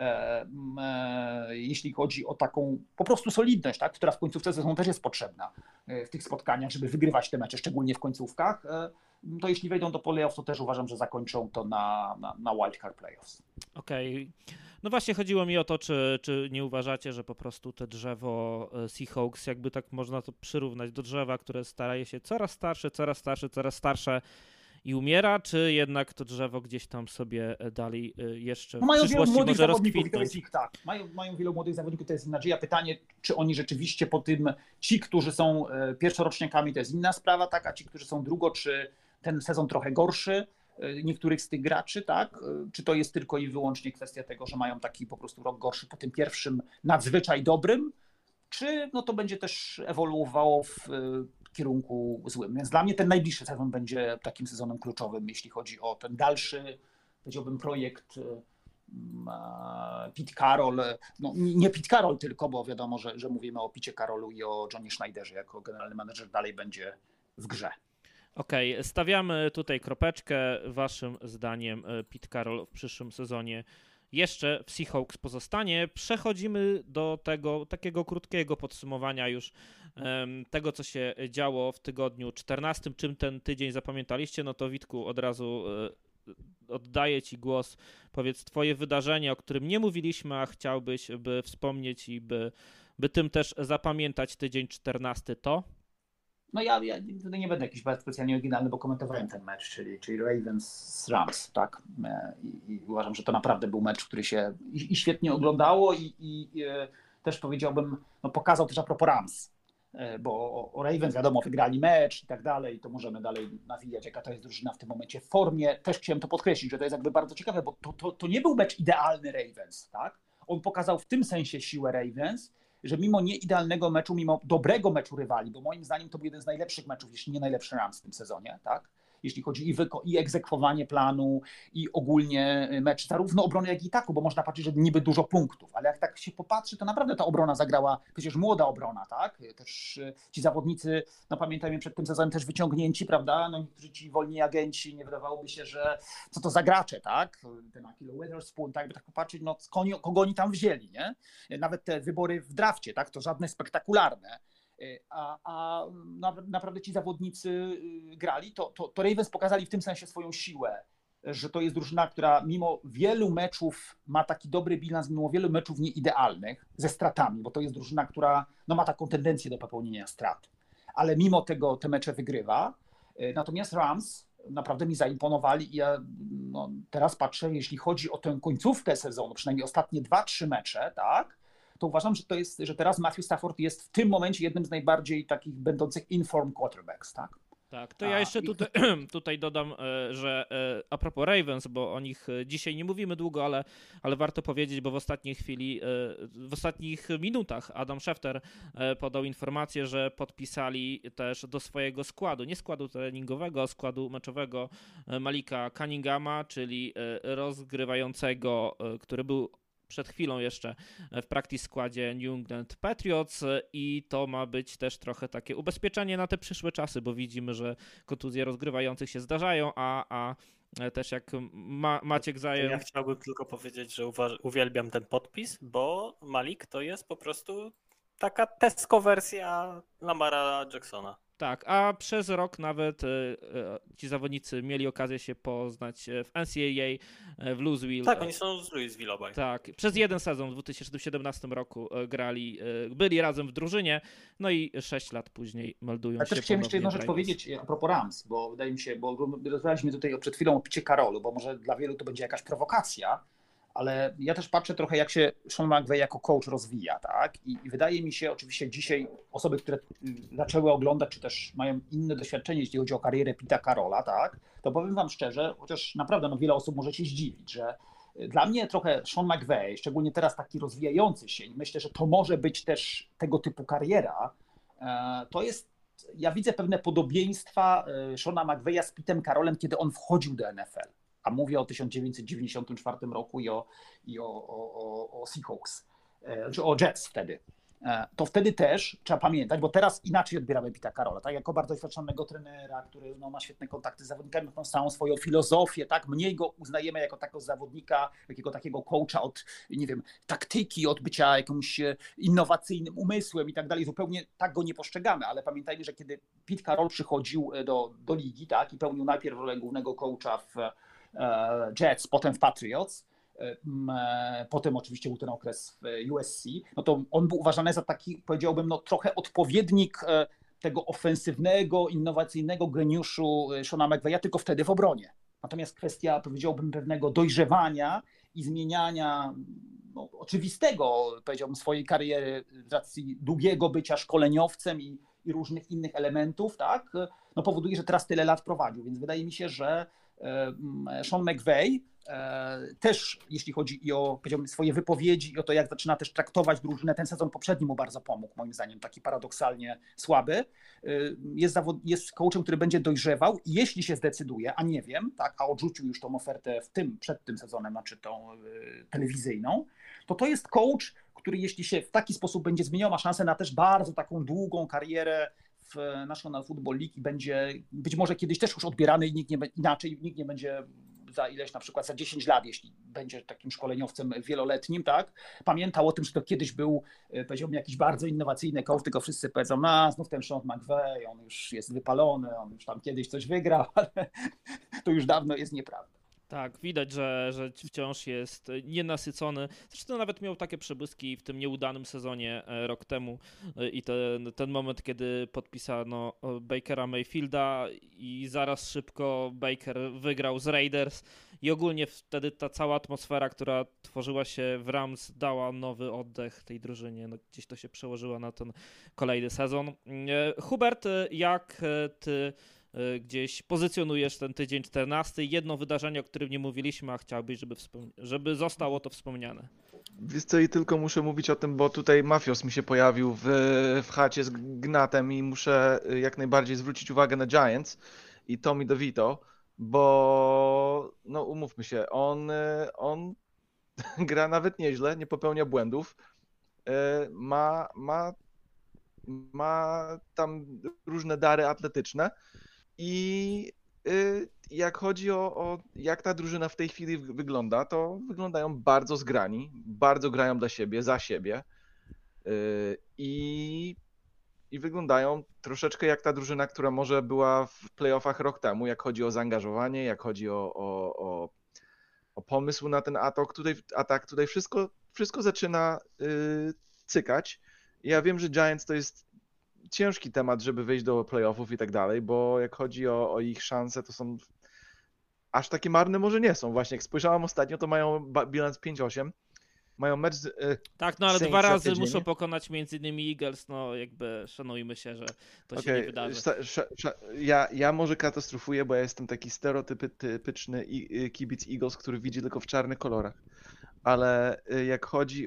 jeśli chodzi o taką po prostu solidność, tak, która w końcówce sezonu też jest potrzebna w tych spotkaniach, żeby wygrywać te mecze, szczególnie w końcówkach, to jeśli wejdą do playoffs, to też uważam, że zakończą to na wildcard playoffs. Okej. No właśnie chodziło mi o to, czy nie uważacie, że po prostu te drzewo Seahawks, jakby tak można to przyrównać do drzewa, które staje się coraz starsze i umiera, czy jednak to drzewo gdzieś tam sobie dalej jeszcze w Mają wielu przyszłości młodych może zawodników i to rozkwitnąć? jest ich tak. Mają wielu młodych zawodników, to jest ich nadzieja. Pytanie, czy oni rzeczywiście po tym, ci, którzy są pierwszoroczniakami, to jest inna sprawa, tak, a ci, którzy są czy ten sezon trochę gorszy niektórych z tych graczy, tak, czy to jest tylko i wyłącznie kwestia tego, że mają taki po prostu rok gorszy po tym pierwszym nadzwyczaj dobrym, czy no to będzie też ewoluowało w kierunku złym. Więc dla mnie ten najbliższy sezon będzie takim sezonem kluczowym, jeśli chodzi o ten dalszy, powiedziałbym, projekt Pete Carroll. No, nie Pete Carroll tylko, bo wiadomo, że mówimy o Pete Carrollu i o Johnny Schneiderze jako generalny menedżer dalej będzie w grze. Okej, stawiamy tutaj kropeczkę. Waszym zdaniem Pete Carroll w przyszłym sezonie jeszcze w Seahawks pozostanie. Przechodzimy do tego takiego krótkiego podsumowania już tego, co się działo w tygodniu 14. Czym ten tydzień zapamiętaliście? No to Witku, od razu oddaję ci głos. Powiedz twoje wydarzenie, o którym nie mówiliśmy, a chciałbyś by wspomnieć i by tym też zapamiętać tydzień 14 to? No ja tutaj nie będę jakiś bardzo specjalnie oryginalny, bo komentowałem ten mecz, czyli Ravens z Rams, tak? I uważam, że to naprawdę był mecz, który się i świetnie oglądało i też powiedziałbym, no pokazał też a propos Rams, bo o Ravens wiadomo, wygrali mecz i tak dalej, to możemy dalej nawijać, jaka to jest drużyna w tym momencie w formie. Też chciałem to podkreślić, że to jest jakby bardzo ciekawe, bo to nie był mecz idealny Ravens, tak? On pokazał w tym sensie siłę Ravens, że mimo nieidealnego meczu, mimo dobrego meczu rywali, bo moim zdaniem to był jeden z najlepszych meczów, jeśli nie najlepszy Rams w tym sezonie, tak? Jeśli chodzi i egzekwowanie planu, i ogólnie mecz zarówno obrony, jak i ataku, bo można patrzeć, że niby dużo punktów, ale jak tak się popatrzy, to naprawdę ta obrona zagrała, przecież młoda obrona, tak? Też ci zawodnicy, no pamiętajmy, przed tym sezonem też wyciągnięci, prawda? No niektórzy ci wolni agenci, nie wydawałoby się, że co to za gracze, tak? Ten Akilo Witherspoon, tak? By tak popatrzeć, no kogo oni tam wzięli, nie? Nawet te wybory w drafcie, tak? To żadne spektakularne. A naprawdę ci zawodnicy grali, to Ravens pokazali w tym sensie swoją siłę, że to jest drużyna, która mimo wielu meczów ma taki dobry bilans, mimo wielu meczów nieidealnych, ze stratami, bo to jest drużyna, która no, ma taką tendencję do popełnienia strat, ale mimo tego te mecze wygrywa. Natomiast Rams naprawdę mi zaimponowali i ja teraz patrzę, jeśli chodzi o tę końcówkę sezonu, przynajmniej ostatnie 2-3 mecze, tak, to uważam, że teraz Matthew Stafford jest w tym momencie jednym z najbardziej takich będących informed quarterbacks, tak? Tak, to ja jeszcze tutaj dodam, że a propos Ravens, bo o nich dzisiaj nie mówimy długo, ale warto powiedzieć, bo w ostatniej chwili, w ostatnich minutach Adam Schefter podał informację, że podpisali też do swojego składu, nie składu treningowego, składu meczowego Malika Cunninghama, czyli rozgrywającego, który był przed chwilą jeszcze w practice składzie New England Patriots i to ma być też trochę takie ubezpieczenie na te przyszłe czasy, bo widzimy, że kontuzje rozgrywających się zdarzają, a też jak Maciek zajął... Ja chciałbym tylko powiedzieć, że uwielbiam ten podpis, bo Malik to jest po prostu taka Tesco wersja Lamara Jacksona. Tak, a przez rok nawet ci zawodnicy mieli okazję się poznać w NCAA, w Louisville. Tak, oni są z Louisville obaj. Tak, przez jeden sezon w 2017 roku byli razem w drużynie, no i 6 lat później meldują się. Też chciałem jeszcze jedną rzecz powiedzieć a propos Rams, bo wydaje mi się, bo rozmawialiśmy tutaj przed chwilą o Picie Carrollu, bo może dla wielu to będzie jakaś prowokacja, ale ja też patrzę trochę, jak się Sean McVay jako coach rozwija, tak? I wydaje mi się, oczywiście dzisiaj osoby, które zaczęły oglądać, czy też mają inne doświadczenie, jeśli chodzi o karierę Pita Carrolla, tak? To powiem wam szczerze, chociaż naprawdę wiele osób może się zdziwić, że dla mnie trochę Sean McVay, szczególnie teraz taki rozwijający się, i myślę, że to może być też tego typu kariera, to jest, ja widzę pewne podobieństwa Seana McVaya z Pitem Carrollem, kiedy on wchodził do NFL. A mówię o 1994 roku i o Seahawks, czy o Jets wtedy. To wtedy też trzeba pamiętać, bo teraz inaczej odbieramy Pita Carrolla, tak? Jako bardzo doświadczonego trenera, który ma świetne kontakty z zawodnikami, ma tą całą swoją filozofię, tak? Mniej go uznajemy jako takiego zawodnika, jakiego takiego coacha od, nie wiem, taktyki, od bycia jakimś innowacyjnym umysłem i tak dalej. Zupełnie tak go nie postrzegamy, ale pamiętajmy, że kiedy Pete Carroll przychodził do ligi, tak? I pełnił najpierw rolę głównego coacha w Jets, potem w Patriots, potem oczywiście był ten okres w USC, no to on był uważany za taki, powiedziałbym, trochę odpowiednik tego ofensywnego, innowacyjnego geniuszu Seana McVeya, tylko wtedy w obronie. Natomiast kwestia, powiedziałbym, pewnego dojrzewania i zmieniania oczywistego, powiedziałbym, swojej kariery z racji długiego bycia szkoleniowcem i różnych innych elementów, tak, powoduje, że teraz tyle lat prowadził. Więc wydaje mi się, że Sean McVay też, jeśli chodzi i o, powiedziałbym, swoje wypowiedzi i o to, jak zaczyna też traktować drużynę, ten sezon poprzedni mu bardzo pomógł, moim zdaniem, taki paradoksalnie słaby. Jest coachem, który będzie dojrzewał i jeśli się zdecyduje, a nie wiem, tak, a odrzucił już tą ofertę przed tym sezonem, znaczy tą telewizyjną, to jest coach, który jeśli się w taki sposób będzie zmieniał, ma szansę na też bardzo taką długą karierę w National Football League i będzie być może kiedyś też już odbierany i nikt nie będzie za ileś, na przykład za 10 lat, jeśli będzie takim szkoleniowcem wieloletnim, tak, pamiętał o tym, że to kiedyś był, powiedziałbym, jakiś bardzo innowacyjny coach, tylko wszyscy powiedzą, znów ten Sean McVay, on już jest wypalony, on już tam kiedyś coś wygrał, ale to już dawno jest nieprawda. Tak, widać, że wciąż jest nienasycony. Zresztą nawet miał takie przebłyski w tym nieudanym sezonie rok temu i ten moment, kiedy podpisano Bakera Mayfielda i zaraz szybko Baker wygrał z Raiders i ogólnie wtedy ta cała atmosfera, która tworzyła się w Rams, dała nowy oddech tej drużynie. Gdzieś to się przełożyło na ten kolejny sezon. Hubert, jak ty gdzieś pozycjonujesz ten tydzień 14? Jedno wydarzenie, o którym nie mówiliśmy, a chciałbyś, żeby zostało to wspomniane. Wiesz co, i tylko muszę mówić o tym, bo tutaj Mafios mi się pojawił w chacie z Gnatem i muszę jak najbardziej zwrócić uwagę na Giants i Tommy DeVito, bo no umówmy się, on gra nawet nieźle, nie popełnia błędów, ma tam różne dary atletyczne i jak chodzi o jak ta drużyna w tej chwili wygląda, to wyglądają bardzo zgrani, bardzo grają dla siebie, za siebie i wyglądają troszeczkę jak ta drużyna, która może była w playoffach rok temu, jak chodzi o zaangażowanie, jak chodzi o pomysł na ten atak. Tutaj wszystko zaczyna cykać. Ja wiem, że Giants to jest ciężki temat, żeby wejść do playoffów i tak dalej, bo jak chodzi o ich szanse, to są aż takie marne może nie są. Właśnie jak spojrzałem ostatnio, to mają bilans 5-8, mają mecz z tak, no ale Saints 2 razy tydzień. Muszą pokonać między innymi Eagles, no jakby szanujmy się, że to się nie wydarzy. Ja może katastrofuję, bo ja jestem taki stereotypyczny kibic Eagles, który widzi tylko w czarnych kolorach, ale jak chodzi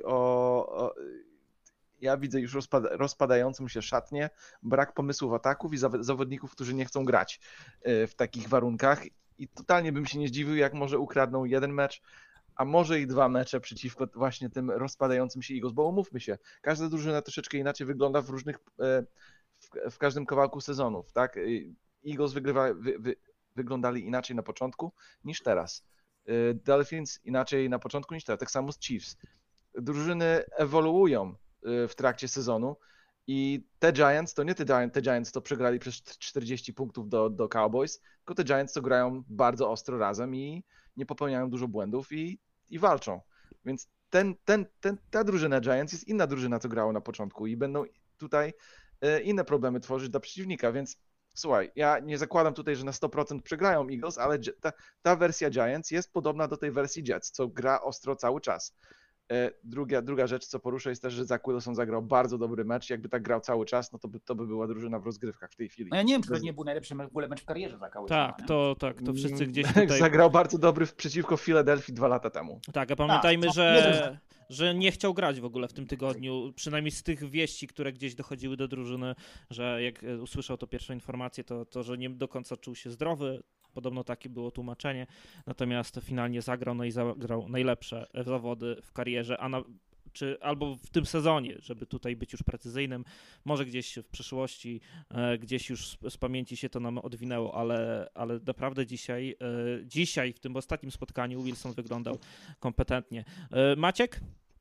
ja widzę już rozpadającą się szatnię, brak pomysłów ataków i zawodników, którzy nie chcą grać w takich warunkach i totalnie bym się nie zdziwił, jak może ukradną jeden mecz, a może i 2 mecze przeciwko właśnie tym rozpadającym się Eagles, bo umówmy się, każda drużyna troszeczkę inaczej wygląda w każdym kawałku sezonów, tak? Eagles wyglądali inaczej na początku niż teraz. Dolphins inaczej na początku niż teraz, tak samo z Chiefs. Drużyny ewoluują w trakcie sezonu i te Giants to nie te Giants, to przegrali przez 40 punktów do Cowboys, tylko te Giants to grają bardzo ostro razem i nie popełniają dużo błędów i walczą. Więc ta drużyna Giants jest inna drużyna, co grało na początku i będą tutaj inne problemy tworzyć dla przeciwnika, więc słuchaj, ja nie zakładam tutaj, że na 100% przegrają Eagles, ale ta wersja Giants jest podobna do tej wersji Jets, co gra ostro cały czas. Druga rzecz, co poruszę, jest też, że Zach Wilson zagrał bardzo dobry mecz. Jakby tak grał cały czas, no to by była drużyna w rozgrywkach w tej chwili. No ja nie wiem, czy to nie był najlepszy w ogóle mecz w karierze Zach Wilsona. Tak, to wszyscy gdzieś tutaj... Zagrał bardzo dobry przeciwko Philadelphii 2 lata temu. Tak, a pamiętajmy, że nie chciał grać w ogóle w tym tygodniu, przynajmniej z tych wieści, które gdzieś dochodziły do drużyny, że jak usłyszał to pierwszą informację, to że nie do końca czuł się zdrowy. Podobno takie było tłumaczenie, natomiast finalnie zagrał, no i zagrał najlepsze zawody w karierze, albo w tym sezonie, żeby tutaj być już precyzyjnym, może gdzieś w przyszłości, gdzieś już z pamięci się to nam odwinęło, ale naprawdę dzisiaj w tym ostatnim spotkaniu Wilson wyglądał kompetentnie. Maciek?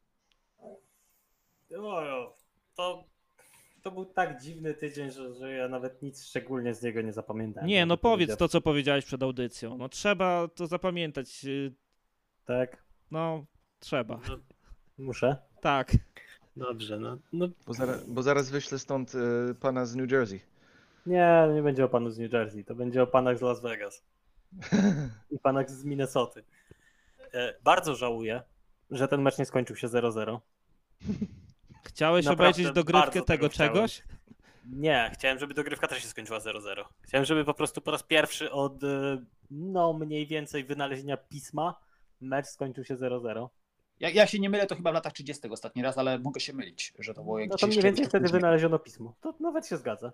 To był tak dziwny tydzień, że ja nawet nic szczególnie z niego nie zapamiętałem. Nie, no powiedz to, co powiedziałeś przed audycją. No trzeba to zapamiętać. Tak? No, trzeba. Muszę? Tak. Dobrze, no. Bo zaraz wyślę stąd pana z New Jersey. Nie będzie o panu z New Jersey, to będzie o panach z Las Vegas i panach z Minnesoty. Bardzo żałuję, że ten mecz nie skończył się 0-0. Chciałeś Naprawdę obejrzeć dogrywkę bardzo tego chciałem. czegoś? Nie, chciałem, żeby dogrywka też się skończyła 0-0. Chciałem, żeby po prostu po raz pierwszy od mniej więcej wynalezienia pisma mecz skończył się 0-0. Ja się nie mylę, to chyba w latach 30. ostatni raz, ale mogę się mylić, że to było No jakieś to mniej jeszcze więcej wtedy później. wynaleziono pismo. To nawet się zgadza.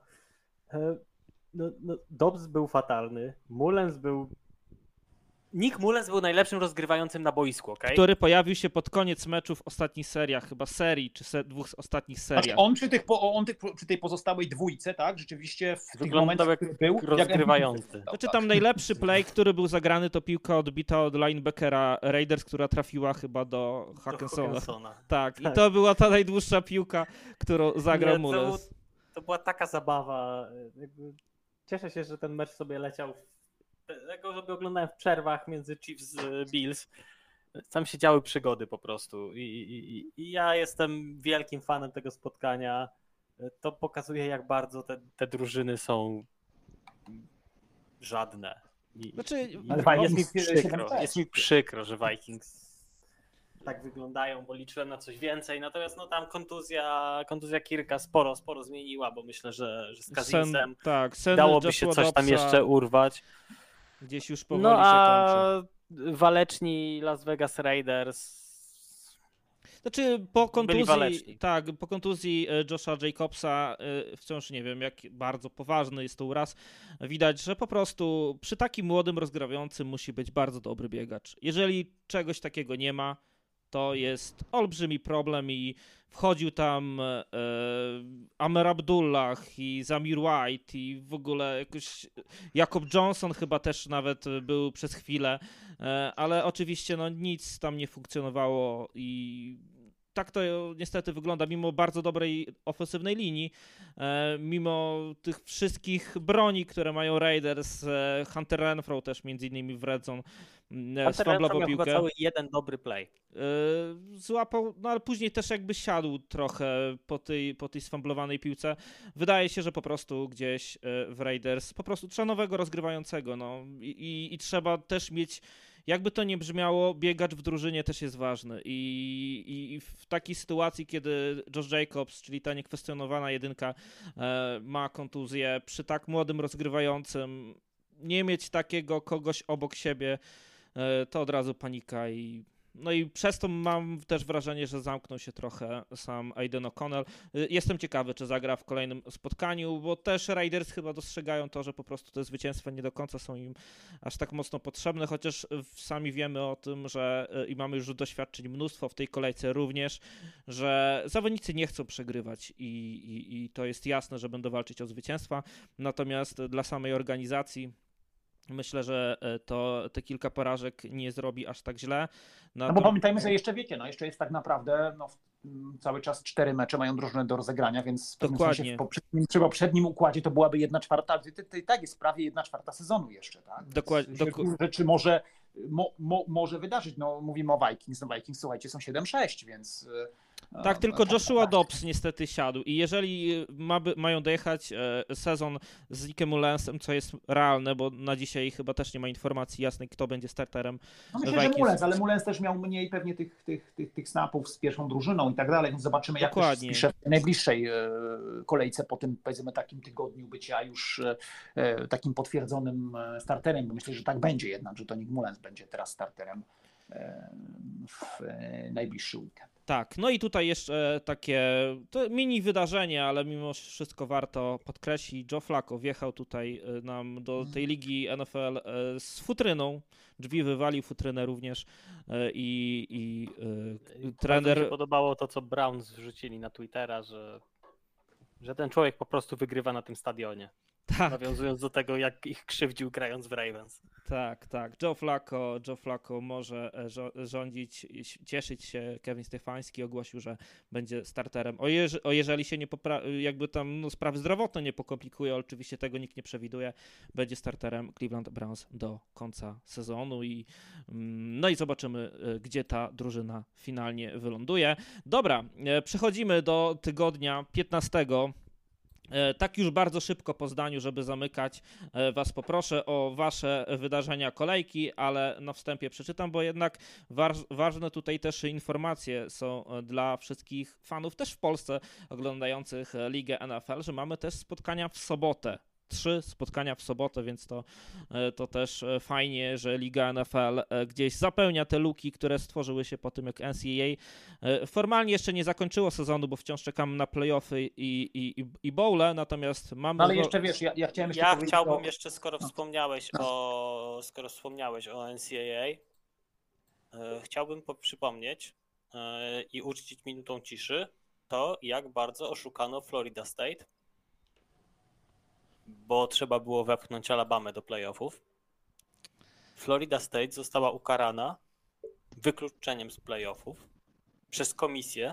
Dobbs był fatalny. Mullens był... Nick Mullens był najlepszym rozgrywającym na boisku, okej? Który pojawił się pod koniec meczu w ostatnich seriach, chyba serii, czy dwóch ostatnich Znaczy seriach. on przy tej pozostałej dwójce, tak, rzeczywiście w tych Wyglądał momentach, jak który był, rozgrywający. Znaczy tam najlepszy play, który był zagrany, to piłka odbita od linebackera Raiders, która trafiła chyba do Hackensona. Tak, i to była ta najdłuższa piłka, którą zagrał Mullens. To była taka zabawa. Cieszę się, że ten mecz sobie leciał. Ja go sobie oglądałem w przerwach między Chiefs Bills. Tam się działy przygody po prostu. I ja jestem wielkim fanem tego spotkania. To pokazuje, jak bardzo te drużyny są żadne. Jest mi przykro, że Vikings tak wyglądają, bo liczyłem na coś więcej. Natomiast no tam kontuzja Kirka sporo zmieniła, bo myślę, że z Cousinsem dałoby się coś tam jeszcze urwać. Gdzieś już powoli się kończy. Waleczni Las Vegas Raiders. Znaczy po kontuzji Josha Jacobsa wciąż nie wiem, jak bardzo poważny jest to uraz. Widać, że po prostu przy takim młodym rozgrywającym musi być bardzo dobry biegacz. Jeżeli czegoś takiego nie ma, to jest olbrzymi problem i wchodził tam Amer Abdullah i Zamir White i w ogóle jakoś Jakob Johnson chyba też nawet był przez chwilę, ale oczywiście no nic tam nie funkcjonowało i tak to niestety wygląda, mimo bardzo dobrej ofensywnej linii, mimo tych wszystkich broni, które mają Raiders, Hunter Renfrow też między innymi w red zone sfamblował piłkę. Chyba cały jeden dobry play. Złapał, no ale później też jakby siadł trochę po tej sfamblowanej piłce. Wydaje się, że po prostu gdzieś w Raiders po prostu trzeba nowego rozgrywającego, no i trzeba też mieć, jakby to nie brzmiało, biegacz w drużynie też jest ważny i w takiej sytuacji, kiedy Josh Jacobs, czyli ta niekwestionowana jedynka, ma kontuzję, przy tak młodym rozgrywającym nie mieć takiego kogoś obok siebie, to od razu panika i przez to mam też wrażenie, że zamknął się trochę sam Aiden O'Connell. Jestem ciekawy, czy zagra w kolejnym spotkaniu, bo też Raiders chyba dostrzegają to, że po prostu te zwycięstwa nie do końca są im aż tak mocno potrzebne, chociaż sami wiemy o tym, że i mamy już doświadczeń mnóstwo w tej kolejce również, że zawodnicy nie chcą przegrywać i to jest jasne, że będą walczyć o zwycięstwa, natomiast dla samej organizacji myślę, że te kilka porażek nie zrobi aż tak źle. No bo pamiętajmy, że jeszcze wiecie, jeszcze jest tak naprawdę cały czas 4 mecze mają drużyny do rozegrania, więc w pewnym sensie przy poprzednim układzie to byłaby 1/4, to i tak jest prawie 1/4 sezonu jeszcze, tak? Dokładnie. Rzeczy może wydarzyć, mówimy o Vikings, Vikings, słuchajcie, są 7-6, więc... Tak, tylko Joshua Dobbs niestety siadł i jeżeli mają dojechać sezon z Nickiem Mullensem, co jest realne, bo na dzisiaj chyba też nie ma informacji jasnej, kto będzie starterem myślę, że Mullens, ale Mullens też miał mniej pewnie tych snapów z pierwszą drużyną i tak dalej, więc zobaczymy, jak to spisze w najbliższej kolejce po tym, powiedzmy, takim tygodniu bycia już takim potwierdzonym starterem, bo myślę, że tak będzie jednak, że to Nick Mullens będzie teraz starterem w najbliższy weekend. Tak, no i tutaj jeszcze takie mini wydarzenie, ale mimo wszystko warto podkreślić. Joe Flacco wjechał tutaj nam do tej ligi NFL z futryną, drzwi wywalił futrynę również i trener... Mi się podobało to, co Browns wrzucili na Twittera, że ten człowiek po prostu wygrywa na tym stadionie. Tak. Nawiązując do tego, jak ich krzywdził grając w Ravens. Tak. Joe Flacco może rządzić, cieszyć się. Kevin Stefanski ogłosił, że będzie starterem. Jeżeli się nie jakby tam sprawy zdrowotne nie pokomplikuje, oczywiście tego nikt nie przewiduje, będzie starterem Cleveland Browns do końca sezonu i zobaczymy, gdzie ta drużyna finalnie wyląduje. Dobra, przechodzimy do tygodnia 15. Tak już bardzo szybko po zdaniu, żeby zamykać, was poproszę o wasze wydarzenia kolejki, ale na wstępie przeczytam, bo jednak ważne tutaj też informacje są dla wszystkich fanów też w Polsce oglądających Ligę NFL, że mamy też spotkania w sobotę. 3 spotkania w sobotę, więc to też fajnie, że Liga NFL gdzieś zapełnia te luki, które stworzyły się po tym, jak NCAA formalnie jeszcze nie zakończyło sezonu, bo wciąż czekamy na playoffy i bowle, natomiast mamy... No ale jeszcze wiesz, ja chciałem jeszcze powiedzieć chciałbym jeszcze, skoro wspomniałeś o NCAA, chciałbym przypomnieć i uczcić minutą ciszy to, jak bardzo oszukano Florida State, bo trzeba było wepchnąć Alabamę do playoffów. Florida State została ukarana wykluczeniem z playoffów przez komisję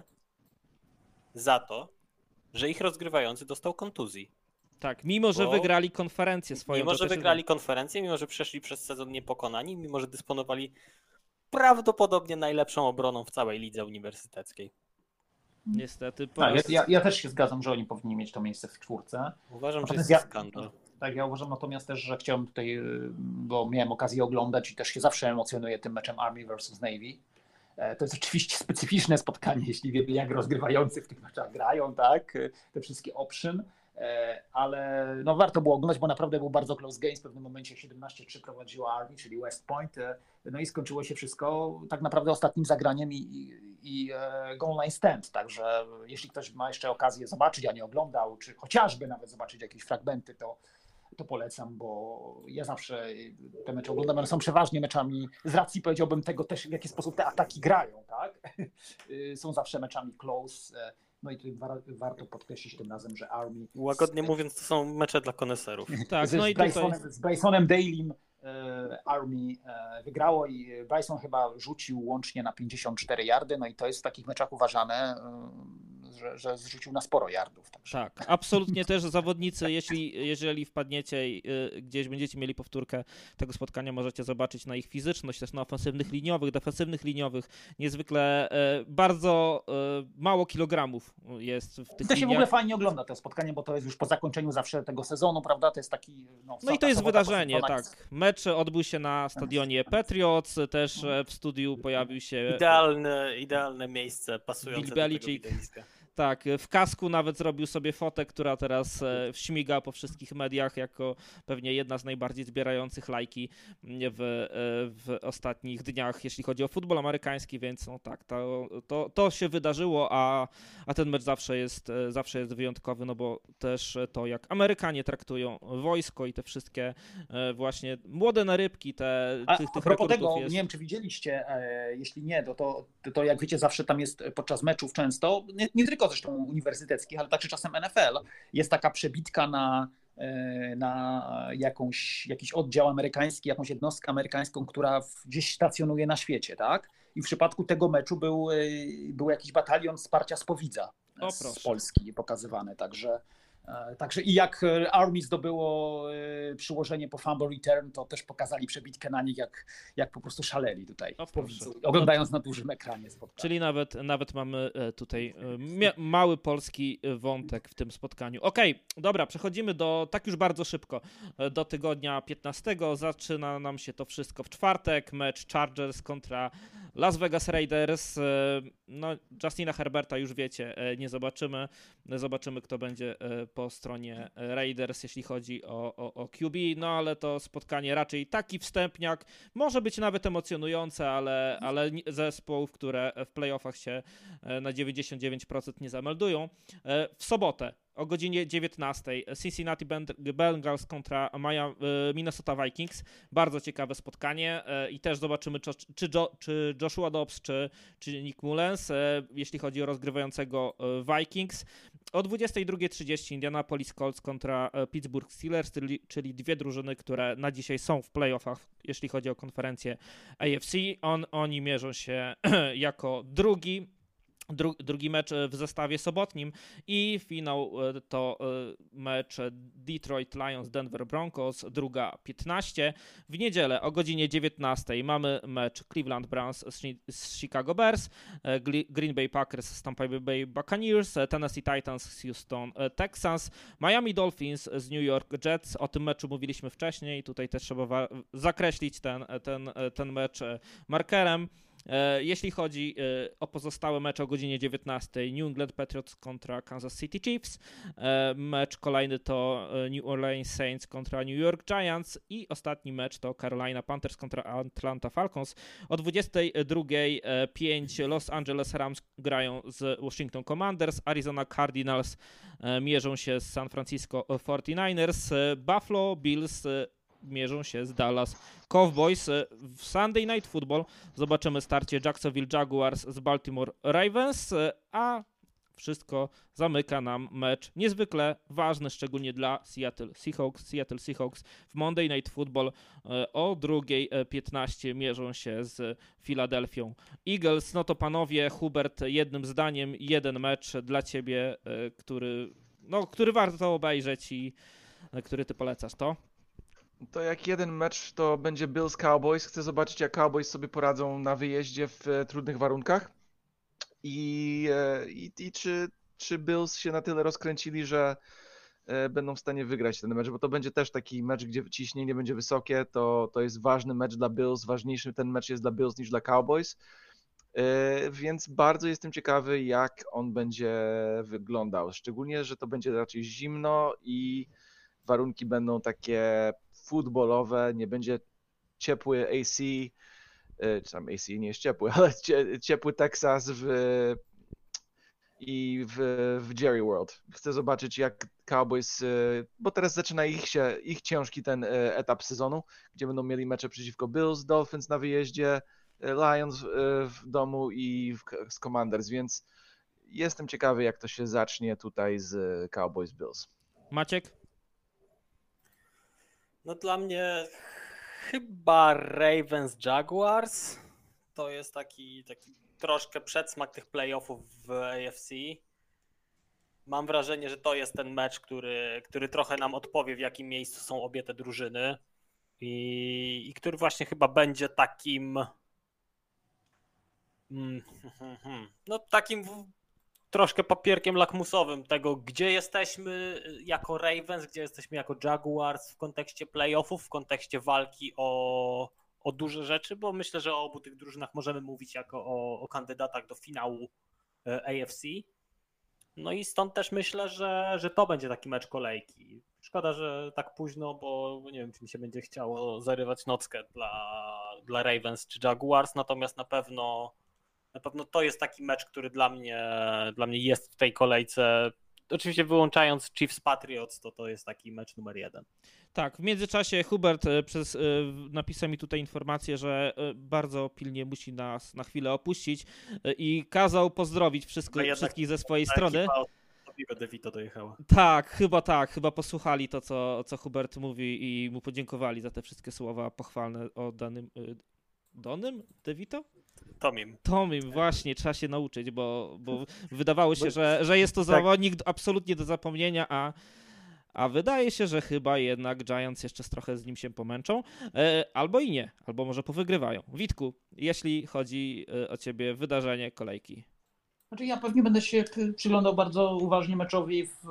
za to, że ich rozgrywający dostał kontuzji. Tak, mimo że wygrali konferencję swoją. Mimo że wygrali konferencję, mimo że przeszli przez sezon niepokonani, mimo że dysponowali prawdopodobnie najlepszą obroną w całej lidze uniwersyteckiej. Niestety. Ja też się zgadzam, że oni powinni mieć to miejsce w 4. Uważam, że jest skandal. Tak, ja uważam natomiast też, że chciałem tutaj, bo miałem okazję oglądać i też się zawsze emocjonuję tym meczem Army versus Navy. To jest oczywiście specyficzne spotkanie, jeśli wiemy, jak rozgrywający w tych meczach grają, tak? Te wszystkie option, ale no warto było oglądać, bo naprawdę był bardzo close game. W pewnym momencie 17-3 prowadziła Army, czyli West Point, no i skończyło się wszystko tak naprawdę ostatnim zagraniem i goal line stand, także jeśli ktoś ma jeszcze okazję zobaczyć, a nie oglądał, czy chociażby nawet zobaczyć jakieś fragmenty, to polecam, bo ja zawsze te mecze oglądam, one są przeważnie meczami z racji, powiedziałbym, tego też, w jaki sposób te ataki grają, tak? Są zawsze meczami close, no i tutaj warto podkreślić tym razem, że Army... Łagodnie mówiąc, to są mecze dla koneserów. Tak, no i tutaj... Z Brysonem Dailym Army wygrało i Bryson chyba rzucił łącznie na 54 yardy, no i to jest w takich meczach uważane, że zrzucił na sporo yardów. Także. Tak, absolutnie też zawodnicy, jeżeli wpadniecie i gdzieś będziecie mieli powtórkę tego spotkania, możecie zobaczyć na ich fizyczność, też na ofensywnych liniowych, defensywnych liniowych. Niezwykle bardzo mało kilogramów jest w tych To się liniach. w ogóle fajnie ogląda to spotkanie, bo to jest już po zakończeniu zawsze tego sezonu, prawda? To jest taki... No i to jest wydarzenie, tak. Mecz odbył się na stadionie Patriots, też w studiu pojawił się... Idealne miejsce pasujące Bill do Belichick. tego widowiska. Tak, w kasku nawet zrobił sobie fotę, która teraz śmiga po wszystkich mediach jako pewnie jedna z najbardziej zbierających lajki w ostatnich dniach, jeśli chodzi o futbol amerykański, więc no tak, to się wydarzyło, a ten mecz zawsze jest wyjątkowy, no bo też to, jak Amerykanie traktują wojsko i te wszystkie właśnie młode narybki, tych a propos tego, jest... nie wiem, czy widzieliście, jeśli nie, to jak wiecie, zawsze tam jest podczas meczów często, nie tylko zresztą uniwersyteckich, ale także czasem NFL, jest taka przebitka na jakiś oddział amerykański, jakąś jednostkę amerykańską, która gdzieś stacjonuje na świecie, tak? I w przypadku tego meczu był jakiś batalion wsparcia z Powidza z Polski pokazywany, także i jak Army zdobyło przyłożenie po fumble return, to też pokazali przebitkę na nich, jak po prostu szaleli tutaj, oglądając na dużym ekranie spotkanie. Czyli nawet mamy tutaj mały polski wątek w tym spotkaniu. Okej, dobra, przechodzimy tak już bardzo szybko do tygodnia 15. Zaczyna nam się to wszystko w czwartek. Mecz Chargers kontra Las Vegas Raiders. No, Justina Herberta już wiecie, nie zobaczymy. Zobaczymy, kto będzie po stronie Raiders, jeśli chodzi o QB, no ale to spotkanie raczej taki wstępniak, może być nawet emocjonujące, ale zespołów, które w playoffach się na 99% nie zameldują. W sobotę o godzinie 19 Cincinnati Bengals kontra Minnesota Vikings. Bardzo ciekawe spotkanie i też zobaczymy, czy Joshua Dobbs, czy Nick Mullens, jeśli chodzi o rozgrywającego Vikings. O 22:30 Indianapolis Colts kontra Pittsburgh Steelers, czyli dwie drużyny, które na dzisiaj są w playoffach, jeśli chodzi o konferencję AFC. Oni mierzą się jako drugi drugi mecz w zestawie sobotnim i finał to mecz Detroit Lions, Denver Broncos, 2:15. W niedzielę o godzinie 19 mamy mecz Cleveland Browns z Chicago Bears, Green Bay Packers z Tampa Bay Buccaneers, Tennessee Titans z Houston Texans, Miami Dolphins z New York Jets. O tym meczu mówiliśmy wcześniej, tutaj też trzeba zakreślić ten mecz markerem. Jeśli chodzi o pozostałe mecze o godzinie 19, New England Patriots kontra Kansas City Chiefs, mecz kolejny to New Orleans Saints kontra New York Giants i ostatni mecz to Carolina Panthers kontra Atlanta Falcons. O 22:05 Los Angeles Rams grają z Washington Commanders, Arizona Cardinals mierzą się z San Francisco 49ers, Buffalo Bills mierzą się z Dallas Cowboys. W Sunday Night Football zobaczymy starcie Jacksonville Jaguars z Baltimore Ravens, a wszystko zamyka nam mecz niezwykle ważny, szczególnie dla Seattle Seahawks w Monday Night Football o 2:15 mierzą się z Philadelphia Eagles. No to panowie, Hubert, jednym zdaniem, jeden mecz dla ciebie, który warto obejrzeć i który ty polecasz, to? To jak jeden mecz to będzie Bills Cowboys. Chcę zobaczyć, jak Cowboys sobie poradzą na wyjeździe w trudnych warunkach i czy Bills się na tyle rozkręcili, że będą w stanie wygrać ten mecz, bo to będzie też taki mecz, gdzie ciśnienie będzie wysokie, to jest ważny mecz dla Bills, ważniejszy ten mecz jest dla Bills niż dla Cowboys, więc bardzo jestem ciekawy, jak on będzie wyglądał, szczególnie, że to będzie raczej zimno i warunki będą takie futbolowe, nie będzie ciepły AC, czy tam AC nie jest ciepły, ale ciepły Texas w Jerry World. Chcę zobaczyć, jak Cowboys, bo teraz zaczyna ich ciężki ten etap sezonu, gdzie będą mieli mecze przeciwko Bills, Dolphins na wyjeździe, Lions w domu i z Commanders, więc jestem ciekawy, jak to się zacznie tutaj z Cowboys Bills. Maciek? No dla mnie chyba Ravens Jaguars to jest taki troszkę przedsmak tych playoffów w AFC. Mam wrażenie, że to jest ten mecz, który trochę nam odpowie, w jakim miejscu są obie te drużyny i który właśnie chyba będzie takim takim troszkę papierkiem lakmusowym tego, gdzie jesteśmy jako Ravens, gdzie jesteśmy jako Jaguars w kontekście playoffów, w kontekście walki o duże rzeczy, bo myślę, że o obu tych drużynach możemy mówić jako o kandydatach do finału AFC. No i stąd też myślę, że to będzie taki mecz kolejki. Szkoda, że tak późno, bo nie wiem, czy mi się będzie chciało zarywać nockę dla Ravens czy Jaguars, natomiast na pewno to jest taki mecz, który dla mnie jest w tej kolejce. Oczywiście wyłączając Chiefs Patriots, to jest taki mecz numer 1. Tak, w międzyczasie Hubert napisał mi tutaj informację, że bardzo pilnie musi nas na chwilę opuścić i kazał pozdrowić wszystkich ze swojej strony. DeVito dojechała. Tak, chyba posłuchali to, co Hubert mówi i mu podziękowali za te wszystkie słowa pochwalne o Donym DeVito? Tomim, właśnie, trzeba się nauczyć, bo wydawało się, że jest to zawodnik absolutnie do zapomnienia, a wydaje się, że chyba jednak Giants jeszcze trochę z nim się pomęczą, albo i nie, albo może powygrywają. Witku, jeśli chodzi o ciebie, wydarzenie kolejki. Znaczy ja pewnie będę się przyglądał bardzo uważnie meczowi w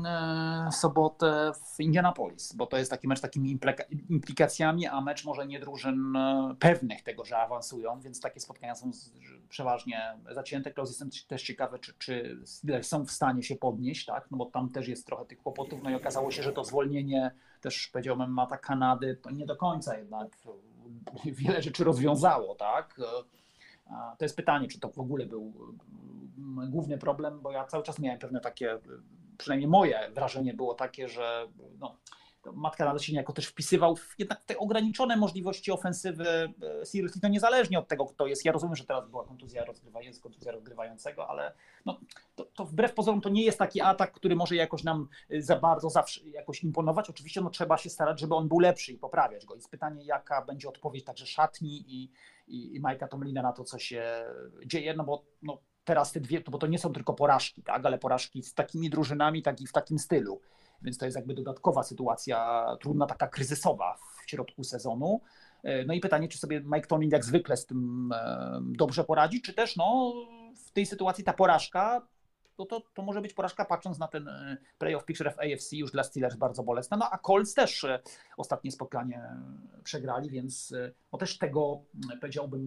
sobotę w Indianapolis, bo to jest taki mecz z takimi implikacjami, a mecz może nie drużyn pewnych tego, że awansują, więc takie spotkania są przeważnie zacięte. Jestem też ciekawy, czy Steelers są w stanie się podnieść, tak? No bo tam też jest trochę tych kłopotów, no i okazało się, że to zwolnienie też powiedziałbym mata Kanady to nie do końca jednak wiele rzeczy rozwiązało, tak? To jest pytanie, czy to w ogóle był główny problem, bo ja cały czas miałem pewne takie, przynajmniej moje wrażenie było takie, że Matt Canada się niejako też wpisywał jednak w te ograniczone możliwości ofensywy Steelers i to niezależnie od tego, kto jest. Ja rozumiem, że teraz była kontuzja rozgrywającego, ale to wbrew pozorom to nie jest taki atak, który może jakoś nam za bardzo zawsze jakoś imponować. Oczywiście trzeba się starać, żeby on był lepszy i poprawiać go. Jest pytanie, jaka będzie odpowiedź także szatni i Mike'a Tomlina na to, co się dzieje, bo teraz te dwie, bo to nie są tylko porażki, tak, ale porażki z takimi drużynami, tak i w takim stylu. Więc to jest jakby dodatkowa sytuacja, trudna, taka kryzysowa w środku sezonu. No i pytanie, czy sobie Mike Tomlin jak zwykle z tym dobrze poradzi, czy też w tej sytuacji ta porażka, to może być porażka patrząc na ten playoff picture w AFC już dla Steelers bardzo bolesna. No a Colts też ostatnie spotkanie przegrali, więc też tego, powiedziałbym,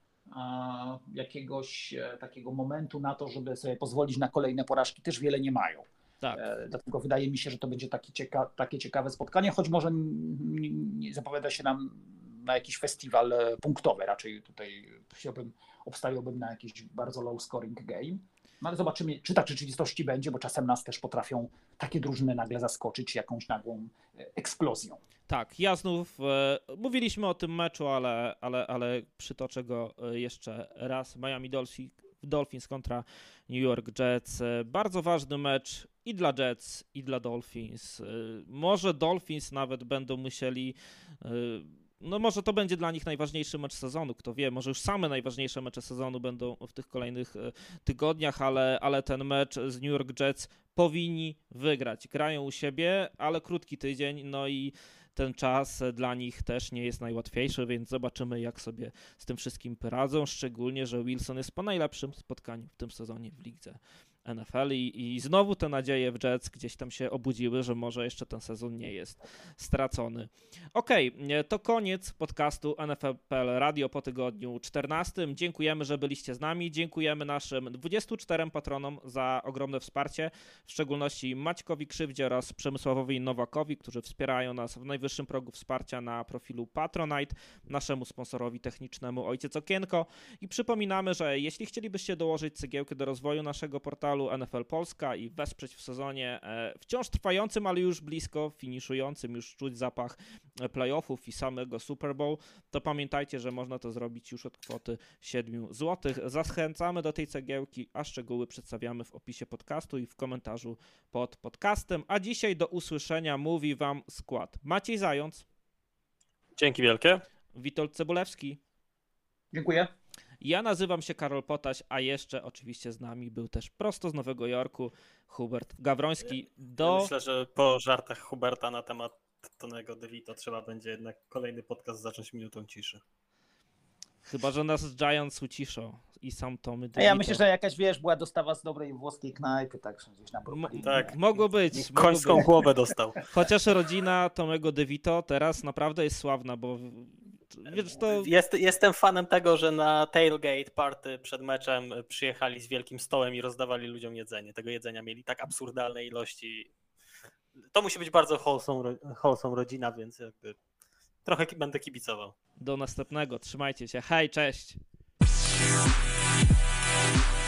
jakiegoś takiego momentu na to, żeby sobie pozwolić na kolejne porażki, też wiele nie mają. Tak. Dlatego wydaje mi się, że to będzie takie ciekawe spotkanie, choć może nie zapowiada się nam na jakiś festiwal punktowy. Raczej tutaj obstawiałbym na jakiś bardzo low scoring game. No ale zobaczymy, czy tak w rzeczywistości będzie, bo czasem nas też potrafią takie drużyny nagle zaskoczyć jakąś nagłą eksplozją. Tak, ja znów mówiliśmy o tym meczu, ale przytoczę go jeszcze raz. Miami Dolphins kontra New York Jets. Bardzo ważny mecz i dla Jets, i dla Dolphins. Może Dolphins nawet będą musieli... No może to będzie dla nich najważniejszy mecz sezonu, kto wie, może już same najważniejsze mecze sezonu będą w tych kolejnych tygodniach, ale ten mecz z New York Jets powinni wygrać. Grają u siebie, ale krótki tydzień, no i ten czas dla nich też nie jest najłatwiejszy, więc zobaczymy, jak sobie z tym wszystkim poradzą, szczególnie, że Wilson jest po najlepszym spotkaniu w tym sezonie w lidze NFL i znowu te nadzieje w Jets gdzieś tam się obudziły, że może jeszcze ten sezon nie jest stracony. Okej, to koniec podcastu NFL.pl Radio po tygodniu 14. Dziękujemy, że byliście z nami. Dziękujemy naszym 24 patronom za ogromne wsparcie, w szczególności Maćkowi Krzywdzie oraz Przemysławowi Nowakowi, którzy wspierają nas w najwyższym progu wsparcia na profilu Patronite, naszemu sponsorowi technicznemu Ojciec Okienko. I przypominamy, że jeśli chcielibyście dołożyć cegiełkę do rozwoju naszego portalu NFL Polska i wesprzeć w sezonie wciąż trwającym, ale już blisko finiszującym, już czuć zapach playoffów i samego Super Bowl, to pamiętajcie, że można to zrobić już od kwoty 7 zł. Zachęcamy do tej cegiełki, a szczegóły przedstawiamy w opisie podcastu i w komentarzu pod podcastem. A dzisiaj do usłyszenia mówi wam skład: Maciej Zając. Dzięki wielkie. Witold Cebulewski. Dziękuję. Ja nazywam się Karol Potaś, a jeszcze oczywiście z nami był też prosto z Nowego Jorku Hubert Gawroński. Myślę, że po żartach Huberta na temat Tonego DeVito trzeba będzie jednak kolejny podcast zacząć minutą ciszy. Chyba że nas Giants uciszą i sam Tommy DeVito. Ja myślę, że jakaś, była dostawa z dobrej włoskiej knajpy, tak gdzieś na Brooklyn. Tak. Mogło być. Końską głowę dostał. Chociaż rodzina Tomego DeVito teraz naprawdę jest sławna, bo wiesz, to... Jestem fanem tego, że na tailgate party przed meczem przyjechali z wielkim stołem i rozdawali ludziom jedzenie. Tego jedzenia mieli tak absurdalne ilości. To musi być bardzo wholesome rodzina, więc jakby trochę będę kibicował. Do następnego. Trzymajcie się. Hej, cześć.